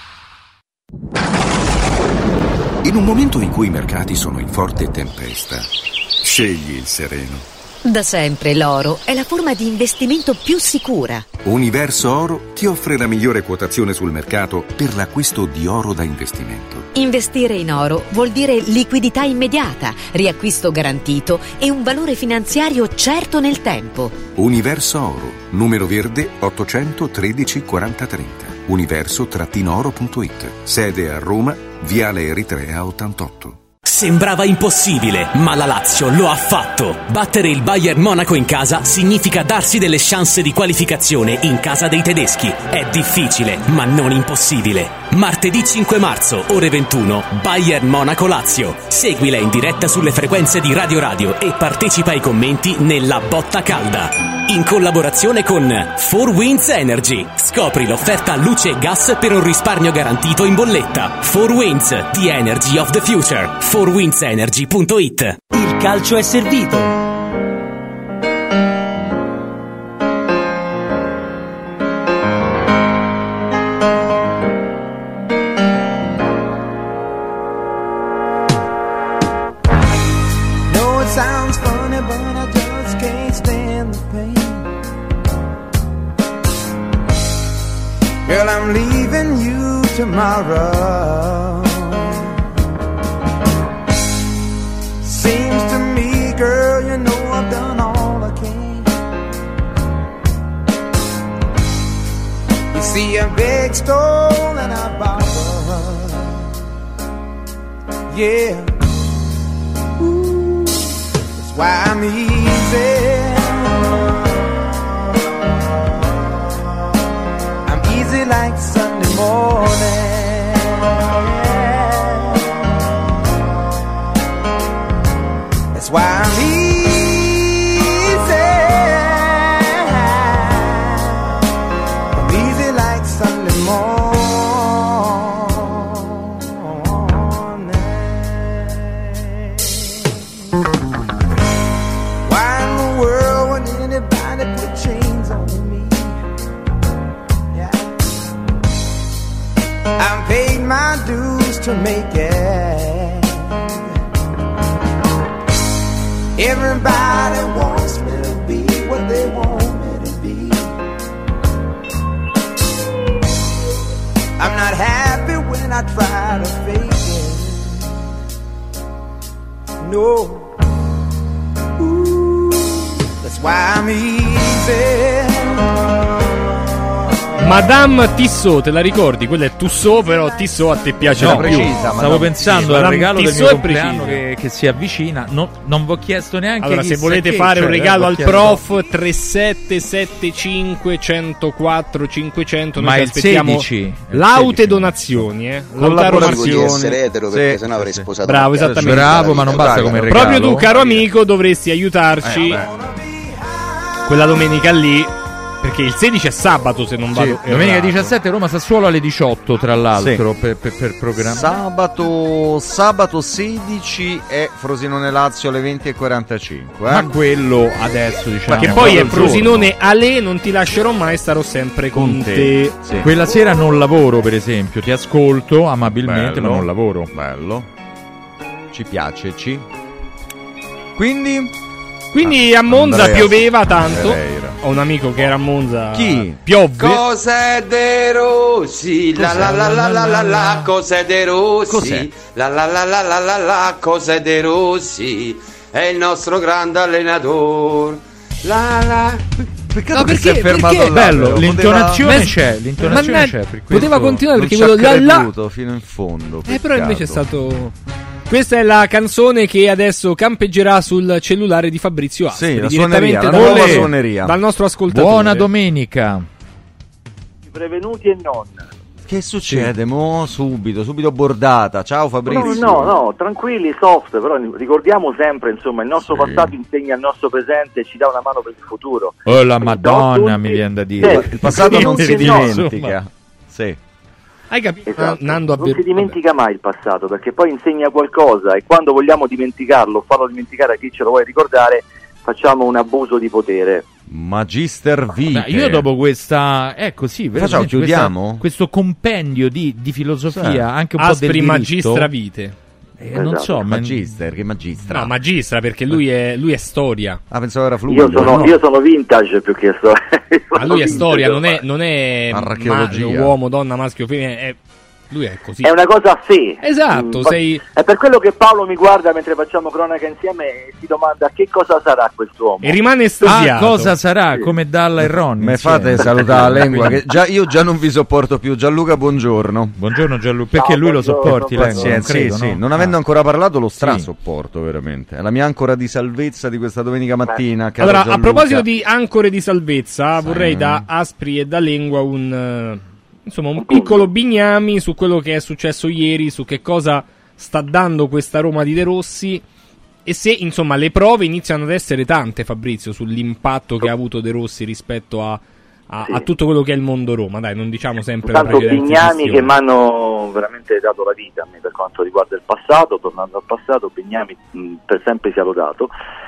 In un momento in cui i mercati sono in forte tempesta, scegli il sereno. Da sempre l'oro è la forma di investimento più sicura. Universo Oro ti offre la migliore quotazione sul mercato per l'acquisto di oro da investimento. Investire in oro vuol dire liquidità immediata, riacquisto garantito e un valore finanziario certo nel tempo. Universo Oro, numero verde ottocentotredici quaranta trenta. universo oro punto it. Sede a Roma, Viale Eritrea ottantotto. Sembrava impossibile, ma la Lazio lo ha fatto. Battere il Bayern Monaco in casa significa darsi delle chance di qualificazione in casa dei tedeschi. È difficile, ma non impossibile. Martedì cinque marzo, ore ventuno, Bayern Monaco Lazio. Seguila in diretta sulle frequenze di Radio Radio e partecipa ai commenti nella Botta Calda. In collaborazione con four Winds Energy. Scopri l'offerta luce e gas per un risparmio garantito in bolletta. four Winds, the energy of the future. four winds energy punto it. Il calcio è servito. Girl, I'm leaving you tomorrow. Seems to me, girl, you know I've done all I can. You see, I beg, stole, and I borrowed. Yeah. Ooh, that's why I'm easy. Like Sunday morning. That's why I'm easy. I'm easy like Sunday morning. Why in the world would anybody put chains on me? I've paid my dues to make it. Everybody wants me to be what they want me to be. I'm not happy when I try to fake it. No. Ooh, that's why I'm easy. Madame Tissot, te la ricordi? Quella è Tussaud, però Tissot a te piace no, da più. Precisa, stavo pensando sì, al regalo del mio compleanno precisa. che, che si avvicina. No, non vi ho chiesto neanche. Allora, se volete che, fare cioè, un regalo eh, al prof, tre sette sette cinque uno zero quattro cinquecento. Ma noi il aspettiamo sedici, laute donazioni, eh. Collaborazioni. Devo essere etero perché sì, sennò avrei sì. sposato. Bravo, esattamente. Bravo, ma non basta come regalo. Proprio tu, caro amico, dovresti aiutarci. Eh, quella domenica lì, perché il sedici è sabato se non vado sì, domenica diciassette Roma Sassuolo alle diciotto tra l'altro, sì. per, per, per programma. Sabato, sabato sedici è Frosinone Lazio alle venti e quarantacinque. Eh? Ma quello adesso diciamo. Che poi è Frosinone Ale, non ti lascerò mai, starò sempre con, con te. te. Sì. Quella sera non lavoro, per esempio, ti ascolto amabilmente, bello, ma non lavoro. Bello. Ci piace, ci. Quindi Quindi ah, a Monza Andrea, pioveva tanto. Pereira. Ho un amico che era a Monza. Chi? Piove. Cos'è De Rossi? La la la la la la la. Cos'è De Rossi? Cos'è? La la la la la la la. Cos'è De Rossi? È il nostro grande allenatore. La la. Peccato no, perché, si è fermato perché? Là, bello, però. l'intonazione poteva... c'è, l'intonazione ma c'è. Per poteva continuare perché non quello là là fino in fondo. Eh, però invece è stato. Questa è la canzone che adesso campeggerà sul cellulare di Fabrizio Aspri, sì, la direttamente suoneria, la dal, nuova suoneria. dal nostro ascoltatore. Buona domenica. Prevenuti e non. Che succede? Sì. Mo subito, subito bordata. Ciao Fabrizio. No, no, no, tranquilli, soft, però ricordiamo sempre, insomma, il nostro sì. passato insegna il nostro presente e ci dà una mano per il futuro. Oh la Madonna, mi viene da dire. Sì, il passato non si dimentica. Sì. Hai capito? Esatto. Nando non si dimentica mai il passato, perché poi insegna qualcosa e quando vogliamo dimenticarlo, farlo dimenticare a chi ce lo vuole ricordare, facciamo un abuso di potere. Magister Vitae. Io dopo questa, ecco sì, Facciamo, chiudiamo? Questa, questo compendio di, di filosofia, sì. anche un Aspri po' del Magistra Vitae. Eh, esatto. Non so, Magister, che magistra? No, magistra perché lui è, lui è storia. Ah, pensavo era fluido. Io sono, no. io sono vintage più che storia. Ma lui è storia, non è, non è ma, uomo, donna, maschio, femmina, è... Lui è così. È una cosa a sé. Esatto, mm, sei... È per quello che Paolo mi guarda mentre facciamo cronaca insieme e si domanda che cosa sarà quest'uomo. E rimane estasiato. Ah, cosa sarà? Sì. Come Dalla e Ron. Mi fate salutare la lingua che già, io già non vi sopporto più. Gianluca, buongiorno. Buongiorno Gianluca. Perché Ciao, lui lo sopporti? Lei? Sì, Non, sì, credo, sì. no? non avendo ah. ancora parlato lo strasopporto veramente. È la mia ancora di salvezza di questa domenica mattina. Allora, Gianluca. a proposito di ancore di salvezza, sì. vorrei da Aspri e da Lengua un... Insomma, un piccolo bignami su quello che è successo ieri, su che cosa sta dando questa Roma di De Rossi e se, insomma, le prove iniziano ad essere tante, Fabrizio, sull'impatto che ha avuto De Rossi rispetto a, a, sì. a tutto quello che è il mondo Roma. Dai, non diciamo sempre Intanto la precedente bignami gestione. che mi hanno veramente dato la vita a me per quanto riguarda il passato, tornando al passato, bignami mh, per sempre sia lodato.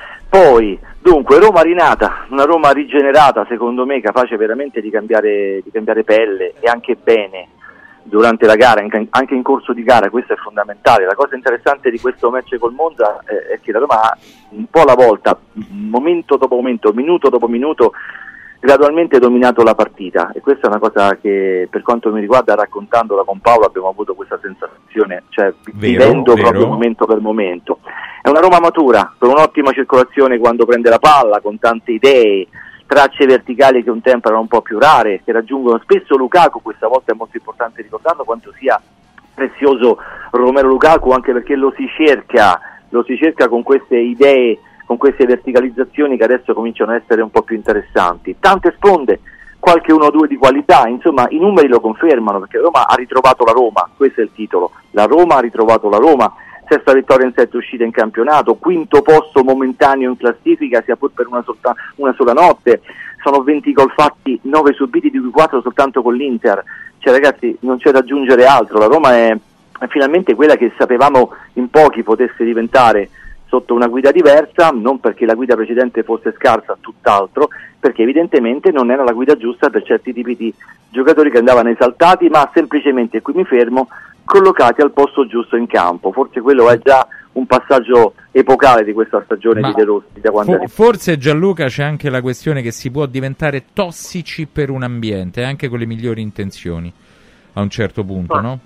Poi, dunque, Roma rinata, una Roma rigenerata, secondo me, capace veramente di cambiare, di cambiare pelle e anche bene durante la gara, anche in corso di gara, questo è fondamentale. La cosa interessante di questo match col Monza è che la Roma ha un po' alla volta, momento dopo momento, minuto dopo minuto, gradualmente dominato la partita e questa è una cosa che per quanto mi riguarda, raccontandola con Paolo, abbiamo avuto questa sensazione, cioè vero, vivendo vero. proprio momento per momento. È una Roma matura, con un'ottima circolazione quando prende la palla, con tante idee, tracce verticali che un tempo erano un po' più rare, che raggiungono spesso Lukaku. Questa volta è molto importante ricordarlo quanto sia prezioso Romelu Lukaku, anche perché lo si cerca, lo si cerca con queste idee, con queste verticalizzazioni che adesso cominciano a essere un po' più interessanti. Tante sponde, qualche uno o due di qualità, insomma i numeri lo confermano, perché Roma ha ritrovato la Roma, questo è il titolo, la Roma ha ritrovato la Roma, sesta vittoria in sette uscite in campionato, quinto posto momentaneo in classifica, sia pur per una, solta, una sola notte, sono venti gol fatti, nove subiti, di cui quattro soltanto con l'Inter, cioè ragazzi non c'è da aggiungere altro, la Roma è, è finalmente quella che sapevamo in pochi potesse diventare sotto una guida diversa, non perché la guida precedente fosse scarsa, tutt'altro, perché evidentemente non era la guida giusta per certi tipi di giocatori che andavano esaltati, ma semplicemente, e qui mi fermo, collocati al posto giusto in campo. Forse quello è già un passaggio epocale di questa stagione Ma di De Rossi. Da quando for- forse Gianluca c'è anche la questione che si può diventare tossici per un ambiente, anche con le migliori intenzioni, a un certo punto, no?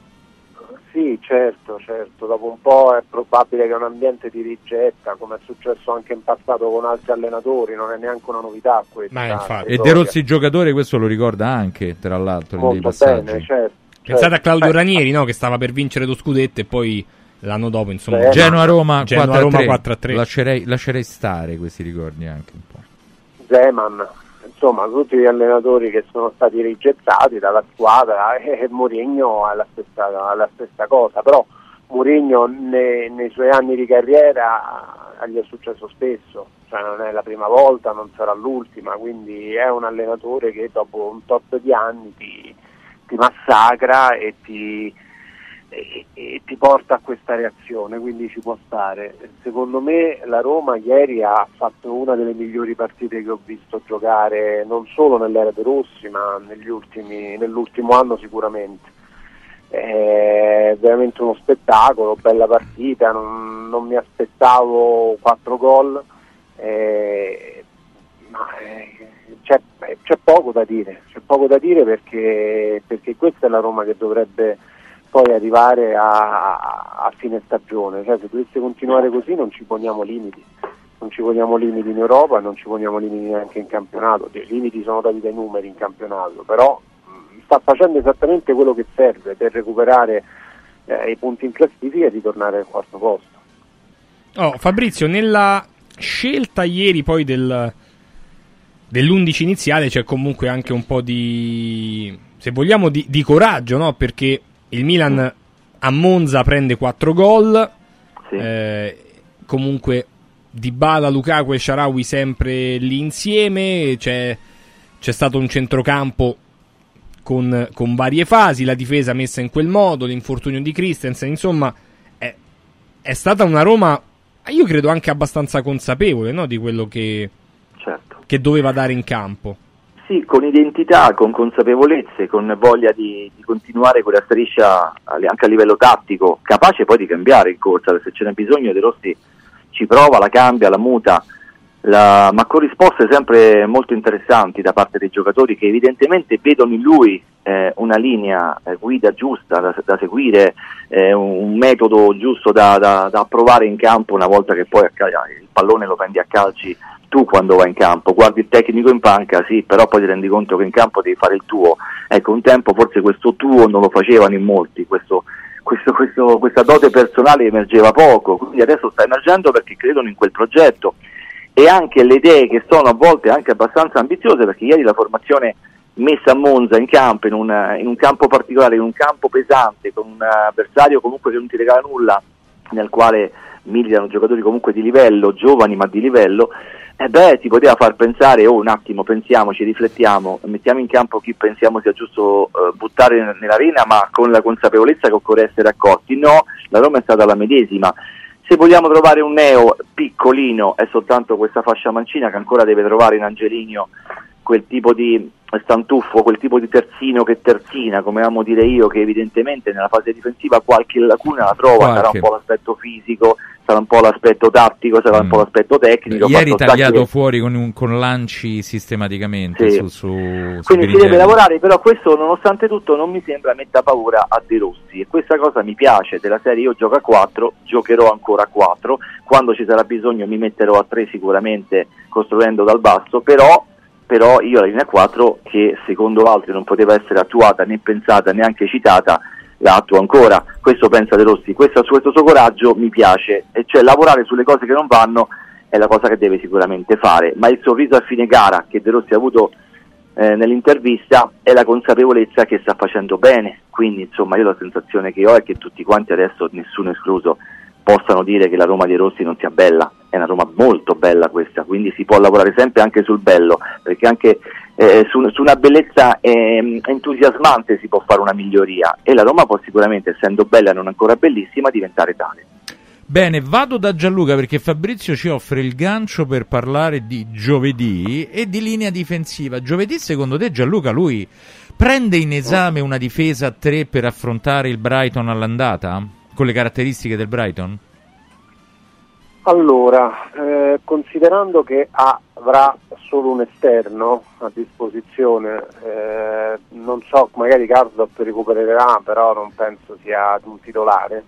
Sì, certo, certo, dopo un po' è probabile che un ambiente ti rigetta, come è successo anche in passato con altri allenatori, non è neanche una novità questa. Ma infatti. E De Rossi giocatore questo lo ricorda anche, tra l'altro, molto nei passaggi. bene, certo. Pensate certo. a Claudio eh. Ranieri, no? Che stava per vincere lo scudetto e poi l'anno dopo, insomma, Beh, Genoa-Roma Genoa-Roma quattro a tre. Lascerei, lascerei stare questi ricordi anche un po'. Zeman, insomma, tutti gli allenatori che sono stati rigettati dalla squadra, e Mourinho è la stessa, la stessa cosa, però Mourinho ne, nei suoi anni di carriera gli è successo spesso, cioè non è la prima volta, non sarà l'ultima, quindi è un allenatore che dopo un tot di anni ti, ti massacra e ti, e, e ti porta a questa reazione, quindi ci può stare. Secondo me la Roma ieri ha fatto una delle migliori partite che ho visto giocare, non solo nell'era De Rossi, ma negli ultimi, nell'ultimo anno sicuramente. È veramente uno spettacolo, bella partita, non, non mi aspettavo quattro gol, eh, ma eh, c'è, c'è poco da dire, c'è poco da dire perché, perché questa è la Roma che dovrebbe poi arrivare a, a fine stagione, cioè se dovesse continuare così non ci poniamo limiti, non ci poniamo limiti in Europa, non ci poniamo limiti neanche in campionato, i limiti sono dati dai numeri in campionato, però sta facendo esattamente quello che serve per recuperare eh, i punti in classifica e ritornare al quarto posto. Oh, Fabrizio, nella scelta ieri poi del, dell'undici iniziale c'è comunque anche un po' di, se vogliamo, di, di coraggio, no? Perché il Milan a Monza prende quattro gol, sì. eh, comunque Dybala, Lukaku e Shaarawy sempre lì insieme, c'è, c'è stato un centrocampo Con, con varie fasi, la difesa messa in quel modo, l'infortunio di Christensen, insomma è, è stata una Roma, io credo anche abbastanza consapevole, no, di quello che, certo. che doveva dare in campo. Sì, con identità, con consapevolezze, con voglia di, di continuare quella striscia anche a livello tattico, capace poi di cambiare in corsa, se ce n'è bisogno De Rossi ci prova, la cambia, la muta, La, ma con risposte sempre molto interessanti da parte dei giocatori che evidentemente vedono in lui eh, una linea eh, guida giusta da, da seguire, eh, un, un metodo giusto da, da, da provare in campo una volta che poi il pallone lo prendi a calci tu quando vai in campo, guardi il tecnico in panca, sì, però poi ti rendi conto che in campo devi fare il tuo. Ecco, un tempo forse questo tuo non lo facevano in molti, questo, questo, questo, questa dote personale emergeva poco, quindi adesso sta emergendo perché credono in quel progetto. E anche le idee che sono a volte anche abbastanza ambiziose, perché ieri la formazione messa a Monza in campo, in un, in un campo particolare, in un campo pesante, con un avversario comunque che non ti regala nulla, nel quale militano giocatori comunque di livello, giovani ma di livello, e beh, ti poteva far pensare, oh un attimo, pensiamoci, riflettiamo, mettiamo in campo chi pensiamo sia giusto uh, buttare nell'arena, ma con la consapevolezza che occorre essere accorti. No, la Roma è stata la medesima. Se vogliamo trovare un neo piccolino è soltanto questa fascia mancina che ancora deve trovare in Angelino quel tipo di stantuffo, quel tipo di terzino che terzina, come amo dire io, che evidentemente nella fase difensiva qualche lacuna la trova, qualche. Sarà un po' l'aspetto fisico, sarà un po' l'aspetto tattico, sarà mm. un po' l'aspetto tecnico. Ieri tagliato fuori con, un, con lanci sistematicamente, sì. su, su, quindi si deve lavorare, però questo nonostante tutto non mi sembra metta paura a De Rossi, e questa cosa mi piace della serie. Io gioco a quattro, giocherò ancora a quattro, quando ci sarà bisogno mi metterò a tre sicuramente costruendo dal basso, però però io la linea quattro, che secondo altri non poteva essere attuata né pensata neanche citata, la attuo ancora. Questo pensa De Rossi, questo, questo suo coraggio mi piace, e cioè lavorare sulle cose che non vanno è la cosa che deve sicuramente fare, ma il sorriso a fine gara che De Rossi ha avuto eh, nell'intervista è la consapevolezza che sta facendo bene, quindi insomma io la sensazione che ho è che tutti quanti adesso, nessuno escluso, possano dire che la Roma di Rossi non sia bella. È una Roma molto bella questa, quindi si può lavorare sempre anche sul bello, perché anche eh, su, su una bellezza eh, entusiasmante si può fare una miglioria, e la Roma può sicuramente, essendo bella e non ancora bellissima, diventare tale. Bene, vado da Gianluca perché Fabrizio ci offre il gancio per parlare di giovedì e di linea difensiva. Giovedì, secondo te, Gianluca, lui prende in esame una difesa a tre per affrontare il Brighton all'andata? Con le caratteristiche del Brighton? Allora, eh, considerando che avrà solo un esterno a disposizione, eh, non so, magari Karsdorp recupererà, però non penso sia un titolare,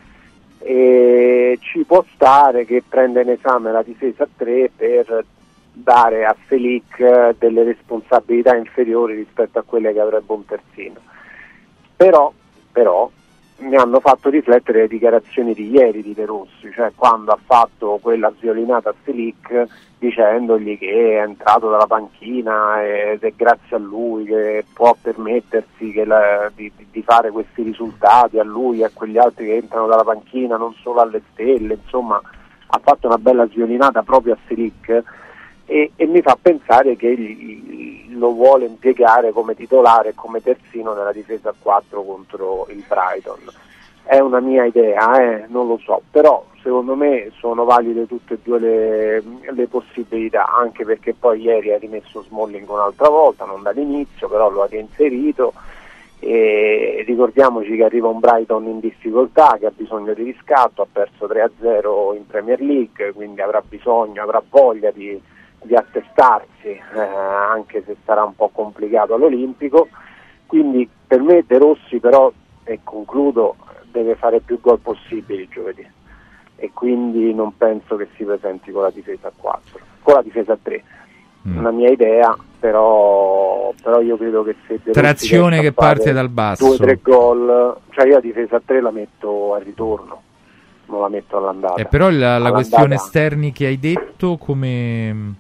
e ci può stare che prenda in esame la difesa a tre per dare a Selic delle responsabilità inferiori rispetto a quelle che avrebbe un terzino. Però, però mi hanno fatto riflettere le dichiarazioni di ieri di De Rossi, cioè quando ha fatto quella sviolinata a Selic dicendogli che è entrato dalla panchina ed è grazie a lui che può permettersi che la, di, di fare questi risultati, a lui e a quegli altri che entrano dalla panchina, non solo alle stelle, insomma ha fatto una bella sviolinata proprio a Selic e, e mi fa pensare che egli lo vuole impiegare come titolare e come terzino nella difesa a quattro contro il Brighton. È una mia idea, eh, non lo so, però secondo me sono valide tutte e due le, le possibilità, anche perché poi ieri ha rimesso Smalling un'altra volta, non dall'inizio, però lo ha reinserito, e ricordiamoci che arriva un Brighton in difficoltà, che ha bisogno di riscatto, ha perso tre a zero in Premier League, quindi avrà bisogno, avrà voglia di, di attestarsi, eh, anche se sarà un po' complicato all'Olimpico. Quindi per me De Rossi però, e concludo, deve fare più gol possibili giovedì, e quindi non penso che si presenti con la difesa a quattro, con la difesa a tre. Mm. Una mia idea, però, però io credo che se De Rossi trazione che parte dal basso, due o tre gol, cioè io la difesa a tre la metto al ritorno, non la metto all'andata. Eh, però la, la questione All'andata- esterni che hai detto, come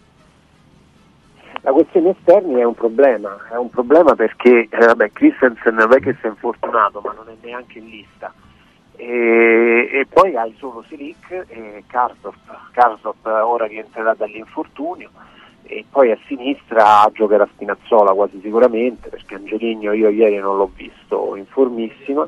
La questione esterni è un problema, è un problema perché eh, vabbè, Christensen non è che si è infortunato, ma non è neanche in lista. E, e poi hai solo Selic e Karsdorp. Karsdorp ora rientrerà dall'infortunio, e poi a sinistra giocherà Spinazzola quasi sicuramente, perché Angelino io ieri non l'ho visto in formissima.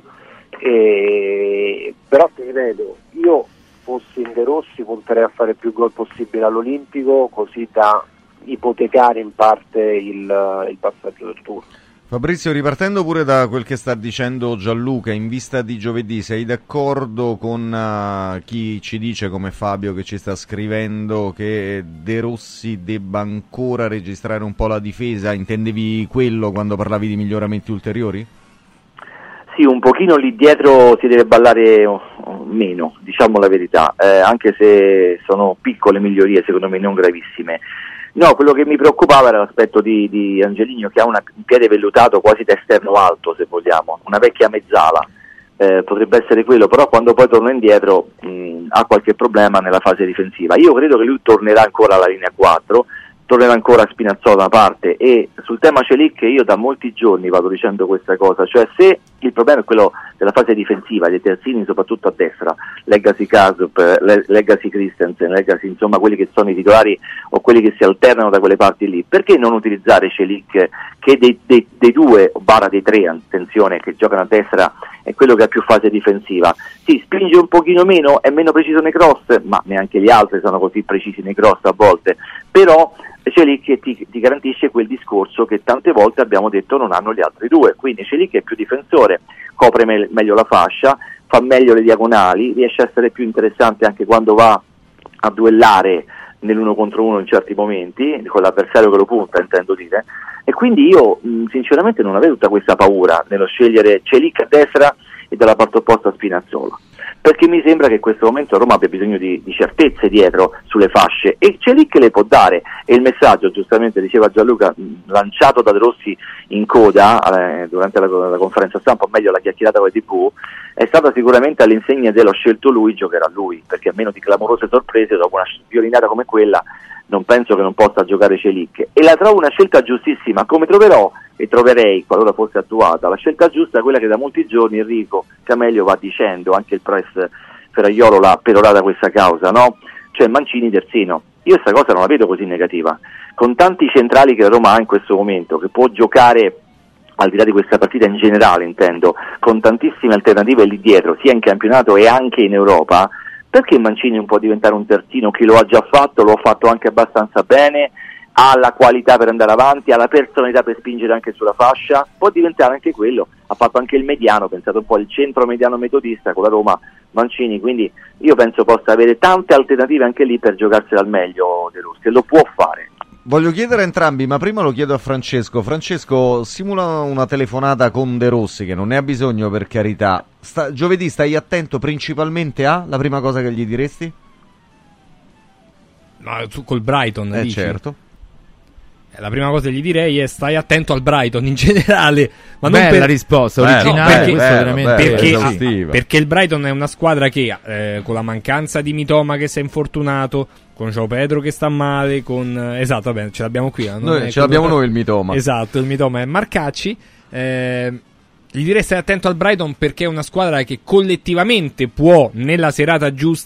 E, però ti ripeto, io fossi in De Rossi punterei a fare più gol possibile all'Olimpico, così da ipotecare in parte il, il passaggio del turno. Fabrizio, ripartendo pure da quel che sta dicendo Gianluca, in vista di giovedì, sei d'accordo con uh, chi ci dice, come Fabio che ci sta scrivendo, che De Rossi debba ancora registrare un po' la difesa? Intendevi quello quando parlavi di miglioramenti ulteriori? Sì, un pochino lì dietro si deve ballare meno, diciamo la verità, eh, anche se sono piccole migliorie, secondo me non gravissime. No, quello che mi preoccupava era l'aspetto di, di Angelino, che ha una, un piede vellutato quasi da esterno alto, se vogliamo, una vecchia mezzala, eh, potrebbe essere quello, però quando poi torna indietro mh, ha qualche problema nella fase difensiva. Io credo che lui tornerà ancora alla linea quattro, tornerà ancora Spinazzola da parte, e sul tema Selic io da molti giorni vado dicendo questa cosa, cioè se il problema è quello della fase difensiva, dei terzini soprattutto a destra, Legacy Karsdorp, Legacy Christensen, Legacy, insomma quelli che sono i titolari o quelli che si alternano da quelle parti lì, perché non utilizzare Selic, che dei, dei, dei due, o barra dei tre, attenzione, che giocano a destra, è quello che ha più fase difensiva. Sì, spinge un pochino meno, è meno preciso nei cross, ma neanche gli altri sono così precisi nei cross a volte, però Selic ti, ti garantisce quel discorso che tante volte abbiamo detto non hanno gli altri due, quindi Selic è più difensore, copre me- meglio la fascia, fa meglio le diagonali, riesce a essere più interessante anche quando va a duellare nell'uno contro uno in certi momenti, con l'avversario che lo punta, intendo dire, e quindi io mh, sinceramente non avevo tutta questa paura nello scegliere Selic a destra e dalla parte opposta Spinazzola, perché mi sembra che in questo momento Roma abbia bisogno di, di certezze dietro sulle fasce, e Selic le può dare, e il messaggio, giustamente diceva Gianluca, mh, lanciato da De Rossi in coda eh, durante la, la conferenza stampa, o meglio la chiacchierata con le tivù, è stata sicuramente all'insegna dello scelto lui, giocherà lui, perché a meno di clamorose sorprese dopo una violinata come quella non penso che non possa giocare Selic, e la trovo una scelta giustissima, come troverò e troverei, qualora fosse attuata, la scelta giusta, quella che da molti giorni Enrico Camelio va dicendo, anche il press Ferraiolo l'ha perorata questa causa, no? Cioè Mancini terzino. Io questa cosa non la vedo così negativa, con tanti centrali che Roma ha in questo momento, che può giocare al di là di questa partita in generale, intendo, con tantissime alternative lì dietro, sia in campionato e anche in Europa. Perché Mancini non può diventare un terzino che lo ha già fatto, lo ha fatto anche abbastanza bene, ha la qualità per andare avanti, ha la personalità per spingere anche sulla fascia, può diventare anche quello, ha fatto anche il mediano, pensate un po' il centro mediano metodista con la Roma Mancini, quindi io penso possa avere tante alternative anche lì per giocarsela al meglio De Rossi, e lo può fare. Voglio chiedere a entrambi, ma prima lo chiedo a Francesco. Francesco, simula una telefonata con De Rossi, che non ne ha bisogno per carità. Sta, giovedì stai attento principalmente a, la prima cosa che gli diresti? No, tu col Brighton, Eh dici? certo. La prima cosa che gli direi è stai attento al Brighton in generale, ma non bella per... risposta, Bello, originale, perché, questo bello, veramente bello, perché, esaustiva. perché il Brighton è una squadra che eh, con la mancanza di Mitoma che si è infortunato, con João Pedro che sta male, con eh, esatto, vabbè, ce l'abbiamo qui, non Noi, è ce l'abbiamo come... noi il Mitoma. Esatto, il Mitoma è Marcacci. Eh, gli direi stai attento al Brighton perché è una squadra che collettivamente può nella serata giusta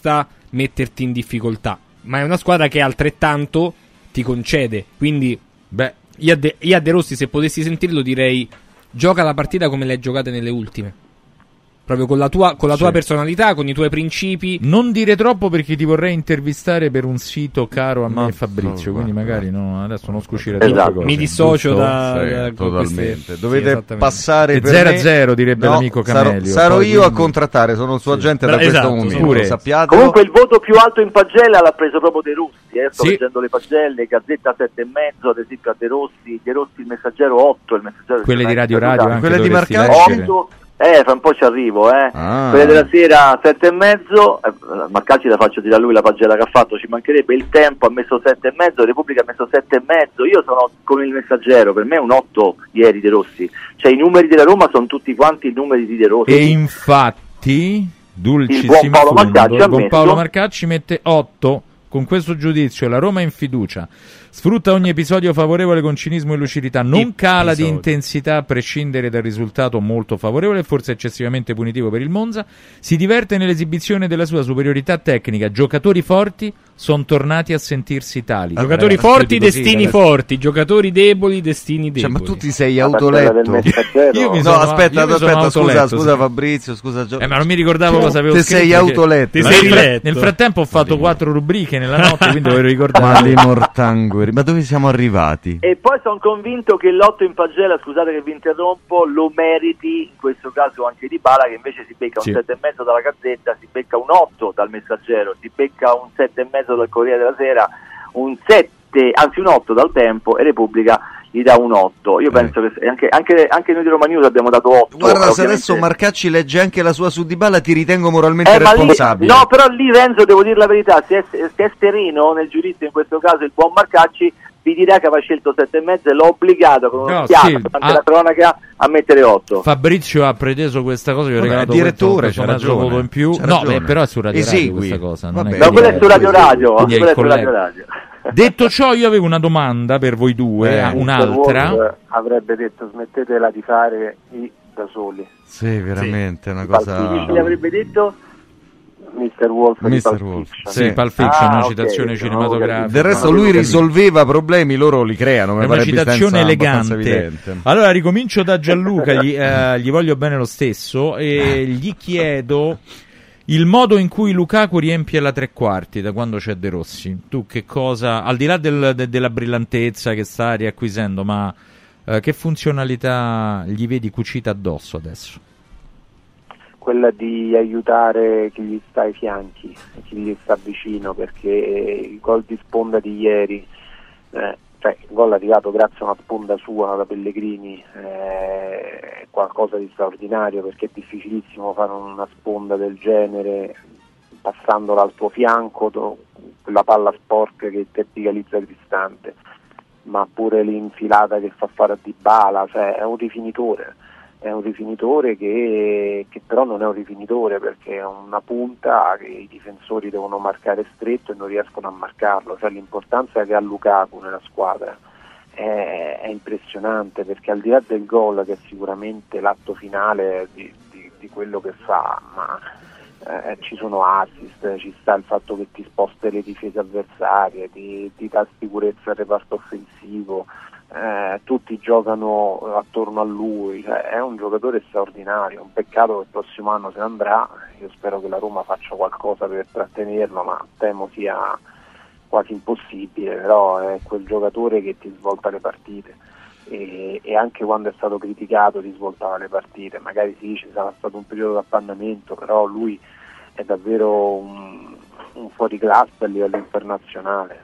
metterti in difficoltà, ma è una squadra che altrettanto ti concede, quindi beh, io a De, io a De Rossi, se potessi sentirlo, direi gioca la partita come le hai giocate nelle ultime, proprio con la tua, con la tua Sì. personalità, con i tuoi principi. Non dire troppo perché ti vorrei intervistare per un sito caro a me e Fabrizio, no, quindi guarda. magari no, adesso non scucire Esatto. troppe cose. Mi dissocio Giusto? da, Sì, da- con totalmente. queste- Dovete sì, esattamente. passare E per zero a me. zero, direbbe No, l'amico sarò- Camelio. Sarò, Poi io a quindi- contrattare, sono il suo agente da Bra- questo esatto, momento. pure. Sappiate. Comunque il voto più alto in pagella l'ha preso proprio De Rossi, eh. Sto Sì. leggendo le pagelle, Gazzetta sette e mezzo, ad esempio a De Rossi, De Rossi il Messaggero otto, il Messaggero Quelle di il Radio Messaggero- Radio anche Quelle di dovresti Marcacci? leggere. otto, eh, fra un po' ci arrivo, eh. Ah. Quelle della sera sette e mezzo, eh, Marcacci la faccio dire a lui la pagella che ha fatto, ci mancherebbe. Il Tempo ha messo sette e mezzo, Repubblica ha messo sette e mezzo, io sono con il Messaggero, per me è un otto ieri De Rossi, cioè i numeri della Roma sono tutti quanti i numeri di De Rossi. E infatti, dulcissimo Il buon Paolo fondo, Marcacci il ha buon messo- Paolo Marcacci mette otto. Con questo giudizio la Roma è in fiducia, sfrutta ogni episodio favorevole con cinismo e lucidità, non cala di Episodio. intensità a prescindere dal risultato molto favorevole, forse eccessivamente punitivo per il Monza, si diverte nell'esibizione della sua superiorità tecnica, giocatori forti sono tornati a sentirsi tali. Giocatori Ragazzi, forti, io dico sì, destini ragazzi. forti, giocatori deboli, destini Cioè, deboli. ma tu ti sei La partita autoletto. del Messaggero. Io mi No, sono- aspetta, io mi sono aspetta, scusa, autoletto, scusa sì. Fabrizio, scusa Gio- Eh, ma non mi ricordavo cosa avevo Te scritto. sei perché- autoletto. Ti Ma sei nel, fra- letto. nel frattempo ho fatto quattro rubriche nella notte, quindi dovevo ricordare. Ma li mortanguri, ma dove siamo arrivati? E poi sono convinto che l'otto in pagella, scusate che vi interrompo, lo meriti in questo caso anche Dybala, che invece si becca Sì. un sette e mezzo dalla Gazzetta, si becca un otto dal Messaggero, si becca un sette e mezzo dal Corriere della Sera, un sette, anzi un otto dal Tempo, e Repubblica gli dà un otto. Io Eh. penso che anche, anche, anche noi di Roma News abbiamo dato otto. Guarda, se ovviamente. adesso Marcacci legge anche la sua su Dybala, ti ritengo moralmente Eh, ma lì- responsabile. no, però lì Renzo, devo dire la verità, se è, se è sereno nel giudizio, in questo caso il buon Marcacci vi dirà che aveva scelto sette e mezzo e l'ho obbligato con No, un'occhiata sì, durante ah. la cronaca a mettere otto. Fabrizio ha preteso questa cosa, gli ho Vabbè, regalato direttore, questo c'ha personaggio ragione, voto in più. c'ha No, ragione. beh, però è su Radio Radio Esegui. questa cosa. Non Vabbè. è No, che- quello è su Radio Radio, quindi è quello è il su Radio collega. Radio. Detto ciò, io avevo una domanda per voi due, Eh, un'altra. Wolf avrebbe detto smettetela di fare i da soli. Sì, veramente, è una Sì. cosa... Chi gli avrebbe detto? mister Wolf di mister Pulp Wolf. Fiction. Sì, Pulp Fiction, Ah, una ok, citazione no, cinematografica. Del resto Non lui avevo risolveva problemi, loro li creano. mi È una pare citazione abbastanza- abbastanza elegante. evidente. Allora ricomincio da Gianluca, gli, eh, gli voglio bene lo stesso e gli chiedo il modo in cui Lukaku riempie la tre quarti da quando c'è De Rossi. Tu che cosa, al di là del- de- della brillantezza che sta riacquisendo, ma eh, che funzionalità gli vedi cucita addosso adesso? Quella di aiutare chi gli sta ai fianchi, chi gli sta vicino, perché il gol di sponda di ieri, eh, cioè il gol arrivato grazie a una sponda sua da Pellegrini, eh, è qualcosa di straordinario, perché è difficilissimo fare una sponda del genere passandola al tuo fianco, do- quella palla sporca che verticalizza Cristante, ma pure l'infilata che fa fare a Dybala, cioè è un rifinitore. È un rifinitore che, che però non è un rifinitore, perché è una punta che i difensori devono marcare stretto e non riescono a marcarlo. Cioè, l'importanza che ha Lukaku nella squadra è, è impressionante, perché al di là del gol, che è sicuramente l'atto finale di, di, di quello che fa, ma eh, ci sono assist, ci sta il fatto che ti sposta le difese avversarie, ti, ti dà sicurezza al reparto offensivo. Eh, tutti giocano attorno a lui, cioè, è un giocatore straordinario, un peccato che il prossimo anno se ne andrà. Io spero che la Roma faccia qualcosa per trattenerlo, ma temo sia quasi impossibile, però è quel giocatore che ti svolta le partite e, e anche quando è stato criticato ti svoltava le partite. Magari si dice sarà stato un periodo di appannamento, però lui è davvero un, un fuoriclasse a livello internazionale.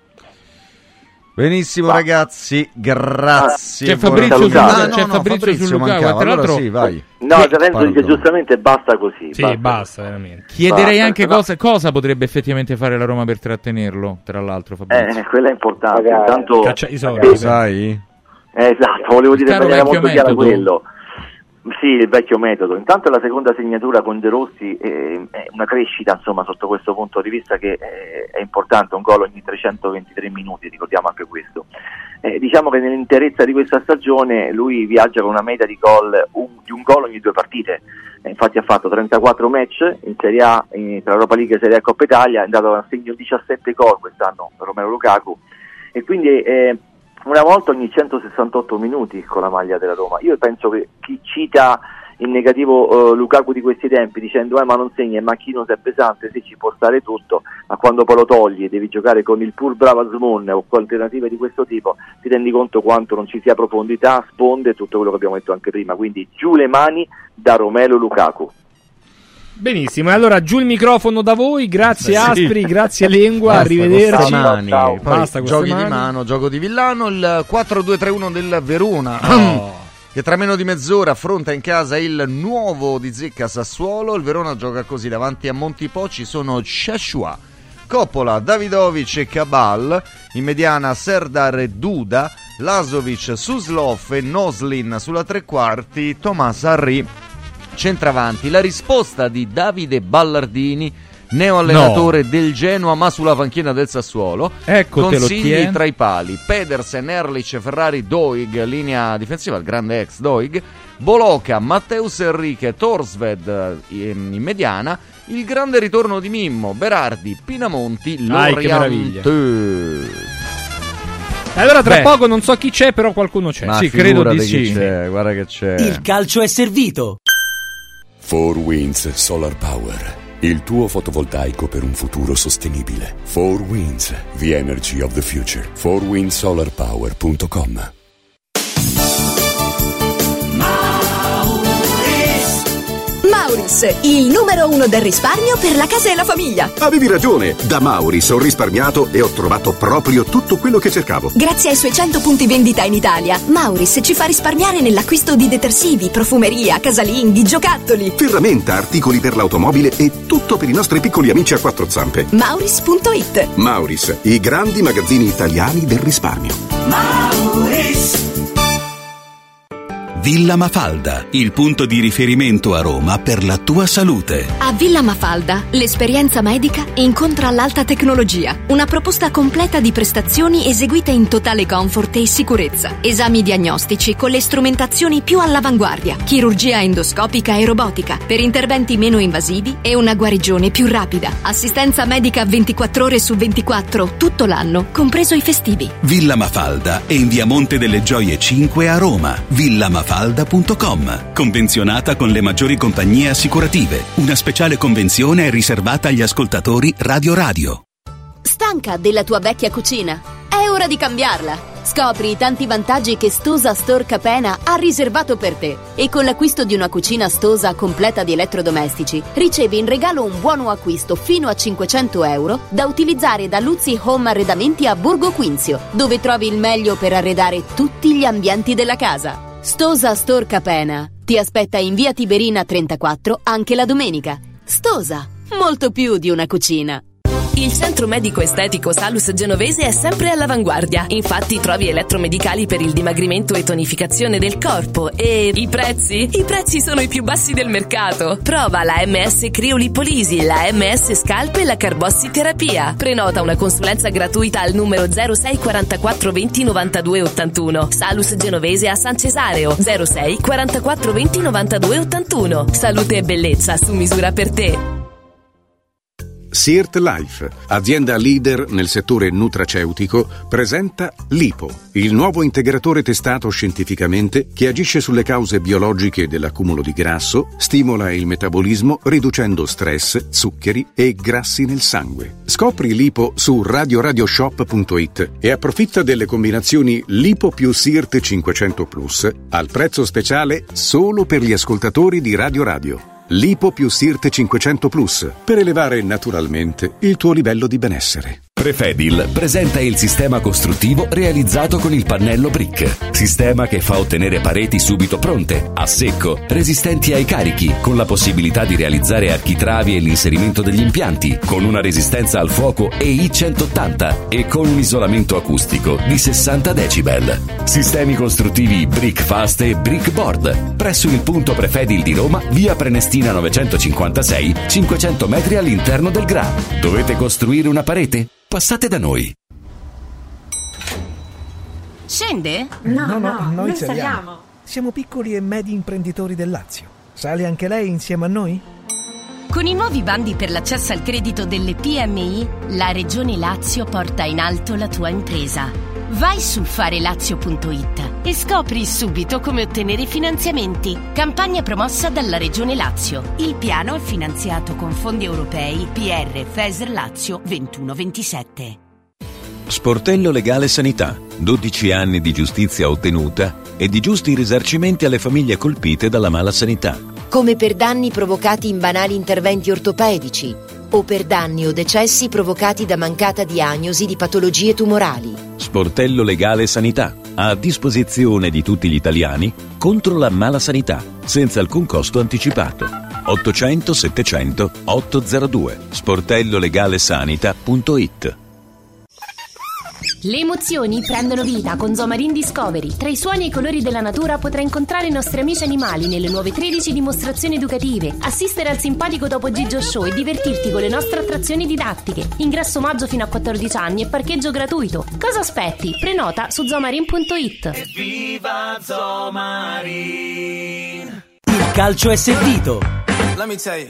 Benissimo, Va. ragazzi, grazie. C'è Fabrizio, Buona- su, Ah, c'è no, no, Fabrizio, Fabrizio su Lukaku, mancava. tra l'altro Allora sì, vai. No, Sì, Renzo dice Pardon. giustamente basta così. Sì, basta. basta, veramente. chiederei Basta, anche no. cosa, cosa potrebbe effettivamente fare la Roma per trattenerlo, tra l'altro Fabrizio. Eh, quella è importante. Magari. Intanto, Caccia i soldi. Lo sai? eh, esatto, volevo Il dire in caro maniera vecchio molto chiara metodo. quello. Sì, il vecchio metodo. Intanto la seconda segnatura con De Rossi eh, è una crescita, insomma, sotto questo punto di vista, che eh, è importante, un gol ogni trecentoventitré minuti, ricordiamo anche questo. Eh, diciamo che nell'interezza di questa stagione lui viaggia con una media di gol un, di un gol ogni due partite. Eh, infatti ha fatto trentaquattro match in Serie A, in, tra Europa League, Serie A e Coppa Italia, è andato a segno diciassette gol quest'anno per Romelu Lukaku, e quindi eh, una volta ogni centosessantotto minuti con la maglia della Roma. Io penso che chi cita in negativo uh, Lukaku di questi tempi dicendo eh ma non segna, il macchino se è pesante, sì, ci può stare tutto, ma quando poi lo togli e devi giocare con il pur bravo Azmoun o con alternative di questo tipo, ti rendi conto quanto non ci sia profondità, sponde, tutto quello che abbiamo detto anche prima. Quindi giù le mani da Romelu Lukaku. Benissimo, e allora giù il microfono da voi, grazie Sì. Aspri, grazie Lengua, Basta arrivederci. queste mani. Poi Basta queste giochi mani. di mano, gioco di Villano, il quattro due tre uno del Verona. Oh. Che tra meno di mezz'ora affronta in casa il nuovo di Zecca Sassuolo. Il Verona gioca così: davanti a Montipo ci sono Shashua, Coppola, Davidovic e Cabal, in mediana Serdar e Duda, Lazovic, Suslov e Noslin sulla tre quarti, Thomas Harry centravanti. La risposta di Davide Ballardini, neo allenatore no. del Genoa ma sulla panchina del Sassuolo. Ecco, consigli tra i pali: Pedersen, Erlich, Ferrari, Doig, linea difensiva, il grande ex Doig, Boloca, Matteus Enrique, Torsved in, in mediana, il grande ritorno di Mimmo, Berardi, Pinamonti, Loriant. Allora tra Beh. poco non so chi c'è, però qualcuno c'è. Ma sì, credo di chi sì. c'è, guarda che c'è. Il calcio è servito. four Winds Solar Power, il tuo fotovoltaico per un futuro sostenibile. four Winds, the energy of the future. four wind solar power punto com. Mauris, il numero uno del risparmio per la casa e la famiglia. Avevi ragione, da Mauris ho risparmiato e ho trovato proprio tutto quello che cercavo. Grazie ai suoi cento punti vendita in Italia, Mauris ci fa risparmiare nell'acquisto di detersivi, profumeria, casalinghi, giocattoli, ferramenta, articoli per l'automobile e tutto per i nostri piccoli amici a quattro zampe. Mauris punto it. Mauris, i grandi magazzini italiani del risparmio. Mauris. Villa Mafalda, il punto di riferimento a Roma per la tua salute. A Villa Mafalda l'esperienza medica incontra l'alta tecnologia. Una proposta completa di prestazioni eseguite in totale comfort e sicurezza. Esami diagnostici con le strumentazioni più all'avanguardia. Chirurgia endoscopica e robotica per interventi meno invasivi e una guarigione più rapida. Assistenza medica ventiquattro ore su ventiquattro tutto l'anno, compreso i festivi. Villa Mafalda è in via Monte delle Gioie cinque a Roma. Villa Mafalda punto com. Convenzionata con le maggiori compagnie assicurative. Una speciale convenzione è riservata agli ascoltatori Radio Radio. Stanca della tua vecchia cucina? È ora di cambiarla. Scopri i tanti vantaggi che Stosa Store Capena ha riservato per te. E con l'acquisto di una cucina Stosa completa di elettrodomestici, ricevi in regalo un buono acquisto fino a cinquecento euro da utilizzare da Luzzi Home Arredamenti a Borgo Quinzio, dove trovi il meglio per arredare tutti gli ambienti della casa. Stosa Store Capena ti aspetta in via Tiberina trentaquattro anche la domenica. Stosa, molto più di una cucina. Il centro medico estetico Salus Genovese è sempre all'avanguardia. Infatti trovi elettromedicali per il dimagrimento e tonificazione del corpo. E i prezzi? I prezzi sono i più bassi del mercato. Prova la M S Criolipolisi, la M S Scalp e la Carbossiterapia. Prenota una consulenza gratuita al numero zero sei quarantaquattro venti novantadue ottantuno. Salus Genovese a San Cesareo zero sei quarantaquattro venti novantadue ottantuno. Salute e bellezza su misura per te. Sirt Life, azienda leader nel settore nutraceutico, presenta Lipo, il nuovo integratore testato scientificamente che agisce sulle cause biologiche dell'accumulo di grasso, stimola il metabolismo riducendo stress, zuccheri e grassi nel sangue. Scopri Lipo su radio radio shop punto it e approfitta delle combinazioni Lipo più Sirt cinquecento plus al prezzo speciale solo per gli ascoltatori di Radio Radio. Lipo più Sirt cinquecento plus per elevare naturalmente il tuo livello di benessere. Prefedil presenta il sistema costruttivo realizzato con il pannello brick. Sistema che fa ottenere pareti subito pronte, a secco, resistenti ai carichi, con la possibilità di realizzare architravi e l'inserimento degli impianti, con una resistenza al fuoco E I centottanta e con un isolamento acustico di sessanta decibel. Sistemi costruttivi Brick Fast e Brick Board. Presso il punto Prefedil di Roma, via Prenestina novecentocinquantasei, cinquecento metri all'interno del Gra. Dovete costruire una parete? Passate da noi. Scende? No, no, no, noi, noi saliamo. saliamo. Siamo piccoli e medi imprenditori del Lazio. Sale anche lei insieme a noi? Con i nuovi bandi per l'accesso al credito delle P M I, la Regione Lazio porta in alto la tua impresa. Vai su farelazio punto it e scopri subito come ottenere finanziamenti. Campagna promossa dalla Regione Lazio. Il piano è finanziato con fondi europei P R FESR Lazio ventuno ventisette. Sportello Legale Sanità. dodici anni di giustizia ottenuta e di giusti risarcimenti alle famiglie colpite dalla mala sanità. Come per danni provocati in banali interventi ortopedici o per danni o decessi provocati da mancata diagnosi di patologie tumorali. Sportello Legale Sanità, a disposizione di tutti gli italiani contro la mala sanità, senza alcun costo anticipato. ottocento settecento ottocentodue sportellolegalesanita punto it. Le emozioni prendono vita con Zomarin Discovery. Tra i suoni e i colori della natura potrai incontrare i nostri amici animali nelle nuove tredici dimostrazioni educative, assistere al simpatico Topo Gigio Show e divertirti con le nostre attrazioni didattiche. Ingresso omaggio fino a quattordici anni e parcheggio gratuito. Cosa aspetti? Prenota su zomarin punto it. Viva Zomarin! Il calcio è servito. Let me tell you.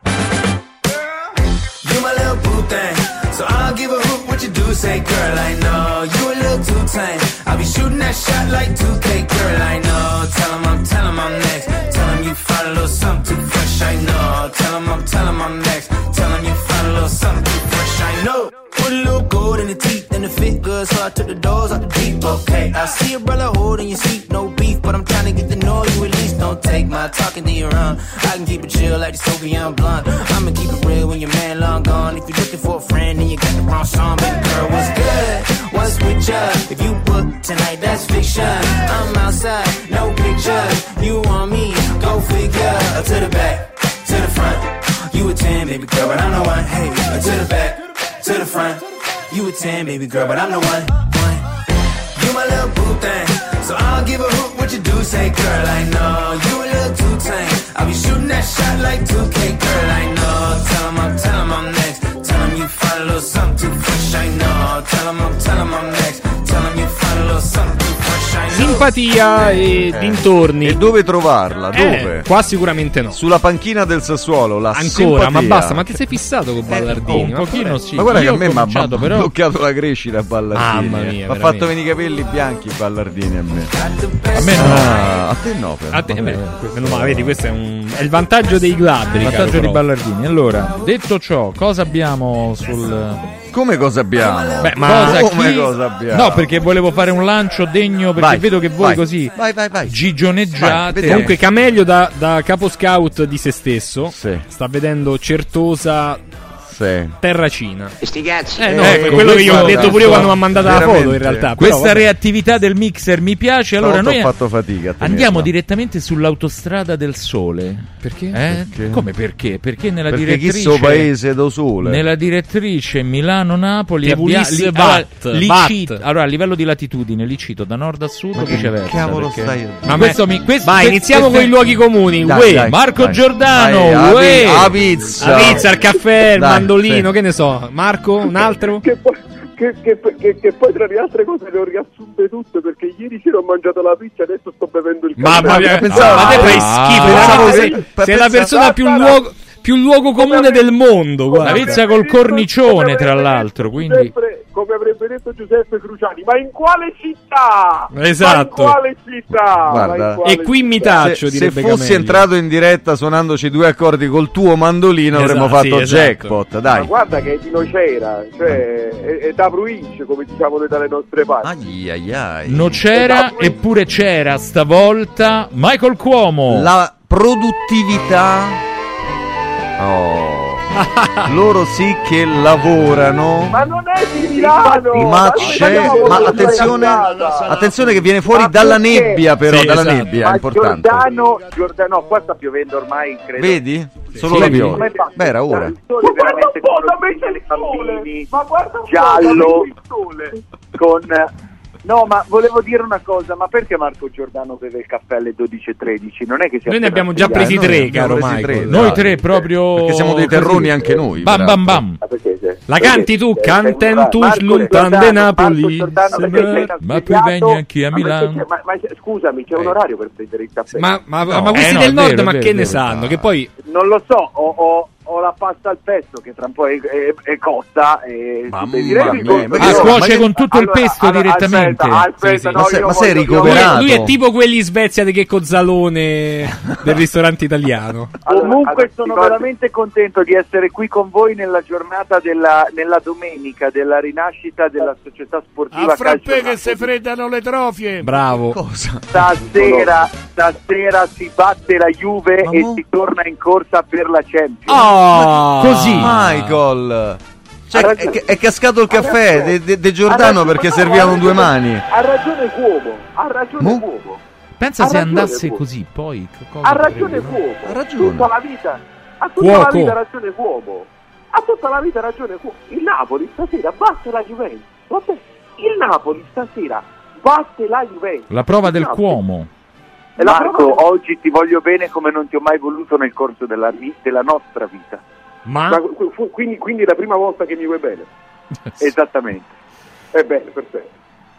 You my little boo thing. So I'll give a hoot what you do, say girl, I know you a little too tame. I'll be shooting that shot like two K, girl, I know. Tell him I'm, tell him I'm next. Tell him you find a little something too fresh, I know. Tell him I'm, tell him I'm next. Tell him you find a little something too fresh, I know. Put a little gold in the teeth and the fit good, so I took the doors out the deep, okay. I see a brother holding your seat, no beef, but I'm trying to get to know you at least. Don't take my talking to your own. I can keep it chill like the Soviet blonde. I'ma keep it real when your man long gone. If you're looking for a friend and you got the wrong song, baby girl, what's good? What's with ya? If you book tonight, that's fiction. I'm outside, no pictures. You want me? Go figure. To the back, to the front. You a ten, baby girl, but I'm the one. Hey, to the back, to the front. You a ten, baby girl, but I'm the one. one. You my little boo thing, so I'll give a hoot what you do, say girl, I know. You a little too tame. I'll be shooting that shot like two K, girl, I know. Tell him I'm, tell him I'm next. Tell him you find a little something too fresh, I know. Tell him I'm, tell him I'm next. Tell him you find a little something too fresh, I know. Simpatia e Eh. dintorni. E dove trovarla? Dove? Eh, qua sicuramente no. Sulla panchina del Sassuolo, la Ancora, simpatia. ma basta, ma ti sei fissato con Ballardini? un pochino sì. Ma guarda Io che a ho me mi ha cominciato, però- bloccato la crescita Ballardini. Mamma mia, Mi ha veramente. fatto venire i capelli bianchi Ballardini a me. A me no. Ah, a te no però. A te, beh, meno male, vedi, questo è, un, è il vantaggio dei glabri. Il caro vantaggio di Pro. Ballardini. Allora, detto ciò, cosa abbiamo sul... Come cosa abbiamo? Beh, ma cosa, come chi- cosa abbiamo? No, perché volevo fare un lancio degno, perché Vai, vedo che voi vai. così Vai, vai, vai. gigioneggiate. Vai, Comunque Camelio da, da capo scout di se stesso Sì. sta vedendo Certosa Sì. Terracina. E sti cazzi. Eh no, Ecco, per quello che io ho questo- detto pure io quando mi ha mandato la foto veramente. in realtà. Questa però, vabbè. reattività del mixer mi piace. Allora Stavolta noi ho fatto fatica a tenerla. andiamo direttamente sull'autostrada del sole. Perché? Eh? Perché? Come perché? Perché nella Perché direttrice chi so paese do sole. Nella direttrice Milano-Napoli Che abbia- volisse li- Watt, allora, li Watt. cito- allora a livello di latitudine li cito da nord a sud Ma o che viceversa. cavolo perché- stai- Ma Ma questo me- mi, questo, Vai, que- iniziamo queste- con i luoghi comuni. Dai, Uè. dai. Marco Giordano, Dai, a uè. pi- a pizza. La pizza, il caffè, il Dai, mandolino, sì. che ne so. Marco, un altro? Che poi, che, che, che, che poi tra le altre cose le ho riassunte tutte, perché ieri sera ho mangiato la pizza, adesso sto bevendo il caffè. Mamma mia, Ah, pensavo, ma te fai ah, schifo. pensavo veramente, che- sei, per sei la pensare- persona più luogo, più luogo comune del mondo. La Guarda. pizza col cornicione, tra l'altro, quindi Giuseppe, come avrebbe detto Giuseppe Cruciani, ma in quale città? Esatto. Ma in quale città? Guarda. Ma in quale E qui mi città? taccio, Se, se direbbe fossi Camelio. entrato in diretta suonandoci due accordi col tuo mandolino Esatto, avremmo fatto sì, esatto. jackpot, Ma dai. guarda che di nocera, cioè è, è da provincia, come diciamo noi dalle nostre parti. Ai, ai, ai. non c'era, eppure c'era stavolta Michael Cuomo. La produttività. Oh. Loro sì che lavorano. Ma non è di Milano. Ma, ma c'è, ma attenzione, attenzione che viene fuori ma dalla perché? nebbia, però Sì, dalla esatto. nebbia, Ma è importante. Giordano, Giordano, no, qua sta piovendo ormai, credo. Vedi? Solo Sì, la come pioggia. fa? Beh, era ora. Il sole veramente bambini, giallo, con... No, ma volevo dire una cosa, ma perché Marco Giordano beve il caffè alle dodici e tredici? Non è che sia Noi ne abbiamo già appena presi svegliato. tre, caro presi Michael. tre, Noi dai. tre proprio. Perché siamo dei terroni anche noi. Bam bam bam. Ah, perché sei- La perché canti tu, sei- canten tu, Marco sluntan Giordano, de Marco Napoli. Giordano, Se perché me- sei Ma poi svegliato? venni anche a Ma perché Milano. c'è- Ma, ma scusami, c'è un orario per prendere il caffè? Ma, ma, No. ma questi Eh, no, del è nord, vero, ma è che vero, ne è vero. sanno? Che poi Non lo so, ho, ho- ho la pasta al pesto che tra un po' è, è, è cotta e Mamma ti rendi mia, conto ma che che io- scuoce ma che- con tutto il pesto allora, direttamente. Aspetta, aspetta, Sì, sì. no, Ma sei- io ma sei voglio- io lui ricoverato? è, lui è tipo quelli Svezia di Checco Zalone del ristorante italiano. Allora, Comunque allora, sono ti veramente contento di essere qui con voi nella giornata della nella domenica della rinascita della società sportiva A frappè Calcio che si freddano le trofie. Bravo. Cosa? Stasera, stasera si batte la Juve Ma e mo? si torna in corsa per la Champions. Oh, Così, Michael. Cioè, Ha è, ragione. è cascato il caffè de, de- de Giordano Ha ragione, perché ma no, servivano ha due ragione- mani. Ha ragione Cuomo, ha ragione Mo? Cuomo. Pensa Ha se ragione, andasse Cuomo. così, poi. che cosa Ha ragione credi? Cuomo. Ha ragione. Tutta la vita. Ha tutta Cuoco. la vita ragione Cuomo. Ha tutta la vita ragione Cuomo. Il Napoli stasera batte la Juventus. Vabbè, il Napoli stasera batte la Juventus. La prova del Napoli. Cuomo. E la Marco, oggi ti voglio bene come non ti ho mai voluto nel corso della, vi- della nostra vita. Ma? Ma fu- fu- quindi, quindi è la prima volta che mi vuoi bene? Esattamente. È bene, perfetto.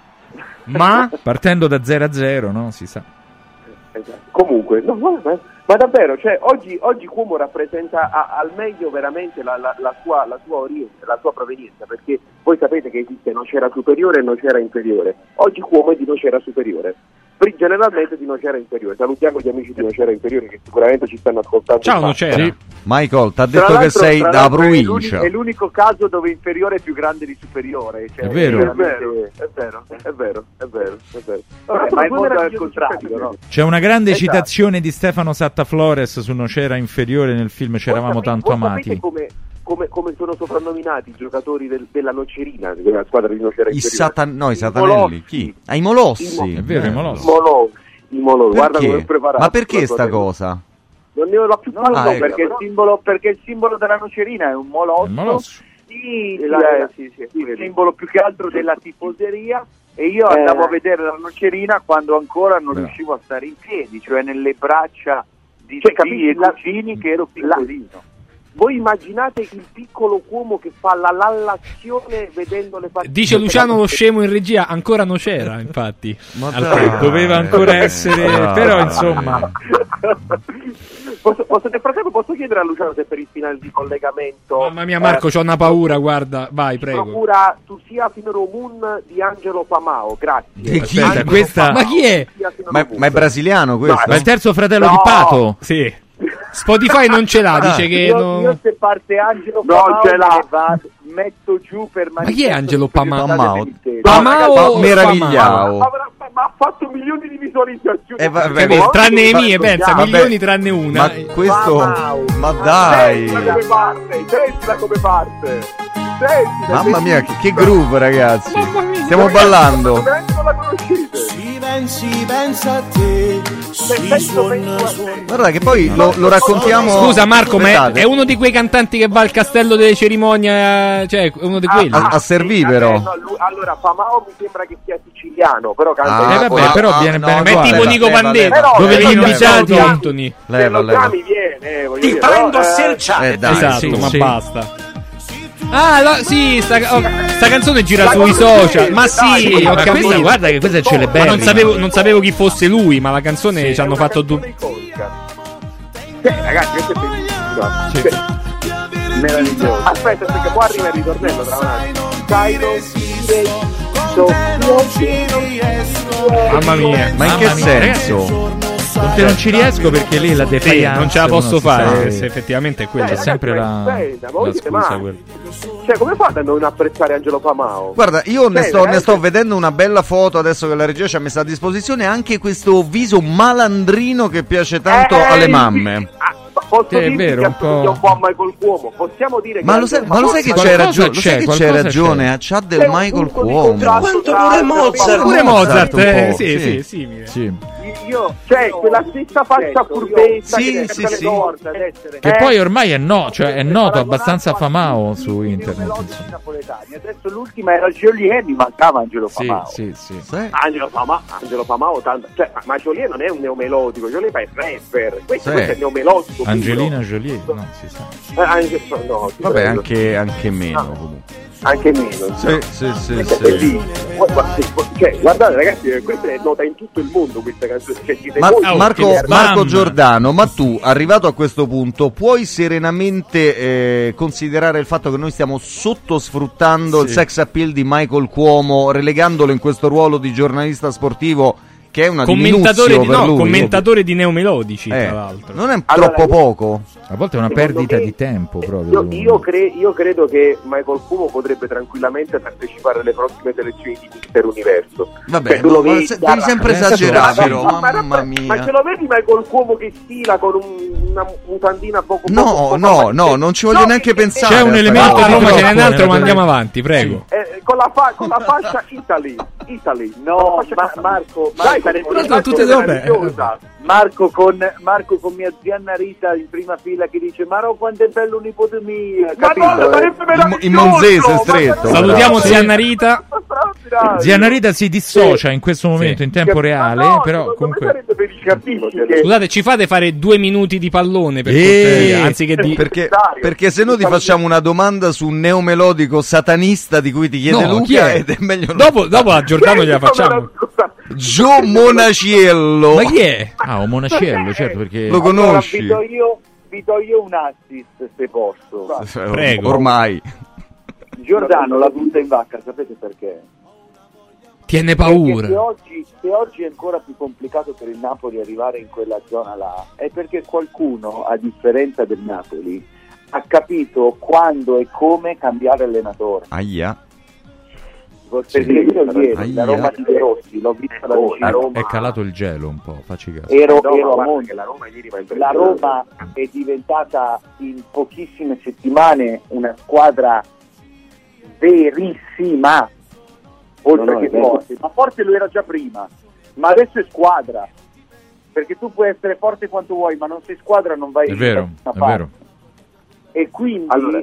Ma? Partendo da zero a zero, no? Si sa. Esatto. Comunque, no, no, ma, ma davvero, cioè, oggi, oggi Cuomo rappresenta a- al meglio veramente la, la, la sua, la sua oriente, la sua provenienza, perché voi sapete che esiste Nocera superiore e Nocera inferiore. Oggi Cuomo è di Nocera superiore, Pri- generalmente di Nocera inferiore. Salutiamo gli amici di Nocera inferiore che sicuramente ci stanno ascoltando. Ciao, in Nocera. macchina. Sì. Michael, ti ha Tra detto che l'altro- sei tra da l'altro è provincia. l'uni- È l'unico caso dove inferiore è più grande di superiore. Cioè, È vero. È vero, è vero, è vero, è vero. È vero. Vabbè, ma il mondo è al contrario, no? C'è una grande Esatto. citazione di Stefano Sattaflores su Nocera inferiore nel film C'eravamo Voi tanto sapete- voi sapete amati. Come, come, come sono soprannominati i giocatori del- della Nocerina, della squadra di Nocera I inferiore? satan- no, i I satanelli. molossi. Chi? Ah, i molossi. I mo- È vero, i I molossi. molossi. I molossi. Guarda Perché? come è preparato. Ma perché questo sta tema. cosa? Non ne ho la più palla, Ah, ecco. perché, il simbolo, perché il simbolo della Nocerina è un molosso. Il molosso. Sì, sì, eh, sì, sì, il simbolo più che altro della tifoseria. E io andavo a vedere la Nocerina quando ancora non Bravo. riuscivo a stare in piedi, cioè nelle braccia di zii e cugini che ero piccolino. Voi immaginate il piccolo Cuomo che fa la lallazione vedendo le partite. Dice Luciano lo scemo in regia, ancora Nocera, infatti. Al- doveva ancora essere, però insomma. Posso, posso, nel frattempo posso chiedere a Luciano se per il finale di collegamento Mamma mia, Marco, eh, c'ho una paura, guarda. Vai, prego. procura tu sia Finero Moon di Angelo Pamao, grazie. Di chi? Aspetta, questa- Ma chi è? Ma, ma è brasiliano questo? Ma è il terzo fratello No. di Pato. Sì. Spotify non ce l'ha, dice che io, non... io se parte Angelo No, Pamao ce l'ha. me ne vado, metto giù per Ma chi è Angelo Pamao? Pamao. Pamao Ma- o meravigliao. Ma, avrà- ma ha fatto milioni di visualizzazioni. Eh, vabbè, Capito? ma- Tranne le mie, pensa, Vabbè. milioni tranne una. Ma questo... Pamao. Ma dai! Sentila come parte, sentila come parte. Sentila, Mamma mia, che, sentila. che groove, ragazzi! Stiamo ballando. Non la conoscete. Si pensi, pensa a te. Si Penso, suona, penso a suona. te. Guarda che poi lo, lo raccontiamo... Scusa Marco, ma è, Aspettate. è uno di quei cantanti che va al castello delle cerimonie, cioè uno di quelli. a- a Servivero. Eh, no, lui- allora, Pamao mi sembra che sia siciliano, però canta Ah, Eh, in vabbè, ah, però ah, viene no, bene no, Ma è uguale. tipo leva, Nico leva, Pandetta, leva. dove Però, gli leva, invitati leva. Anthony. Se Leva, lo leva. chiami viene, eh, voglio Ti dire, prendo però, a eh, selciare. Eh, dai, Esatto, sì, ma sì. basta. Ah, lo- sì, sta, oh, sta canzone gira La sui conoscete, social. Ma dai, sì, ma ho Ma capito. questa, guarda che questa è Ma celeberrima. non sapevo, non sapevo chi fosse lui, ma la canzone ci è hanno una fatto canzone due. iconica. Sì, ragazzi, questo è bellissimo. Sì. Meraviglioso. Aspetta, perché qua arriva il ritornello tra un attimo. Cairo, Mamma mia. Ma in che Mamma mia, senso? Con te non ci riesco perché lì la Sì, defiance non ce la posso si fare, sa. se effettivamente è quello. C'è sempre la, Aspetta, ma voi la siete scusa matti. quella. Cioè, come fate a non apprezzare Angelo Pamao? Guarda, io ne Sì, sto, ne veramente. sto vedendo una bella foto adesso che la regia ci ha messo a disposizione, anche questo viso malandrino che piace tanto Eh, alle sì. mamme. Ah, ma- posso Che è dirti vero, che un po'. assomiglia un po' a Michael Cuomo. Possiamo dire Ma che lo sai, Angelo ma lo sai che Famò- c'hai qualcosa ragione, lo sai c'è, che c'hai qualcosa ragione, c'è. eh, c'ha del C'è un Michael punto di Cuomo. contrasto Quanto tra- pure Mozart. Pure Mozart, un eh, po', sì, sì. sì, simile. Sì. Io, cioè, quella stessa faccia furbetta Sì, che sì, sempre sì. le porta ad essere. Che Eh, poi ormai è no, cioè è noto abbastanza famao su internet. melodici napoletani. Adesso l'ultima era Joliet, mi mancava Angelo Sì, Famao. sì, sì. Angelo Famao, Angelo Famao tanto, cioè, ma Joliet non è un neomelodico, Joliet fa il rapper. Questo, Sì. questo è il neomelodico. Angelina Jolie, no, si sa. Eh, Ange- no, ti Vabbè, prego. anche, anche meno comunque. Anche meno. Sì, sì, sì, È sì. bellissimo. Guarda- Cioè, guardate ragazzi, questa è nota in tutto il mondo questa canzone. Cioè, siete Ma- voi Marco, che- Marco Giordano, ma tu, arrivato a questo punto, puoi serenamente eh, considerare il fatto che noi stiamo sottosfruttando Sì. il sex appeal di Michael Cuomo, relegandolo in questo ruolo di giornalista sportivo, che è una Commentatore diminuzio di, per no, lui? commentatore di neomelodici, Eh, tra l'altro. non è Allora, troppo io- poco? A volte è una Secondo perdita me- di tempo proprio. Io, io, cre- io credo che Michael Cuomo potrebbe tranquillamente partecipare alle prossime elezioni di Mister Universo. Vabbè, Cioè, tu lo ma vedi, se- guarda- devi sempre adesso- esagerare, Ma- però, ma- ma- mamma mia. Ma ce lo vedi Michael Cuomo che stila con un- una mutandina poco No, poco- poco no, avanti? no, non ci voglio No, neanche che- pensare. C'è un a elemento fare- a Roma, ce n'è un troppo altro, ma nella andiamo avanti, prego. Eh, con, la fa- con la fascia Italy, Italy. No, ma Marco, Dai, Marco, sarebbe con- una Tra l'altro tutte canzone dope. meravigliosa. Marco con, Marco con mia zia Narita in prima fila che dice ma no quanto è bello un nipote mio, capito? Madonna, sarebbe In, meraviglioso. in Monzese ma stretto. sarebbe- Salutiamo Sì. zia Narita. straordinario. Zia Narita si dissocia in questo momento Sì. in tempo Ma reale, no, però secondo me comunque sarebbe felice, capisci che- Scusate, ci fate fare due minuti di pallone per Eh, cortesia, anziché di... perché, perché se no ti facciamo una domanda su un neomelodico satanista di cui ti chiede No, chi Luca è? ed è meglio non- Dopo, dopo a Giordano gliela facciamo. Gio Monaciello. Ma chi è? ah, un monacello, certo, perché Lo Allora, conosci? vi do io, vi do io un assist se posso. Eh, Prego. Ormai. Giordano la butta in vacca, sapete perché? Tiene Perché paura. se oggi, se oggi è ancora più complicato per il Napoli arrivare in quella zona là, è perché qualcuno, a differenza del Napoli, ha capito quando e come cambiare allenatore. Aia. Perché io ieri, Aia. la Roma di De Rossi, l'ho vista da Oh, la vicino. Roma- è calato il gelo un po', facci caso. Ero, No, ero ma a guarda Monza. che la Roma ieri va La impressionante. Roma è diventata in pochissime settimane una squadra verissima, oltre No, no, che è vero. forte, ma forte lo era già prima, ma adesso è squadra, perché tu puoi essere forte quanto vuoi, ma non sei squadra non vai È vero, da nessuna è parte. vero. E quindi Allora-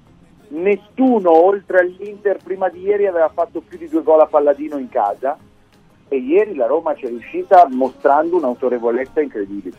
nessuno oltre all'Inter prima di ieri aveva fatto più di due gol a Palladino in casa, e ieri la Roma ci è riuscita mostrando un'autorevolezza incredibile.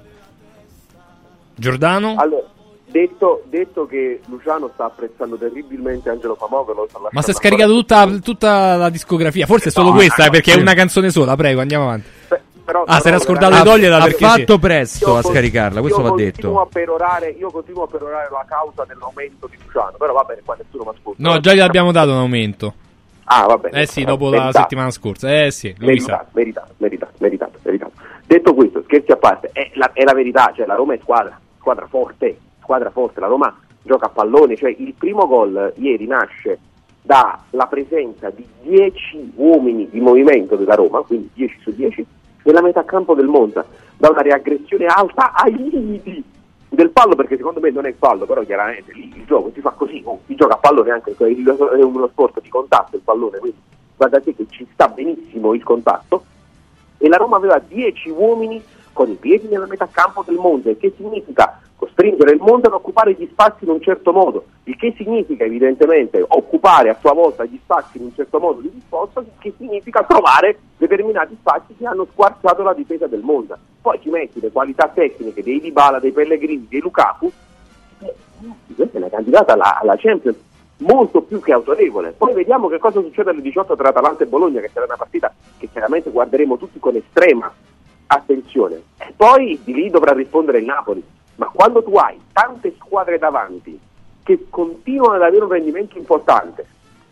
Giordano? Allora, detto, detto che Luciano sta apprezzando terribilmente Angelo Famò, ve lo sta Ma si è lasciando scaricato ancora- tutta, tutta la discografia. Forse è solo No, questa, no, eh, perché sì. è una canzone sola. Prego, andiamo avanti. Beh, però- Ah, si era però scordato veramente- di toglierla ha perché fatto sì. presto Io a con- scaricarla, questo io va continuo detto. a perorare, io continuo a perorare la causa dell'aumento di Luciano, però va bene, qua nessuno mi ascolta. No, già gli abbiamo dato un aumento. Ah, va bene. Eh sì, dopo la Meritato. settimana scorsa. Eh sì, lui sa. Meritato, meritato, meritato, meritato, meritato. Detto questo, scherzi a parte, è la, è la verità, cioè la Roma è squadra, squadra forte, squadra forte, la Roma gioca a pallone, cioè il primo gol ieri nasce dalla presenza di dieci uomini di movimento della Roma, quindi dieci su dieci, nella metà campo del Monza, da una riaggressione alta ai limiti del fallo, perché secondo me non è fallo, però chiaramente lì il gioco si fa così, oh, si gioca a pallone, anche se è uno sport di contatto il pallone, quindi guarda te che ci sta benissimo il contatto, e la Roma aveva dieci uomini con i piedi nella metà campo del Monza, il che significa costringere il Monza ad occupare gli spazi in un certo modo, il che significa evidentemente occupare a sua volta gli spazi in un certo modo di risposta, il che significa trovare determinati spazi che hanno squarciato la difesa del Monza. Poi ci metti le qualità tecniche dei Dybala, dei Pellegrini, dei Lukaku, e questa è una candidata alla, alla Champions molto più che autorevole. Poi vediamo che cosa succede alle diciotto tra Atalanta e Bologna, che sarà una partita che chiaramente guarderemo tutti con estrema attenzione. E poi di lì dovrà rispondere il Napoli. Ma quando tu hai tante squadre davanti che continuano ad avere un rendimento importante,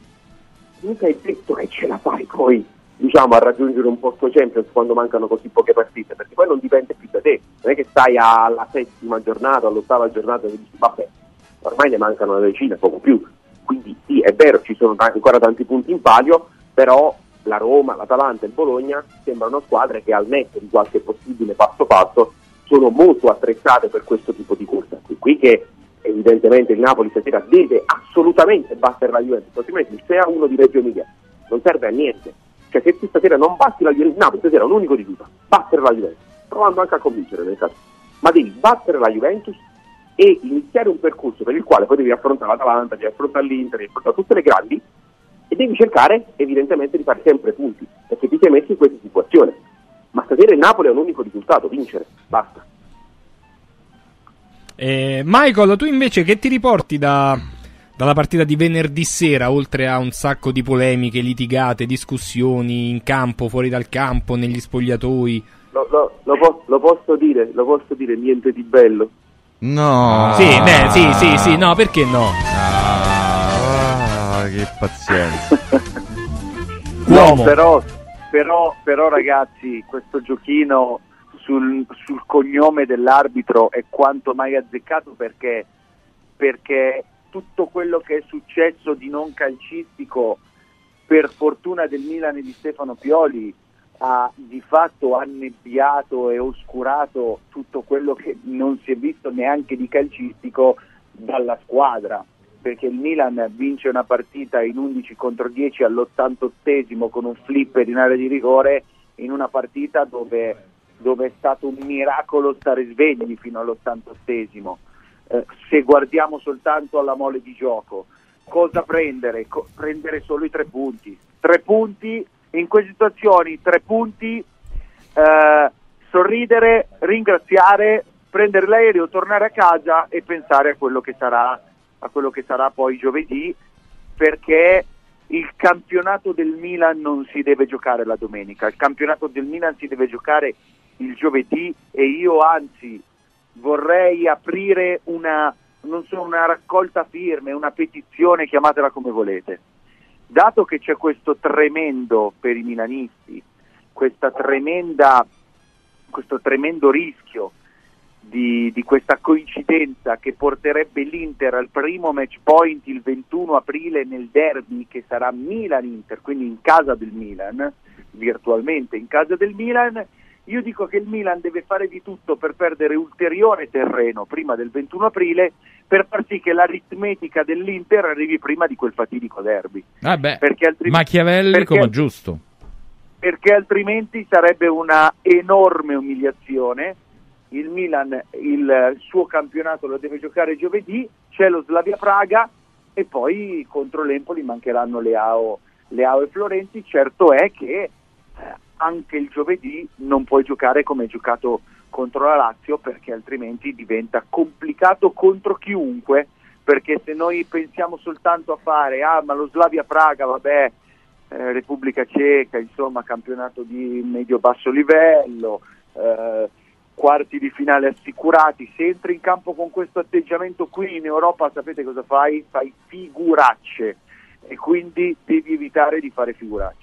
mica è detto che ce la fai poi, diciamo, a raggiungere un posto Champions quando mancano così poche partite, perché poi non dipende più da te, non è che stai alla settima giornata, all'ottava giornata e dici vabbè, ormai ne mancano una decina, poco più. Quindi sì, è vero, ci sono t- ancora tanti punti in palio, però la Roma, l'Atalanta e il Bologna sembrano squadre che al netto di qualche possibile passo passo sono molto attrezzate per questo tipo di corsa. Qui, qui che evidentemente il Napoli stasera deve assolutamente battere la Juventus, altrimenti il sei a uno di Reggio Emilia non serve a niente. Cioè se tu stasera non batti la Juventus, il Napoli stasera è un unico risulta, battere la Juventus, provando anche a convincere nel caso, ma devi battere la Juventus e iniziare un percorso per il quale poi devi affrontare l'Atalanta, devi affrontare l'Inter, devi affrontare tutte le grandi, e devi cercare evidentemente di fare sempre punti, perché ti sei messo in questa situazione. Ma stasera il Napoli è un unico risultato, vincere, basta. Eh, Michael, tu invece che ti riporti da, dalla partita di venerdì sera, oltre a un sacco di polemiche, litigate, discussioni in campo, fuori dal campo, negli spogliatoi? Lo, lo, lo, po- lo posso dire, lo posso dire, niente di bello. No. Sì, beh, sì, sì, sì, no, perché no? Ah, che pazienza. No, però, però, però ragazzi, questo giochino sul, sul cognome dell'arbitro è quanto mai azzeccato, perché, perché tutto quello che è successo di non calcistico, per fortuna del Milan e di Stefano Pioli, ha di fatto annebbiato e oscurato tutto quello che non si è visto neanche di calcistico dalla squadra, perché il Milan vince una partita in undici contro dieci all'ottantottesimo con un flipper in area di rigore, in una partita dove, dove è stato un miracolo stare svegli fino all'ottantottesimo. Eh, se guardiamo soltanto alla mole di gioco, cosa prendere? Co- prendere solo i tre punti. Tre punti in queste situazioni, tre punti, eh, sorridere, ringraziare, prendere l'aereo, tornare a casa e pensare a quello che sarà, a quello che sarà poi giovedì, perché il campionato del Milan non si deve giocare la domenica, il campionato del Milan si deve giocare il giovedì, e io anzi vorrei aprire una, non so, una raccolta firme, una petizione, chiamatela come volete. Dato che c'è questo tremendo, per i milanisti, questa tremenda, questo tremendo rischio di, di questa coincidenza che porterebbe l'Inter al primo match point il ventuno aprile nel derby, che sarà Milan-Inter, quindi in casa del Milan, virtualmente in casa del Milan, io dico che il Milan deve fare di tutto per perdere ulteriore terreno prima del ventuno aprile, per far sì che l'aritmetica dell'Inter arrivi prima di quel fatidico derby. Ah beh, perché altri... Machiavelli perché... come giusto. Perché altrimenti sarebbe una enorme umiliazione. Il Milan il suo campionato lo deve giocare giovedì, c'è lo Slavia Praga e poi contro l'Empoli mancheranno Leao, Leao e Florenzi. Certo è che eh, anche il giovedì non puoi giocare come hai giocato contro la Lazio, perché altrimenti diventa complicato contro chiunque, perché se noi pensiamo soltanto a fare ah ma lo Slavia Praga, vabbè, eh, Repubblica Ceca, insomma campionato di medio-basso livello, eh, quarti di finale assicurati, se entri in campo con questo atteggiamento qui in Europa, sapete cosa fai? Fai figuracce, e quindi devi evitare di fare figuracce.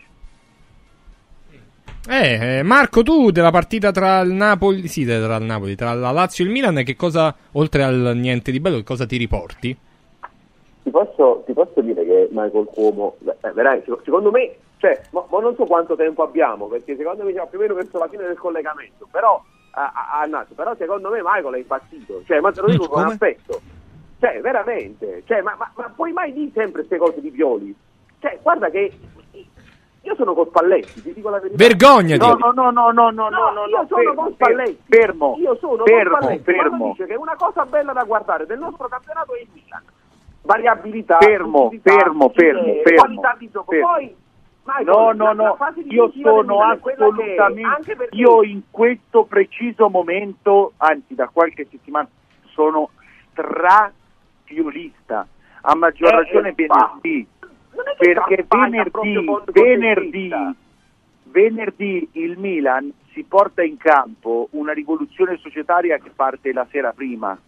Eh, Marco, tu della partita tra il Napoli, sì, tra il Napoli, tra la Lazio e il Milan, che cosa, oltre al niente di bello, che cosa ti riporti? Ti posso, ti posso dire che Michael Cuomo, eh, veramente, secondo me, cioè, ma, ma non so quanto tempo abbiamo, perché secondo me siamo più o meno verso la fine del collegamento, però, a, a, a naso, però secondo me Michael è impazzito, cioè, ma te lo dico con affetto, cioè, veramente, cioè, ma, ma, ma puoi mai dire sempre queste cose di Pioli? Cioè, guarda che io sono con Spalletti, ti dico la verità. Vergognati! No, no, no, no, no, no, no, no, io no, sono fermo, con Spalletti. Fermo, io sono fermo, con Spalletti. fermo. Quando dice che una cosa bella da guardare del nostro campionato è il Milan. Variabilità, fermo, fermo, fermo, eh, fermo, qualità di gioco. fermo. Poi Michael, no, no, la, no, la fase io sono assolutamente, che, io in questo preciso momento, anzi da qualche settimana, sono strafiolista, a maggior eh, ragione eh, venerdì, perché venerdì, venerdì, venerdì il Milan si porta in campo una rivoluzione societaria che parte la sera prima.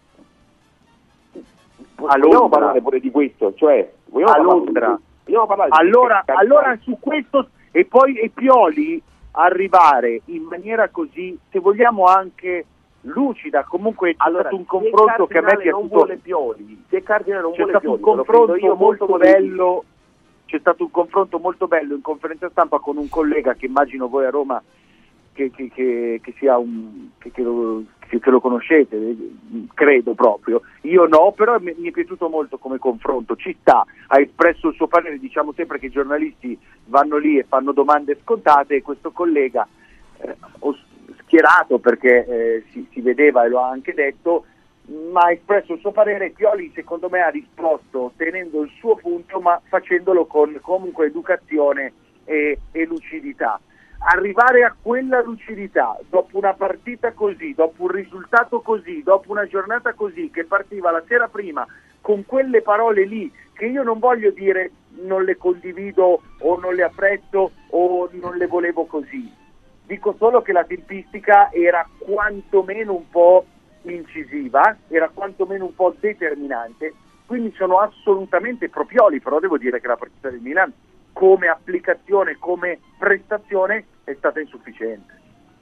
A vogliamo parlare pure di questo, cioè a Londra. Allora, allora su questo, e poi e Pioli arrivare in maniera così, se vogliamo anche lucida, comunque c'è allora, stato un confronto che a me è piaciuto. Non vuole Pioli, se Cardinale non c'è vuole stato Pioli, un confronto io molto, molto bello. C'è stato un confronto molto bello in conferenza stampa con un collega che immagino voi a Roma che, che, che, che sia un che, che, lo, che lo conoscete, credo proprio, io no, però mi, mi è piaciuto molto come confronto, ci sta, ha espresso il suo parere, diciamo sempre che i giornalisti vanno lì e fanno domande scontate, e questo collega eh, ho schierato perché eh, si, si vedeva e lo ha anche detto, ma ha espresso il suo parere. Pioli secondo me ha risposto tenendo il suo punto, ma facendolo con comunque educazione e, e lucidità. Arrivare a quella lucidità dopo una partita così, dopo un risultato così, dopo una giornata così, che partiva la sera prima con quelle parole lì, che io non voglio dire non le condivido o non le apprezzo o non le volevo così, dico solo che la tempistica era quantomeno un po' incisiva, era quantomeno un po' determinante, quindi sono assolutamente pro Pioli, però devo dire che la partita del Milan come applicazione, come prestazione è stata insufficiente.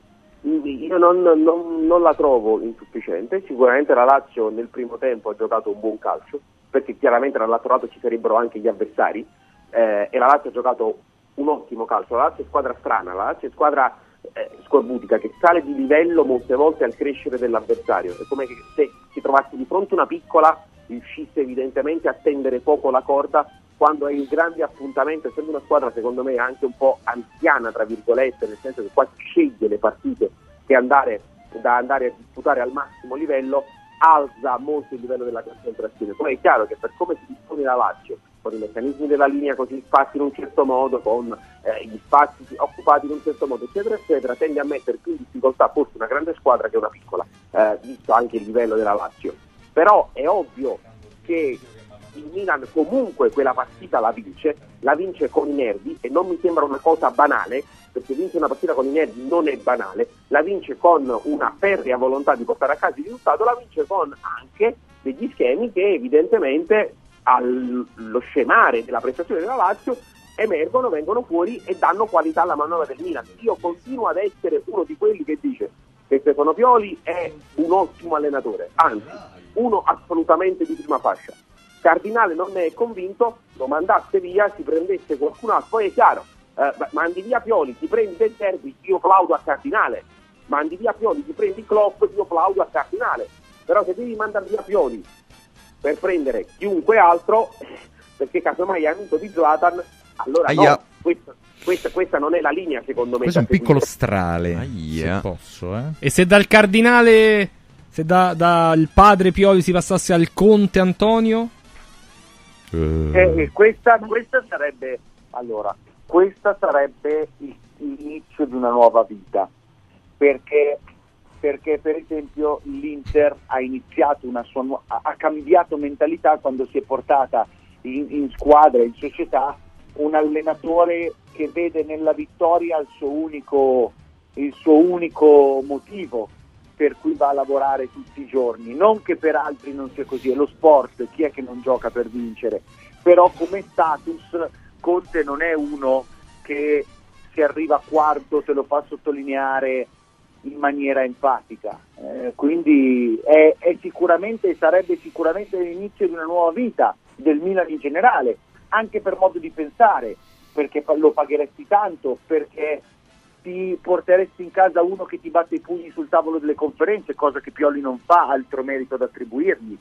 Io non, non, non la trovo insufficiente, sicuramente la Lazio nel primo tempo ha giocato un buon calcio, perché chiaramente dall'altro lato ci sarebbero anche gli avversari, eh, e la Lazio ha giocato un ottimo calcio. La Lazio è squadra strana, la Lazio è squadra eh, scorbutica, che sale di livello molte volte al crescere dell'avversario, è come se si trovasse di fronte una piccola, riuscisse evidentemente a tendere poco la corda quando è il grande appuntamento, essendo una squadra secondo me anche un po' anziana tra virgolette, nel senso che quasi sceglie le partite che andare da andare a disputare al massimo livello, alza molto il livello della concentrazione. Poi è chiaro che per come si dispone la Lazio, con i meccanismi della linea così fatti in un certo modo, con eh, gli spazi occupati in un certo modo, eccetera eccetera, tende a mettere più in difficoltà forse una grande squadra che una piccola, eh, visto anche il livello della Lazio. Però è ovvio che il Milan comunque quella partita la vince, la vince con i nervi, e non mi sembra una cosa banale, perché vincere una partita con i nervi non è banale, la vince con una ferrea volontà di portare a casa il risultato, la vince con anche degli schemi che evidentemente allo scemare della prestazione della Lazio emergono, vengono fuori e danno qualità alla manovra del Milan. Io continuo ad essere uno di quelli che dice che Stefano Pioli è un ottimo allenatore, anzi uno assolutamente di prima fascia. Cardinale non ne è convinto, lo mandasse via, si prendesse qualcun altro. Poi è chiaro, eh, mandi via Pioli, ti prendi De Zerbi, io plaudo a Cardinale, mandi via Pioli, ti prendi Klopp, io plaudo a Cardinale. Però se devi mandare via Pioli per prendere chiunque altro, perché casomai è amico di Zlatan, allora Aia. no, questa, questa, questa non è la linea secondo me. Questo è un piccolo strale, Aia. se posso, eh. E se dal Cardinale, se da, dal padre Pioli si passasse al Conte Antonio? Uh. Eh, questa, questa sarebbe allora questa sarebbe il, l'inizio di una nuova vita, perché perché per esempio l'Inter ha iniziato una sua nu- ha cambiato mentalità quando si è portata in, in squadra, in società, un allenatore che vede nella vittoria il suo unico il suo unico motivo per cui va a lavorare tutti i giorni. Non che per altri non sia così, è lo sport, chi è che non gioca per vincere? Però come status Conte non è uno che se arriva quarto te lo fa sottolineare in maniera enfatica, eh, quindi è, è sicuramente sarebbe sicuramente l'inizio di una nuova vita del Milan in generale, anche per modo di pensare, perché lo pagheresti tanto, perché ti porteresti in casa uno che ti batte i pugni sul tavolo delle conferenze, cosa che Pioli non fa, altro merito da attribuirgli.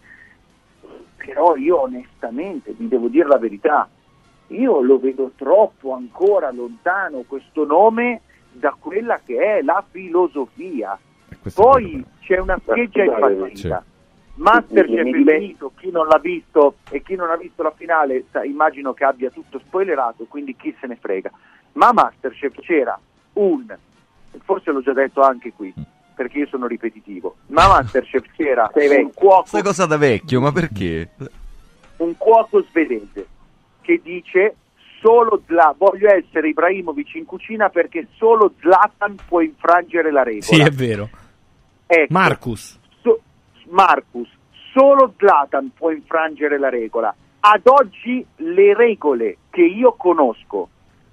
Però io onestamente vi devo dire la verità, io lo vedo troppo ancora lontano questo nome da quella che è la filosofia. Poi c'è una scheggia impazzita. Masterchef è finito, chi non l'ha visto e chi non ha visto la finale sa, immagino che abbia tutto spoilerato, quindi chi se ne frega. Ma a Masterchef c'era un, forse l'ho già detto anche qui perché io sono ripetitivo, ma a Masterchef c'era un cuoco, questa cosa da vecchio, ma perché? Un cuoco svedese che dice solo Zla- voglio essere Ibrahimovic in cucina perché solo Zlatan può infrangere la regola. Sì, è vero. Ecco, Marcus so- Marcus solo Zlatan può infrangere la regola. Ad oggi le regole che io conosco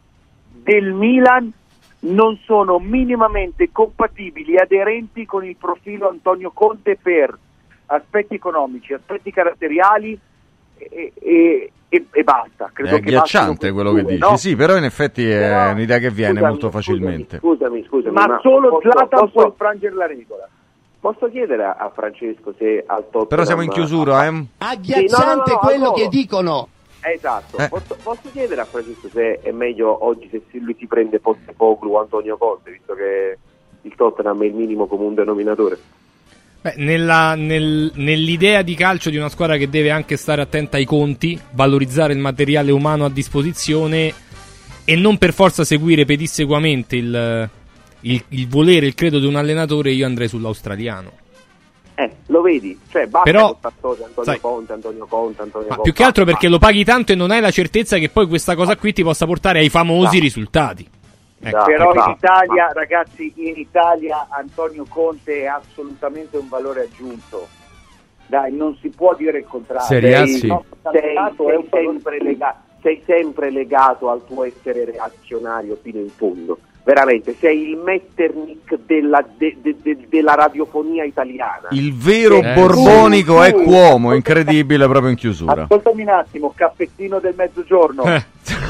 del Milan non sono minimamente compatibili e aderenti con il profilo Antonio Conte per aspetti economici, aspetti caratteriali e, e, e, e basta. Credo è che agghiacciante quello che dici, no? Sì, però in effetti è però, un'idea che viene scusami, molto facilmente. Scusami, scusami, ma, ma solo posso, Zlatan posso... può infrangere la regola. Posso chiedere a, a Francesco se al Tottenham... Però siamo in chiusura, eh? Agghiacciante sì, no, no, no, quello no. che dicono. Esatto, Eh. posso, posso chiedere a Francesco se è meglio oggi se lui si prende Postecoglou o Antonio Conte, visto che il Tottenham è il minimo comune denominatore? Beh, nella, nel, nell'idea di calcio di una squadra che deve anche stare attenta ai conti, valorizzare il materiale umano a disposizione e non per forza seguire pedissequamente il, il, il volere, il credo di un allenatore, io andrei sull'australiano. Eh, lo vedi? Cioè, basta Però, con Antonio sai, Conte, Antonio Conte, Antonio ma Conte. più che altro perché lo paghi tanto e non hai la certezza che poi questa cosa qui ti possa portare ai famosi No. risultati. Ecco. Però no, in Italia, no. ragazzi, in Italia Antonio Conte è assolutamente un valore aggiunto. Dai, non si può dire il contrario. Serie A, Il sì. nostro Sei, campionato è sei un valore- sempre lega- sei sempre legato al tuo essere reazionario fino in fondo. Veramente, sei il Metternich della, de- de- de- della radiofonia italiana. Il vero Eh, borbonico tu- è tu- Cuomo, incredibile proprio in chiusura. Ascoltami un attimo, caffettino del mezzogiorno. Eh.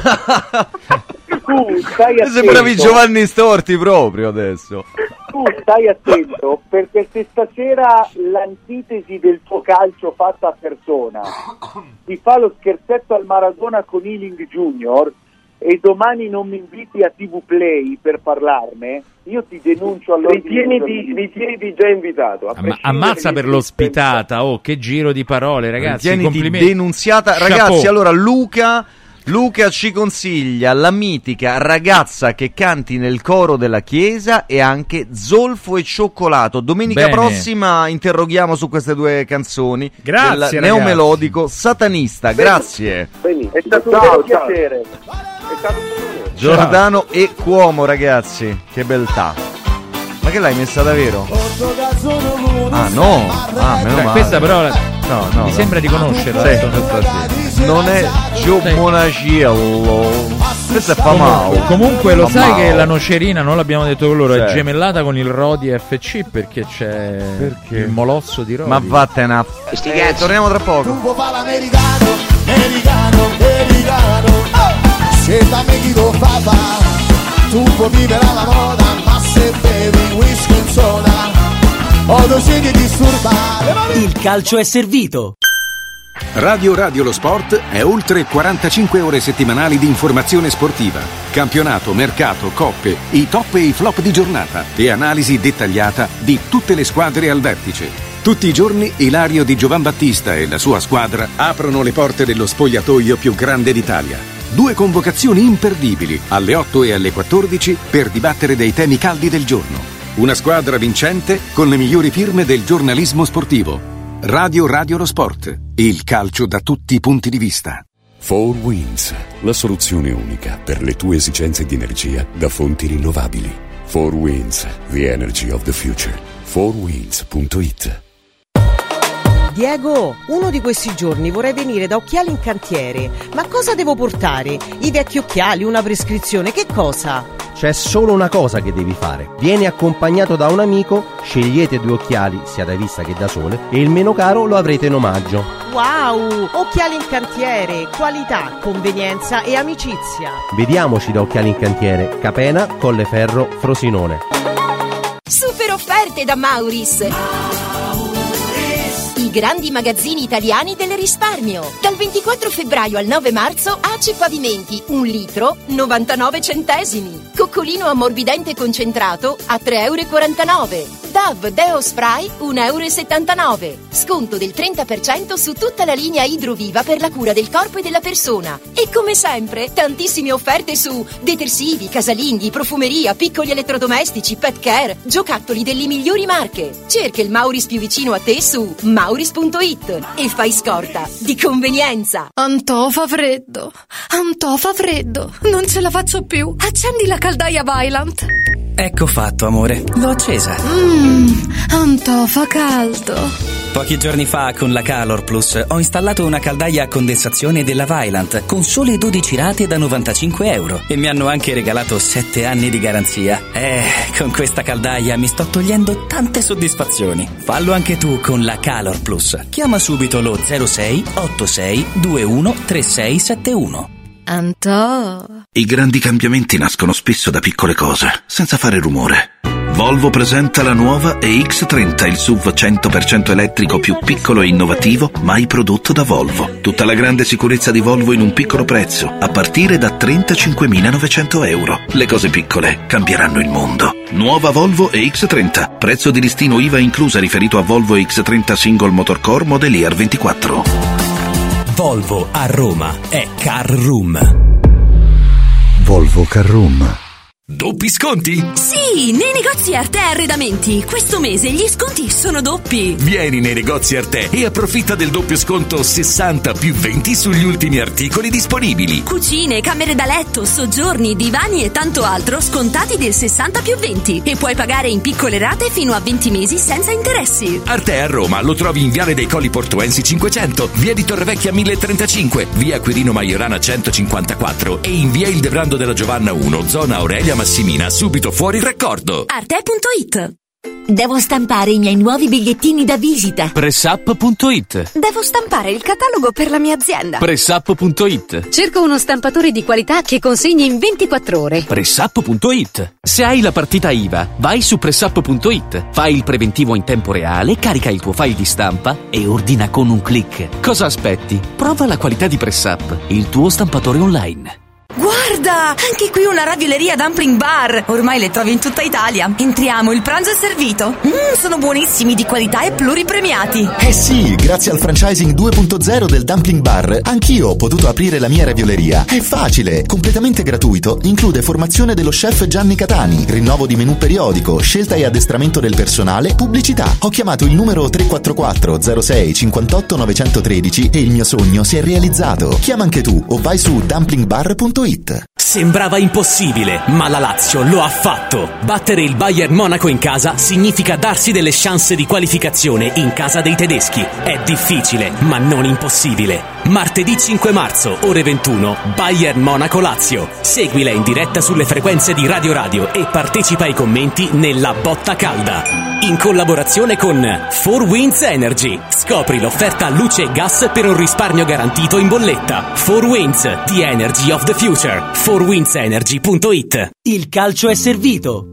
Tu stai attento. Sembravi Giovanni Storti proprio adesso. Tu stai attento perché se stasera l'antitesi del tuo calcio fatta a persona ti fa lo scherzetto al Maradona con Ealing Junior e domani non mi inviti a T V Play per parlarne, io ti denuncio all'ordine. Ritieniti, ritieniti già invitato. a Amma- prescindere ammazza che per ti- l'ospitata, oh, che giro di parole, ragazzi. Ritieniti Complimenti. denunziata. Chapeau. Ragazzi, allora Luca Luca ci consiglia la mitica Ragazza che canti nel coro della chiesa e anche Zolfo e cioccolato. Domenica Bene. prossima interroghiamo su queste due canzoni. Grazie, del neomelodico satanista. Grazie. Benissimo. È stato un Ciao, vero ciao. piacere. È stato un piacere. Giordano e Cuomo, ragazzi. Che beltà. Ma che l'hai messa davvero? Ah no. Ah, meno Beh, male. questa però la- No, no, mi no. sembra di conoscerla. Sì, adesso. questa sì. Non è Gio Sì. Monaciello. Questo è famao. Comunque, comunque lo sai Famao. che la nocerina, non l'abbiamo detto con loro, è Sì. gemellata con il Rodi F C perché c'è Perché? il molosso di Rodi. Ma vattene a... Sti Eh, cazzi. torniamo tra poco. Tuvo fa l'americano, americano, americano. Se t'ameghi lo fa fa, tu puoi vivere alla moda, ma se bevi whisky in soda, o decidi di disturbare. Il calcio è servito. Radio Radio Lo Sport è oltre quarantacinque ore settimanali di informazione sportiva, campionato, mercato, coppe, i top e i flop di giornata e analisi dettagliata di tutte le squadre al vertice. Tutti i giorni Ilario Di Giovan Battista e la sua squadra aprono le porte dello spogliatoio più grande d'Italia. Due convocazioni imperdibili alle otto e alle quattordici per dibattere dei temi caldi del giorno. Una squadra vincente con le migliori firme del giornalismo sportivo. Radio Radio Lo Sport, il calcio da tutti i punti di vista. four Winds, la soluzione unica per le tue esigenze di energia da fonti rinnovabili. four Winds, the energy of the future. four winds punto it. Diego, uno di questi giorni vorrei venire da Occhiali in Cantiere. Ma cosa devo portare? I vecchi occhiali, una prescrizione, che cosa? C'è solo una cosa che devi fare. Vieni accompagnato da un amico, scegliete due occhiali, sia da vista che da sole, e il meno caro lo avrete in omaggio. Wow! Occhiali in Cantiere, qualità, convenienza e amicizia. Vediamoci da Occhiali in Cantiere, Capena, Colleferro, Frosinone. Super offerte da Mauris! I grandi magazzini italiani del risparmio. Dal ventiquattro febbraio al nove marzo Ace Pavimenti, un litro, novantanove centesimi. Coccolino ammorbidente concentrato a tre virgola quarantanove euro. Dove Deo Spray un euro e settantanove. Sconto del trenta per cento su tutta la linea Idroviva per la cura del corpo e della persona. E come sempre, tantissime offerte su detersivi, casalinghi, profumeria, piccoli elettrodomestici, pet care, giocattoli delle migliori marche. Cerca il Mauris più vicino a te su mauris punto it e fai scorta di convenienza. Antò fa freddo, Antò fa freddo, non ce la faccio più. Accendi la caldaia Vaillant. Ecco fatto, amore, l'ho accesa. Mmm, Antò fa caldo. Pochi giorni fa con la Calor Plus ho installato una caldaia a condensazione della Vaillant con sole dodici rate da novantacinque euro e mi hanno anche regalato sette anni di garanzia. Eh, con questa caldaia mi sto togliendo tante soddisfazioni. Fallo anche tu con la Calor Plus. Chiama subito lo zero sei otto sei due uno tre sei sette uno. Antò. I grandi cambiamenti nascono spesso da piccole cose, senza fare rumore. Volvo presenta la nuova E X trenta, il S U V cento per cento elettrico più piccolo e innovativo mai prodotto da Volvo. Tutta la grande sicurezza di Volvo in un piccolo prezzo, a partire da trentacinquemilanovecento euro. Le cose piccole cambieranno il mondo. Nuova Volvo E X trenta, prezzo di listino I V A inclusa riferito a Volvo E X trenta Single Motor Core Model R ventiquattro. Volvo a Roma è Car Room. Volvo Car Room. Doppi sconti? Sì, nei negozi Arte Arredamenti. Questo mese gli sconti sono doppi. Vieni nei negozi Arte e approfitta del doppio sconto sessanta più venti sugli ultimi articoli disponibili. Cucine, camere da letto, soggiorni, divani e tanto altro scontati del sessanta più venti. E puoi pagare in piccole rate fino a venti mesi senza interessi. Arte a Roma lo trovi in Viale dei Colli Portuensi cinquecento, via di Torrevecchia mille trentacinque, via Quirino Maiorana centocinquantaquattro e in via Il Debrando della Giovanna uno, zona Aurelia Massimina, subito fuori il raccordo. Arte punto it. Devo stampare i miei nuovi bigliettini da visita. Pressup punto it. Devo stampare il catalogo per la mia azienda. Pressup punto it. Cerco uno stampatore di qualità che consegni in ventiquattro ore. Pressup punto it. Se hai la partita I V A, vai su Pressup punto it, fai il preventivo in tempo reale, carica il tuo file di stampa e ordina con un click. Cosa aspetti? Prova la qualità di Pressup, il tuo stampatore online. Guarda, anche qui una ravioleria Dumpling Bar. Ormai le trovi in tutta Italia. Entriamo, il pranzo è servito. Mmm, sono buonissimi, di qualità e pluripremiati. Eh sì, grazie al franchising due punto zero del Dumpling Bar, anch'io ho potuto aprire la mia ravioleria. È facile, completamente gratuito, include formazione dello chef Gianni Catani, rinnovo di menù periodico, scelta e addestramento del personale, pubblicità. Ho chiamato il numero tre quattro quattro zero sei cinquantotto novecentotredici e il mio sogno si è realizzato. Chiama anche tu o vai su dumpling bar punto it. Sembrava impossibile, ma la Lazio lo ha fatto. Battere il Bayern Monaco in casa significa darsi delle chance di qualificazione in casa dei tedeschi. È difficile, ma non impossibile. Martedì cinque marzo, ore ventuno, Bayern Monaco Lazio. Seguila in diretta sulle frequenze di Radio Radio e partecipa ai commenti nella botta calda. In collaborazione con four Winds Energy. Scopri l'offerta luce e gas per un risparmio garantito in bolletta. four Winds, the energy of the future. four winds energy punto it. Il calcio è servito.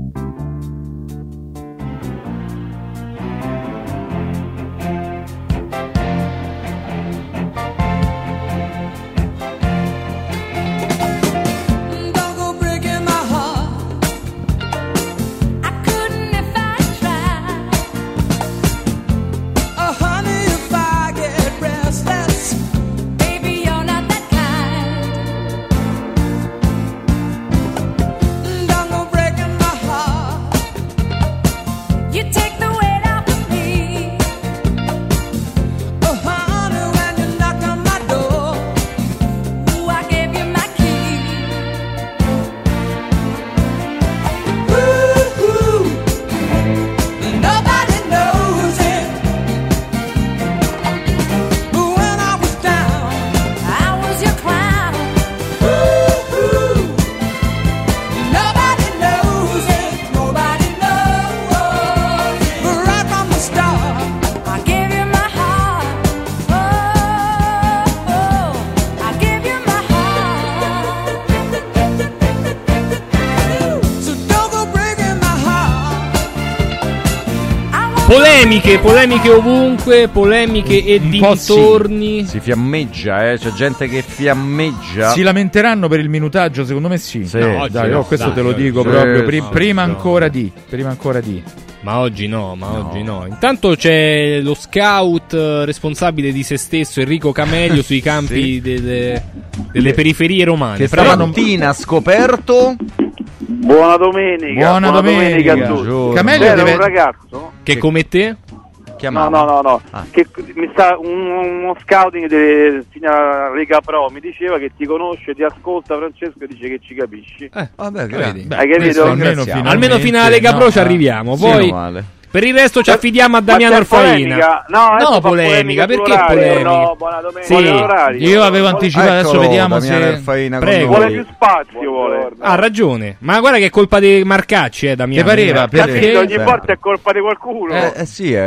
Polemiche, polemiche ovunque, polemiche e dintorni. Sì. Si fiammeggia, eh? C'è gente che fiammeggia. Si lamenteranno per il minutaggio, secondo me sì. Sì. No, dai, io questo dai, te lo dico sì, proprio pri- no, prima no. ancora di, prima ancora di. Ma oggi no, ma no. oggi no. Intanto c'è lo scout responsabile di se stesso, Enrico Camelio, sui campi sì. delle, delle periferie romane. Che stamattina ha scoperto. Buona domenica. Buona, buona domenica, domenica a tutti. Camelio C'era deve... un ragazzo che come te? No, no, no, no. Ah. Che mi sta un, uno scouting della signora Lega Pro mi diceva che ti conosce, ti ascolta Francesco e dice che ci capisci. Eh, vabbè, credi. Hai capito? Almeno, almeno fino alla Lega Pro no, ci arriviamo. Poi per il resto ci affidiamo a Damiano Alfaina. No, no polemica, perché polemica? No, buona domenica. Sì. Io avevo anticipato, Eccolo, adesso vediamo Damiano se Alfaina Prego. Vuole più spazio, vuole. Ha ragione. Ma guarda che è colpa dei Marcacci, eh, Damiano. Che pareva, perché ogni volta è colpa di qualcuno. Eh, eh sì, eh.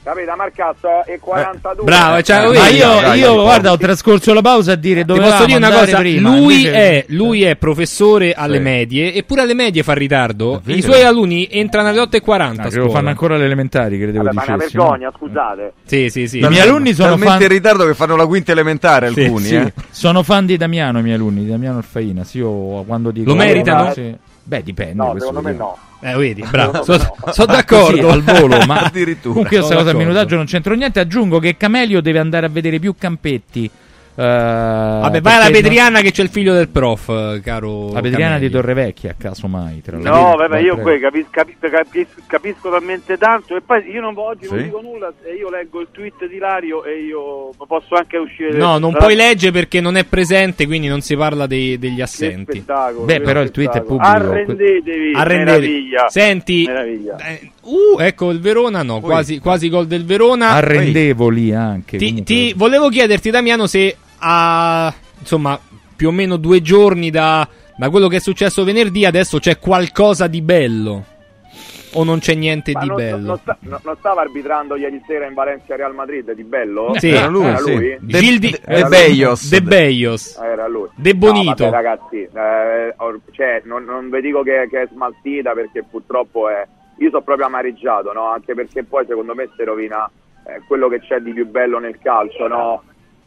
Sapete, a Marcazzo è quarantadue. Bravo, cioè, ma io, dai, io dai, guarda, ho trascorso la pausa a dire dove posso dire una cosa, prima, lui, invece... è, lui è professore alle sì. medie, eppure alle medie fa ritardo. I suoi alunni entrano alle otto e quaranta. Ah, lo fanno ancora alle elementari, credevo Vabbè, ma è una dicessi, vergogna, no? scusate. Sì, sì, sì. I miei alunni sono talmente fan... in ritardo che fanno la quinta elementare sì, alcuni, sì. eh. Sono fan di Damiano i miei alunni, di Damiano Alfaina. Sì, io quando dico lo meritano? Sì. Beh, dipende. No, secondo me no. Eh, vedi, bravo, Sono no. so d'accordo. Così, al volo, ma addirittura. comunque io sono questa cosa a d'accordo. minutaggio non c'entro niente. Aggiungo che Camelio deve andare a vedere più campetti. Uh, Vabbè, vai alla Pedriana non... che c'è il figlio del prof, caro. La Pedriana Camelli. di Torrevecchia, a caso mai. Tra no, vabbè, io qui capis- capi- capisco, capisco talmente tanto. E poi io non, oggi sì? non dico nulla. E io leggo il tweet di Ilario e io posso anche uscire. No, non tra... puoi leggere perché non è presente, quindi non si parla dei, degli assenti. Spettacolo, Beh, però il tweet è pubblico. Arrendetevi, Arrendetevi. meraviglia. Senti, meraviglia. Eh, uh, ecco il Verona, no, quasi, quasi gol del Verona. Arrendevoli anche. Ti, ti volevo chiederti, Damiano, se a insomma più o meno due giorni da, da quello che è successo venerdì adesso c'è qualcosa di bello o non c'è niente Ma di non, bello? Non, sta, no, non stava arbitrando ieri sera in Valencia Real Madrid di bello? Sì, era lui. Era sì. lui? De, Gil di, De, De Bellos. De Bellos. Era lui. De Bonito. No, vabbè, ragazzi, eh, or, cioè, non, non vi dico che, che è smaltita perché purtroppo è... Io sono proprio amareggiato, no? Anche perché poi secondo me si rovina eh, quello che c'è di più bello nel calcio, no?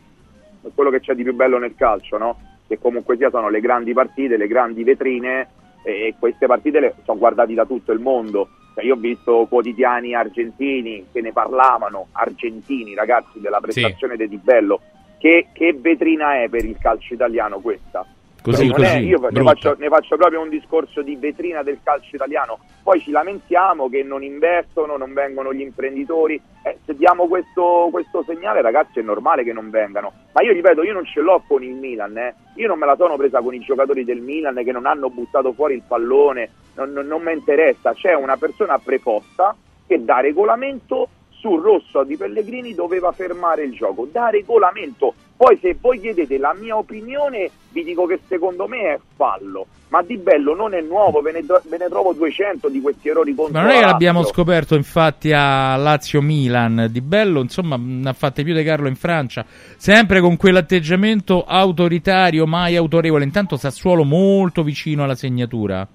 Quello che c'è di più bello nel calcio, no? Che comunque sia sono le grandi partite, le grandi vetrine, e queste partite le sono guardate da tutto il mondo. Cioè, io ho visto quotidiani argentini che ne parlavano, argentini ragazzi, della prestazione sì. di Di Bello. Che, che vetrina è per il calcio italiano questa? Così, non così, è, io ne faccio, ne faccio proprio un discorso di vetrina del calcio italiano. Poi ci lamentiamo che non investono, non vengono gli imprenditori. Eh, se diamo questo, questo segnale, ragazzi, è normale che non vengano. Ma io ripeto, io non ce l'ho con il Milan, eh. Io non me la sono presa con i giocatori del Milan che non hanno buttato fuori il pallone, non, non, non mi interessa. C'è una persona preposta che da regolamento sul rosso di Pellegrini doveva fermare il gioco, da regolamento. Poi se voi chiedete la mia opinione vi dico che secondo me è fallo, ma Di Bello non è nuovo, ve ne, ve ne trovo duecento di questi errori contro ma non è che Lazio. L'abbiamo scoperto infatti a Lazio-Milan. Di Bello insomma ne ha fatte più di Carlo in Francia, sempre con quell'atteggiamento autoritario mai autorevole. Intanto Sassuolo molto vicino alla segnatura.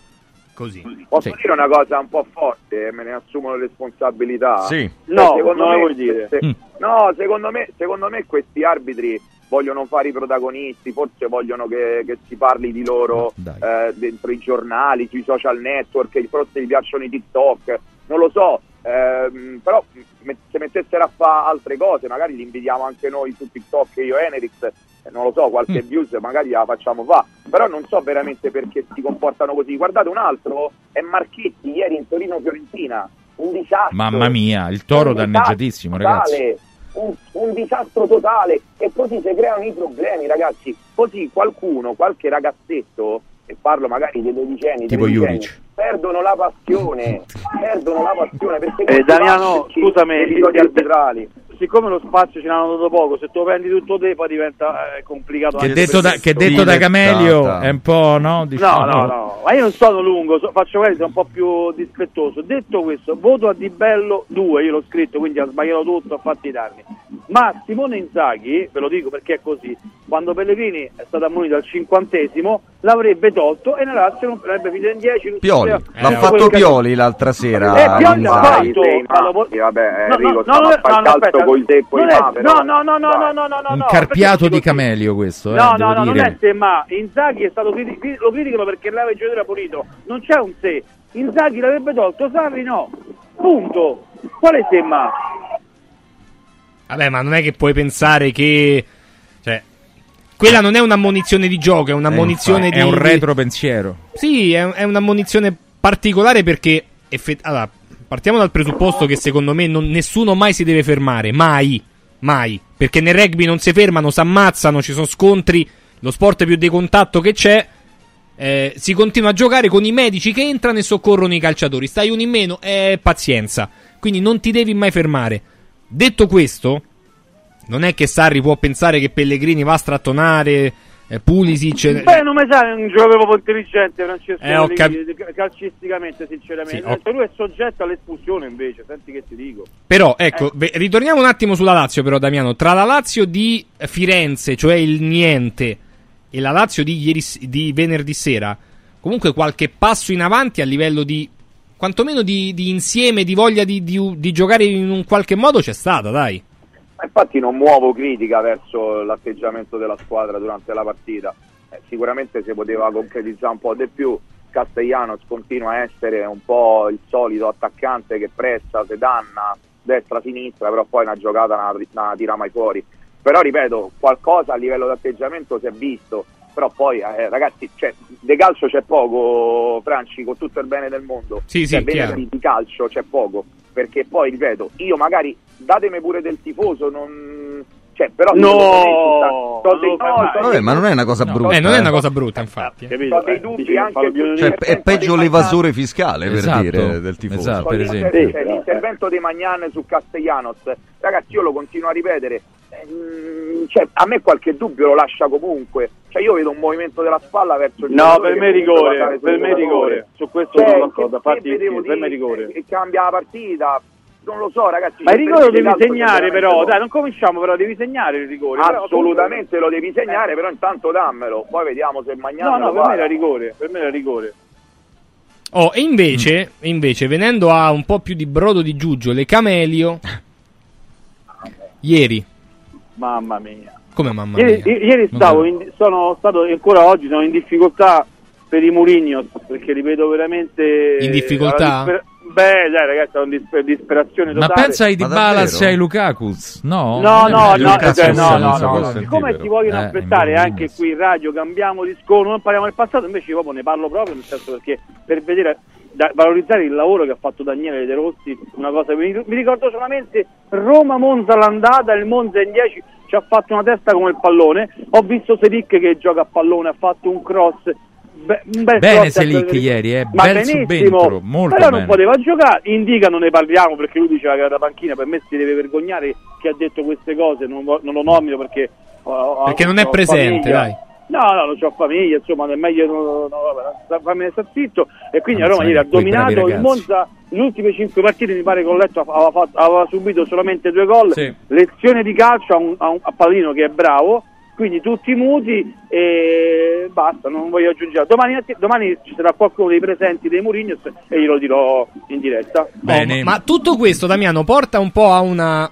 Così. Posso sì. dire una cosa un po' forte, me ne assumo la responsabilità? Sì. No, secondo non me, lo vuoi dire. Se, Mm. no, secondo me, secondo me questi arbitri vogliono fare i protagonisti, forse vogliono che, che si parli di loro eh, dentro i giornali, sui social network, forse gli piacciono i TikTok, non lo so, ehm, però se mettessero a fare altre cose, magari li invitiamo anche noi su TikTok, io e Enerix, non lo so, qualche mm. views magari la facciamo fa, però non so veramente perché si comportano così. Guardate, un altro è Marchetti ieri in Torino-Fiorentina, un disastro. Mamma mia, il Toro danneggiatissimo, ragazzi. Un, un disastro totale, e così si creano i problemi, ragazzi. Così qualcuno, qualche ragazzetto, e parlo magari dei dodicenni, tipo Juric, perdono la passione, perdono la passione perché eh, Damiano, scusami, episodi arbitrali. Siccome lo spazio ce l'hanno dato poco, se tu lo prendi tutto te poi diventa eh, complicato. Che anche detto, da, che detto da Camelio è un po', no? Diciamo. No, no, no, ma io non sono lungo, so, faccio magari sono un po' più dispettoso. Detto questo, voto a Di Bello due, io l'ho scritto, quindi ha sbagliato tutto, ha fatto i danni. Ma Simone Inzaghi, ve lo dico perché è così, quando Pellegrini è stato ammonito al cinquantesimo l'avrebbe tolto e nella Lazio non avrebbe finito in dieci. Pioli, eh, l'ha eh, fatto Pioli l'altra sera. Eh, Pioli l'ha fatto. Sì, vabbè, No, Enrico, no, stava no, a fare no, il no, calcio aspetta, coi te e coi non è- ma, però. no, no, no, no, no, no, no, no, un no, carpiato perché di Camelio questo, eh, No, devo no, no, non dire. è se ma. Inzaghi è stato criticato, lo criticano perché l'aveva il giocatore pulito. Non c'è un se. Inzaghi l'avrebbe tolto, Sarri no. Punto. Quale se ma? Vabbè, ma non è che puoi pensare che, cioè, quella non è un'ammonizione di gioco, è un'ammonizione Eh, di... è un retropensiero. Sì, è, è un'ammonizione particolare perché effett- allora, partiamo dal presupposto che secondo me non, nessuno mai si deve fermare, mai, mai, perché nel rugby non si fermano, si ammazzano, ci sono scontri, lo sport più di contatto che c'è, eh, si continua a giocare con i medici che entrano e soccorrono i calciatori, stai uno in meno, è pazienza, quindi non ti devi mai fermare. Detto questo, non è che Sarri può pensare che Pellegrini va a strattonare eh, Pulisic. Beh, non mi sa un giocatore proprio intelligente, Francesco, Eh, ho cap- calcisticamente, sinceramente. Sì, ho- Eh, lui è soggetto all'espulsione, invece, senti che ti dico. Però, ecco, Eh. ve- ritorniamo un attimo sulla Lazio, però, Damiano. Tra la Lazio di Firenze, cioè il niente, e la Lazio di, ieri, s- di venerdì sera, comunque qualche passo in avanti a livello di, quantomeno di, di insieme, di voglia di, di, di giocare in un qualche modo c'è stata, dai. Ma infatti non muovo critica verso l'atteggiamento della squadra durante la partita. Eh, sicuramente si poteva concretizzare un po' di più. Castellanos continua a essere un po' il solito attaccante che pressa, se danna destra-sinistra, però poi una giocata non la tira mai fuori. Però ripeto, qualcosa a livello di atteggiamento si è visto, però poi eh, ragazzi, cioè, di calcio c'è poco, Franci, con tutto il bene del mondo. Sì, cioè, sì, venerdì chiaro. di calcio c'è poco, perché poi ripeto, io magari datemi pure del tifoso, non... cioè, però No, so dei, no, no, so Vabbè, dei- ma non è una cosa No. brutta. Eh, non è una eh. cosa brutta, infatti. Capito? so dei Eh, dubbi dice, anche Fabio su- Violini- Cioè, è peggio l'evasore fiscale, per Esatto. dire, del tifoso. Esatto. so per di- esempio. cioè, Sì, però. l'intervento di Magnan su Castellanos, ragazzi, io lo continuo a ripetere, ehm, cioè, a me qualche dubbio lo lascia comunque, cioè io vedo un movimento della spalla verso il No, giocatore per che me comunque va a rigore, dare per sul me giocatore. rigore. Su questo Cioè, sono d'accordo, che- infatti che vedevo sì, per me dire, rigore. che cambia la partita, non lo so ragazzi. Ma il cioè, rigore lo per me devi calcio c'è segnare veramente però, poco. dai, non cominciamo però, devi segnare il rigore. però Assolutamente lo devi segnare, però intanto dammelo, poi vediamo se Magnan No, no, lo per me fa. era rigore, per me era rigore. Oh, e invece, e invece, venendo a un po' più di brodo di Giugio, le Camelio, ieri, Mamma mia. come mamma Ieri, mia? ieri stavo in- sono stato e ancora oggi sono in difficoltà per i Mourinho, perché li vedo veramente In difficoltà? alla disper- Beh, dai ragazzi, sono disper- disperazione Ma totale. pensa ai Ma Dybala davvero? e ai Lukaku? No, No, non è no, meglio no, Lukaku cioè, no, senza no, no, questo siccome antibero. si vogliono Eh, aspettare in anche qui in radio, cambiamo discorso, non parliamo del passato, invece io proprio ne parlo proprio, nel senso perché per vedere, da, valorizzare il lavoro che ha fatto Daniele De Rossi, una cosa, mi, mi ricordo solamente Roma-Monza l'andata, il Monza in dieci ci ha fatto una testa come il pallone, ho visto Selic che gioca a pallone, ha fatto un cross, be- un bel Bene cross, Selic ecco, ieri, eh, ma bel benissimo, subentro, molto però bene. non poteva giocare. Indica non ne parliamo perché lui diceva che era da panchina, per me si deve vergognare chi ha detto queste cose, non, vo- non lo nomino perché ho- Perché non è ho presente, famiglia. dai. No, no, non c'ho famiglia, insomma, è meglio no, no, vabbè, fammi stare zitto. E quindi a Ammazza, Roma ieri ha quei bravi dominato il ragazzi. Monza, le ultime cinque partite mi pare che ho letto aveva, fatto- aveva subito solamente due gol, Sì. lezione di calcio a, un, a, un, a Pallino che è bravo, quindi tutti muti e basta, non voglio aggiungere. Domani, domani ci sarà qualcuno dei presenti dei Mourinho e glielo dirò in diretta. Bene. Oh, ma, ma tutto questo, Damiano, porta un po' a una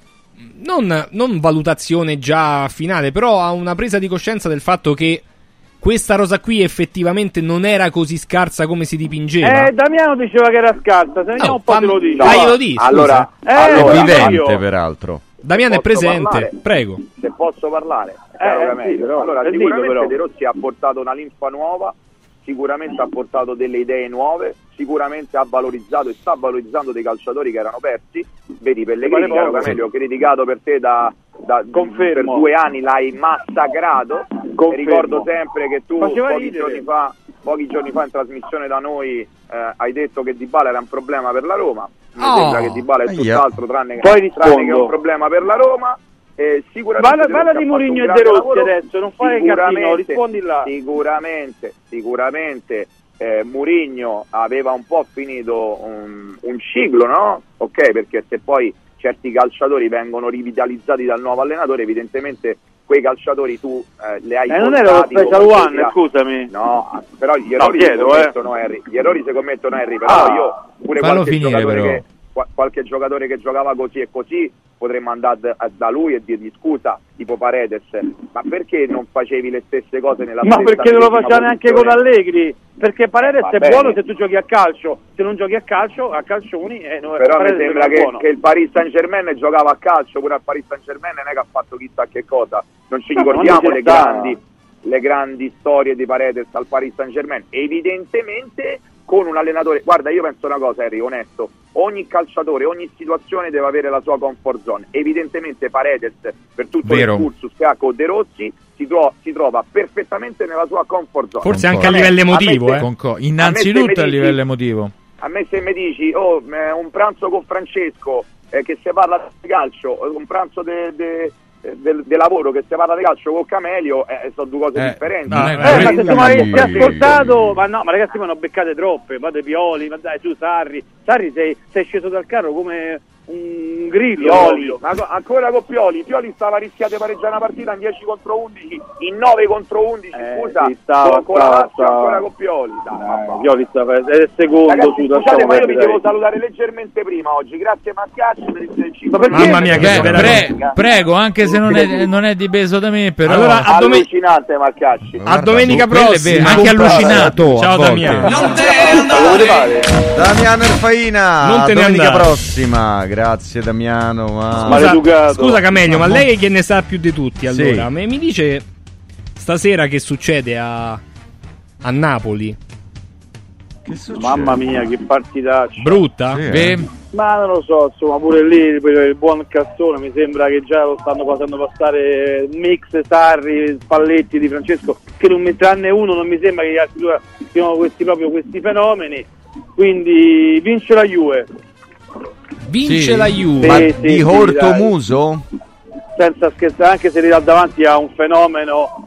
non, non valutazione già finale, però a una presa di coscienza del fatto che questa rosa qui effettivamente non era così scarsa come si dipingeva. Eh, Damiano diceva che era scarsa, se vediamo No, un po' fammi- te lo dico. Ah, glielo dici, scusa. Allora, Eh, allora, è Evidente, io. peraltro. Damiano è posso presente, parlare? prego. Se posso parlare, Eh, caro eh, Camelio. sì, però, allora eh, dillo, sicuramente però. De Rossi ha portato una linfa nuova, sicuramente ha portato delle idee nuove, sicuramente ha valorizzato e sta valorizzando dei calciatori che erano persi. Vedi Pellegrini, Vale caro poco, Camelio, criticato per te da, da Confermo. per due anni, l'hai massacrato. Confermo. E ricordo sempre che tu Faceva pochi ridere. giorni fa pochi giorni fa in trasmissione da noi eh, hai detto che Dybala era un problema per la Roma. Mi Oh, sembra che Dybala è aia. tutt'altro tranne, Poi tranne che rispondo. un problema per la Roma. Eh, sicuramente Parla, De parla Rossi di ha fatto Mourinho un e grande De Rossi lavoro. adesso, non fai il cattivo, Sicuramente- rispondi là. Sicuramente, sicuramente eh, Mourinho aveva un po' finito un, un ciclo, no? Ok, perché se poi certi calciatori vengono rivitalizzati dal nuovo allenatore, evidentemente quei calciatori tu eh, le hai Eh, non era lo portati Special comunque One, sia- scusami. No, però gli No, errori chiedo, si eh. commettono Harry, gli errori si commettono Harry, però Ah, io pure fallo qualche finire, giocatore però. che qua- qualche giocatore che giocava così e così potremmo andare da, da lui e dirgli scusa, tipo Paredes, ma perché non facevi le stesse cose nella Ma stessa perché non lo medesima faceva neanche con posizione? Allegri? Perché Paredes Va è bene. buono se tu giochi a calcio, se non giochi a calcio, a calcioni eh, no, Però mi Paredes sembra è che, buono. che il Paris Saint Germain giocava a calcio, pure al Paris Saint Germain non è che ha fatto chissà che cosa, non ci No, ricordiamo quando le c'è sta- grandi, le grandi storie di Paredes al Paris Saint Germain. Evidentemente con un allenatore, guarda, io penso una cosa, Harry, onesto, ogni calciatore, ogni situazione deve avere la sua comfort zone. Evidentemente Paredes, per tutto Vero. il cursus che ha con De Rossi, si, tro- si trova perfettamente nella sua comfort zone. Forse anche a Concordo. livello A me- emotivo, a me eh. Conco- A me Innanzitutto se a mi dici- livello emotivo. A me se mi dici, oh, eh, un pranzo con Francesco, eh, che si parla di calcio, eh, un pranzo de, de, del, del lavoro che si parla di calcio con Camelio eh, sono due cose Eh, differenti. no, eh, Eh, ma se tu mi avessi sì. ascoltato, ma no, ma ragazzi, mi hanno beccate troppe, vado Pioli, ma dai, tu Sarri, Sarri sei, sei sceso dal carro come un grillo. Pioli, proprio. ma co- ancora con Pioli, Pioli stava rischiando di pareggiare una partita in dieci contro undici, in nove contro undici, Eh, scusa, sì, stava, con, con la stava, Lazio stava. ancora con Pioli. Dai, Eh, Pioli sta per- è il secondo Ragazzi, su, scusate, lasciamo ma io vi perdere. devo salutare leggermente prima oggi. Grazie Mattiacci per il cinque. Ma perché? Mamma mia, che Beh, veramente- pre- prego, anche se non è, non è dipeso da me, però. Allora, a domen- allucinante Marcacci. a domenica quello è prossima. vero, anche allucinato. Ciao a volte. Damiano. Damiano Erfaina, Non te ne domenica andare. prossima. Grazie Damiano. Ma... Scusa, Maleducato. scusa Camelio, ma lei che ne sa più di tutti allora, Sì. me- mi dice stasera che succede a, a Napoli? Che succede? Mamma mia, che partitaccia. Brutta? Sì, Beh, eh. Ma non lo so, insomma, pure lì il, il buon Cassone mi sembra che già lo stanno facendo passare un mix Sarri, Spalletti di Francesco, che non mi tranne uno, non mi sembra che gli altri due siano questi proprio questi fenomeni. Quindi vince la Juve. Vince Sì. la Juve. Ma Sì, di sì, Horto dai. Muso? Senza scherzare, anche se lì là davanti ha un fenomeno.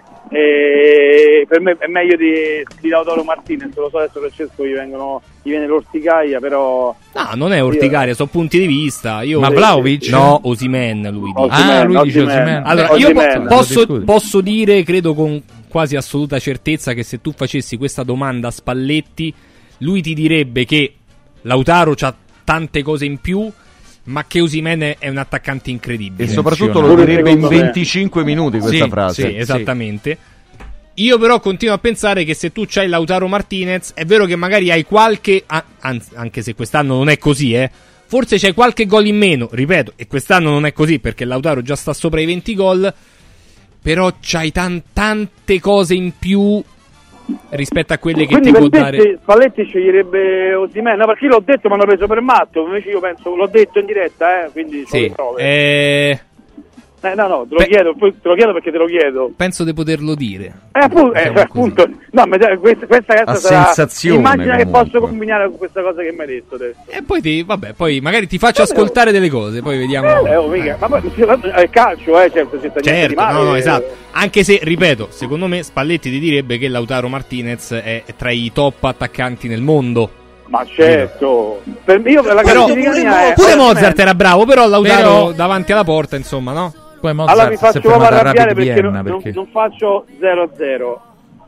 E per me è meglio di, di Lautaro Martinez, lo so adesso Francesco gli vengono gli viene l'orticaia, però No, non è orticaria, sono punti di vista. Io Ma Vlahovic? No, Osimhen lui dice. Ah, lui dice Osimhen. Osimhen. Allora, Beh, io po- Osimhen. posso, Scusi. posso dire, credo con quasi assoluta certezza, che se tu facessi questa domanda a Spalletti, lui ti direbbe che Lautaro c'ha tante cose in più, ma che Osimhen è un attaccante incredibile. E soprattutto Pure lo direbbe in secondo me. venticinque minuti questa Sì, frase. sì, esattamente. Io però continuo a pensare che se tu c'hai Lautaro Martinez, è vero che magari hai qualche, ah, anzi, anche se quest'anno non è così, eh, forse c'hai qualche gol in meno, ripeto, e quest'anno non è così perché Lautaro già sta sopra i venti gol, però c'hai tan- tante cose in più rispetto a quelle che quindi ti per può te dare. se Spalletti sceglierebbe Osimhen, no, perché io l'ho detto, mi hanno preso per matto, invece io penso, l'ho detto in diretta, eh, quindi c'ho Sì, le prove. eh, Eh, no, no, te lo Beh- chiedo, poi te lo chiedo perché te lo chiedo. penso di poterlo dire. Eh, appunto, eh, Diciamo appunto no, ma dai, questa, questa A ragazza sarà sensazione, immagina che comunque. posso combinare con questa cosa che mi hai detto adesso. E poi ti, vabbè, poi magari ti faccio ascoltare delle cose, poi vediamo. Eh, oh, mica, ma poi è calcio, eh, certo, senza niente di Certo, male. no, no, eh. esatto. Anche se, ripeto, secondo me Spalletti ti direbbe che Lautaro Martinez è tra i top attaccanti nel mondo. Ma certo, per me io per la Però classifica pure, mia è pure Osimhen. Mozart era bravo, però Lautaro Però- davanti alla porta, insomma, no? Poi Mozart Allora mi si è faccio proprio fermato a arrabbiare Rapid perché, Vienna, non, perché... non faccio zero a zero.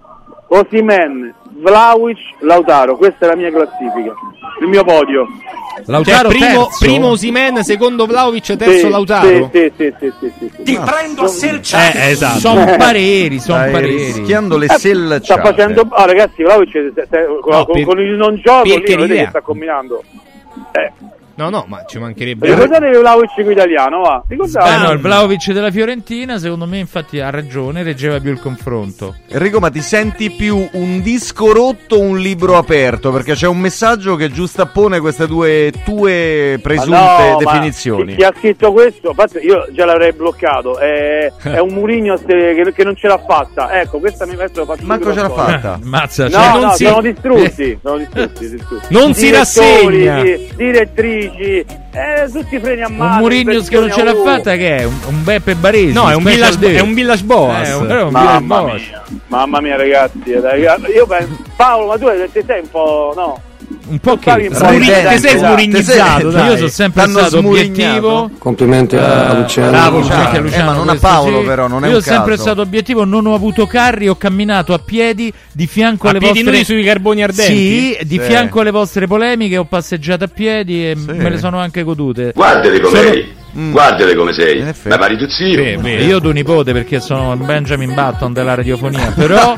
Osimhen, Vlahovic, Lautaro, questa è la mia classifica, il mio podio. Lautaro Cioè, primo, terzo? primo Osimhen, secondo Vlahovic, terzo Sì, Lautaro. Sì, sì, sì, sì, sì, sì. Ti prendo a selciare. Eh, esatto. Sono pareri, sono Stai pareri. rischiando le Eh, selciate. sta facendo ah, ragazzi, Vlahovic se- se- con, No, con- per- con il non gioco lì, perché non vedete l'idea. che sta combinando. Eh, No, no, ma ci mancherebbe. ricordate Vlahovic qui italiano, va. Ricordate? Eh no, il Vlahovic della Fiorentina, secondo me, infatti ha ragione, reggeva più il confronto. Enrico, ma ti senti più un disco rotto o un libro aperto? Perché c'è un messaggio che giustappone queste due tue presunte Ma no, ma definizioni. Chi, chi ha scritto questo, infatti io già l'avrei bloccato. È, è un Mourinho se- che, che non ce l'ha fatta. Ecco, questa mi metto faccio Manco ce l'ha subito la fatta. Mazza, No, cioè, no, non si- sono distrutti, sono distrutti, distrutti. Non si Direttori, rassegna. di- direttrici, eh, tutti freni a un mano. Mourinho che non ce l'ha inversioni a U. fatta, che è? Un, un Beppe Baresi? No, è un special village, day. è un village boas. Eh, un, però un Mamma village boss. mia, mamma mia ragazzi, eh, dai, io penso, Paolo, ma tu te sei un po', no? Un po' Stavi che in Smuri- Francia, te sei dai. smurinizzato, dai. Io sono sempre T'hanno stato smurignato? obiettivo. Complimenti a Luciano. Bravo, Luciano. complimenti a Luciano Eh, ma non a questo Paolo, sì. però, non è Io un ho sempre caso. stato obiettivo, non ho avuto carri, ho camminato a piedi di fianco A alle piedi vostre nudi sui carboni ardenti? Sì, di Sì. fianco alle vostre polemiche ho passeggiato a piedi e Sì. me le sono anche godute. Guardali come Sono- sei, guardali come sei, In effetti. ma pari tu zio. Sì, beh. Io tu nipote perché sono Benjamin Button della radiofonia, però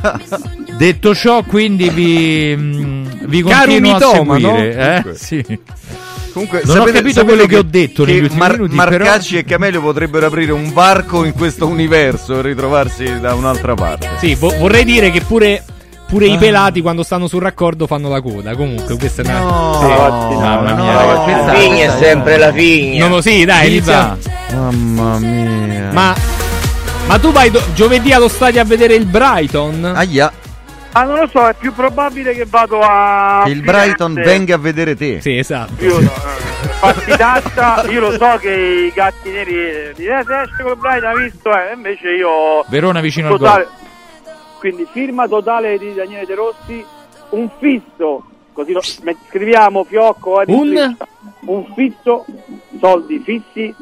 detto ciò, quindi vi, mh, vi Caro continuo a mitomano. seguire. Eh? Sì. Comunque, Non ho sapete- capito sapete quello che ho detto che negli ultimi Mar- minuti, Marcacci e Camelio potrebbero aprire un varco in questo universo e ritrovarsi da un'altra parte. Sì, vo- vorrei dire che pure, pure i pelati quando stanno sul raccordo fanno la coda. Comunque, questa è una. No, Sì. Mamma mia, no, ragazzi, questa- la figlia è sempre la figlia. Non lo sì, dai, inizia. Mamma mia. Ma, ma tu vai do- giovedì allo stadio a vedere il Brighton? Aia, Ah, non lo so, è più probabile che vado a che il Brighton Firenze. venga a vedere te. Sì, esatto. Più, no, eh. partitaccia. Io lo so che i gatti neri eh, dicono, se esce col Brighton, ha visto, eh, invece io Verona vicino totale, al gol. quindi firma totale di Daniele De Rossi, un fisso, così lo scriviamo Fiocco, eh, un? un fisso, soldi fissi,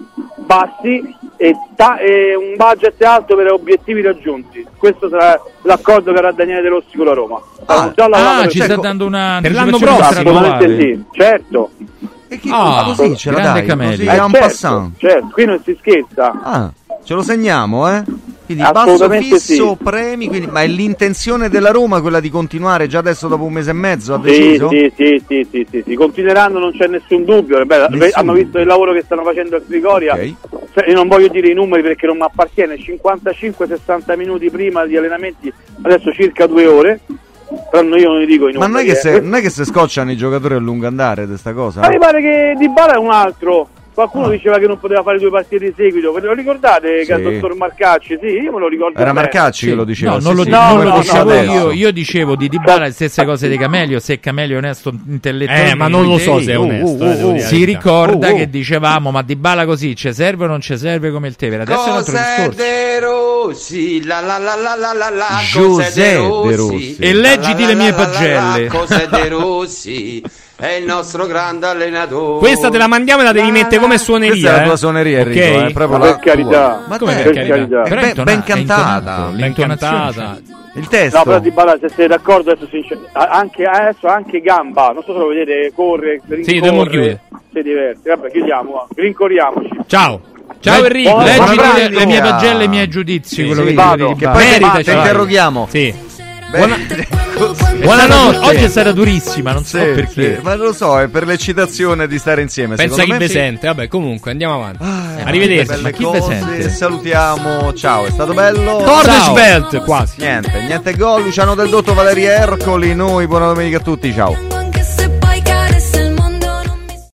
bassi e, ta- e un budget alto per obiettivi raggiunti. Questo sarà l'accordo che avrà Daniele De Rossi con la Roma. Ah, ah ci sta dando una per l'anno prossimo, assolutamente sì, certo. E chi ah, così ce la dai? Così, eh, è un certo, passant. certo, qui non si scherza. Ah, ce lo segniamo, eh? Quindi basso fisso, sì. Premi, quindi, ma è l'intenzione della Roma quella di continuare già adesso dopo un mese e mezzo? Ha sì, deciso? Sì, sì, sì, sì, sì, sì, continueranno, non c'è nessun dubbio. Beh, nessun. Hanno visto il lavoro che stanno facendo a Trigoria. Okay. Cioè, io non voglio dire i numeri perché non mi appartiene. cinquantacinque sessanta minuti prima di allenamenti, adesso circa due ore. Però io non li dico i numeri. Ma non è che, eh. se, non è che se scocciano i giocatori a lungo andare di sta cosa? Ma mi pare che Dybala è un altro. Qualcuno ah. diceva che non poteva fare due partite di seguito, ve lo ricordate? Sì. Che il dottor Marcacci, sì, io me lo ricordo. Era bene. Marcacci sì. che lo diceva. No, non lo, sì, no, sì. non no, lo dicevo no, io, io dicevo di Dybala le stesse cose di Camelio, se Camelio è onesto intellettuale. Eh, ma non lo so se è onesto. Uh, uh, uh, si ricorda uh, uh. che dicevamo, ma Dybala così ci serve o non ci serve come il Tevere? Adesso è un altro discorso. De Rossi, la la la la la la la, José De Rossi. E leggiti le mie pagelle. Cos'è De Rossi? È il nostro grande allenatore. Questa te la mandiamo e la devi mettere come suoneria. Questa è la tua eh? suoneria, Enrico. Okay. È proprio ma la per carità. Ma come te, per carità? È ben, ben cantata. Ben cantata. Il testo. No, però Dybala, se sei d'accordo, adesso, anche, adesso anche Gamba, non so se lo vedete, corre, sì, dobbiamo chiudere. Si diverte. Vabbè, chiudiamo, va. Rincorriamoci. Ciao. Ciao Enrico. Oh, leggi le, le mie pagelle e i miei giudizi, sì, quello sì, che vado, dico di che poi ti interroghiamo. Sì. Buona... Buonanotte. Oggi è stata durissima, non so sì, perché. Sì, ma lo so, è per l'eccitazione di stare insieme. Pensa chi me ve sì. sente. Vabbè, comunque andiamo avanti. Ah, arrivederci. Ma chi ve sente? Salutiamo. Ciao, è stato bello. Torresvelt quasi. Niente, niente gol. Luciano Del Dotto, Valeria Ercoli. Noi buona domenica a tutti. Ciao.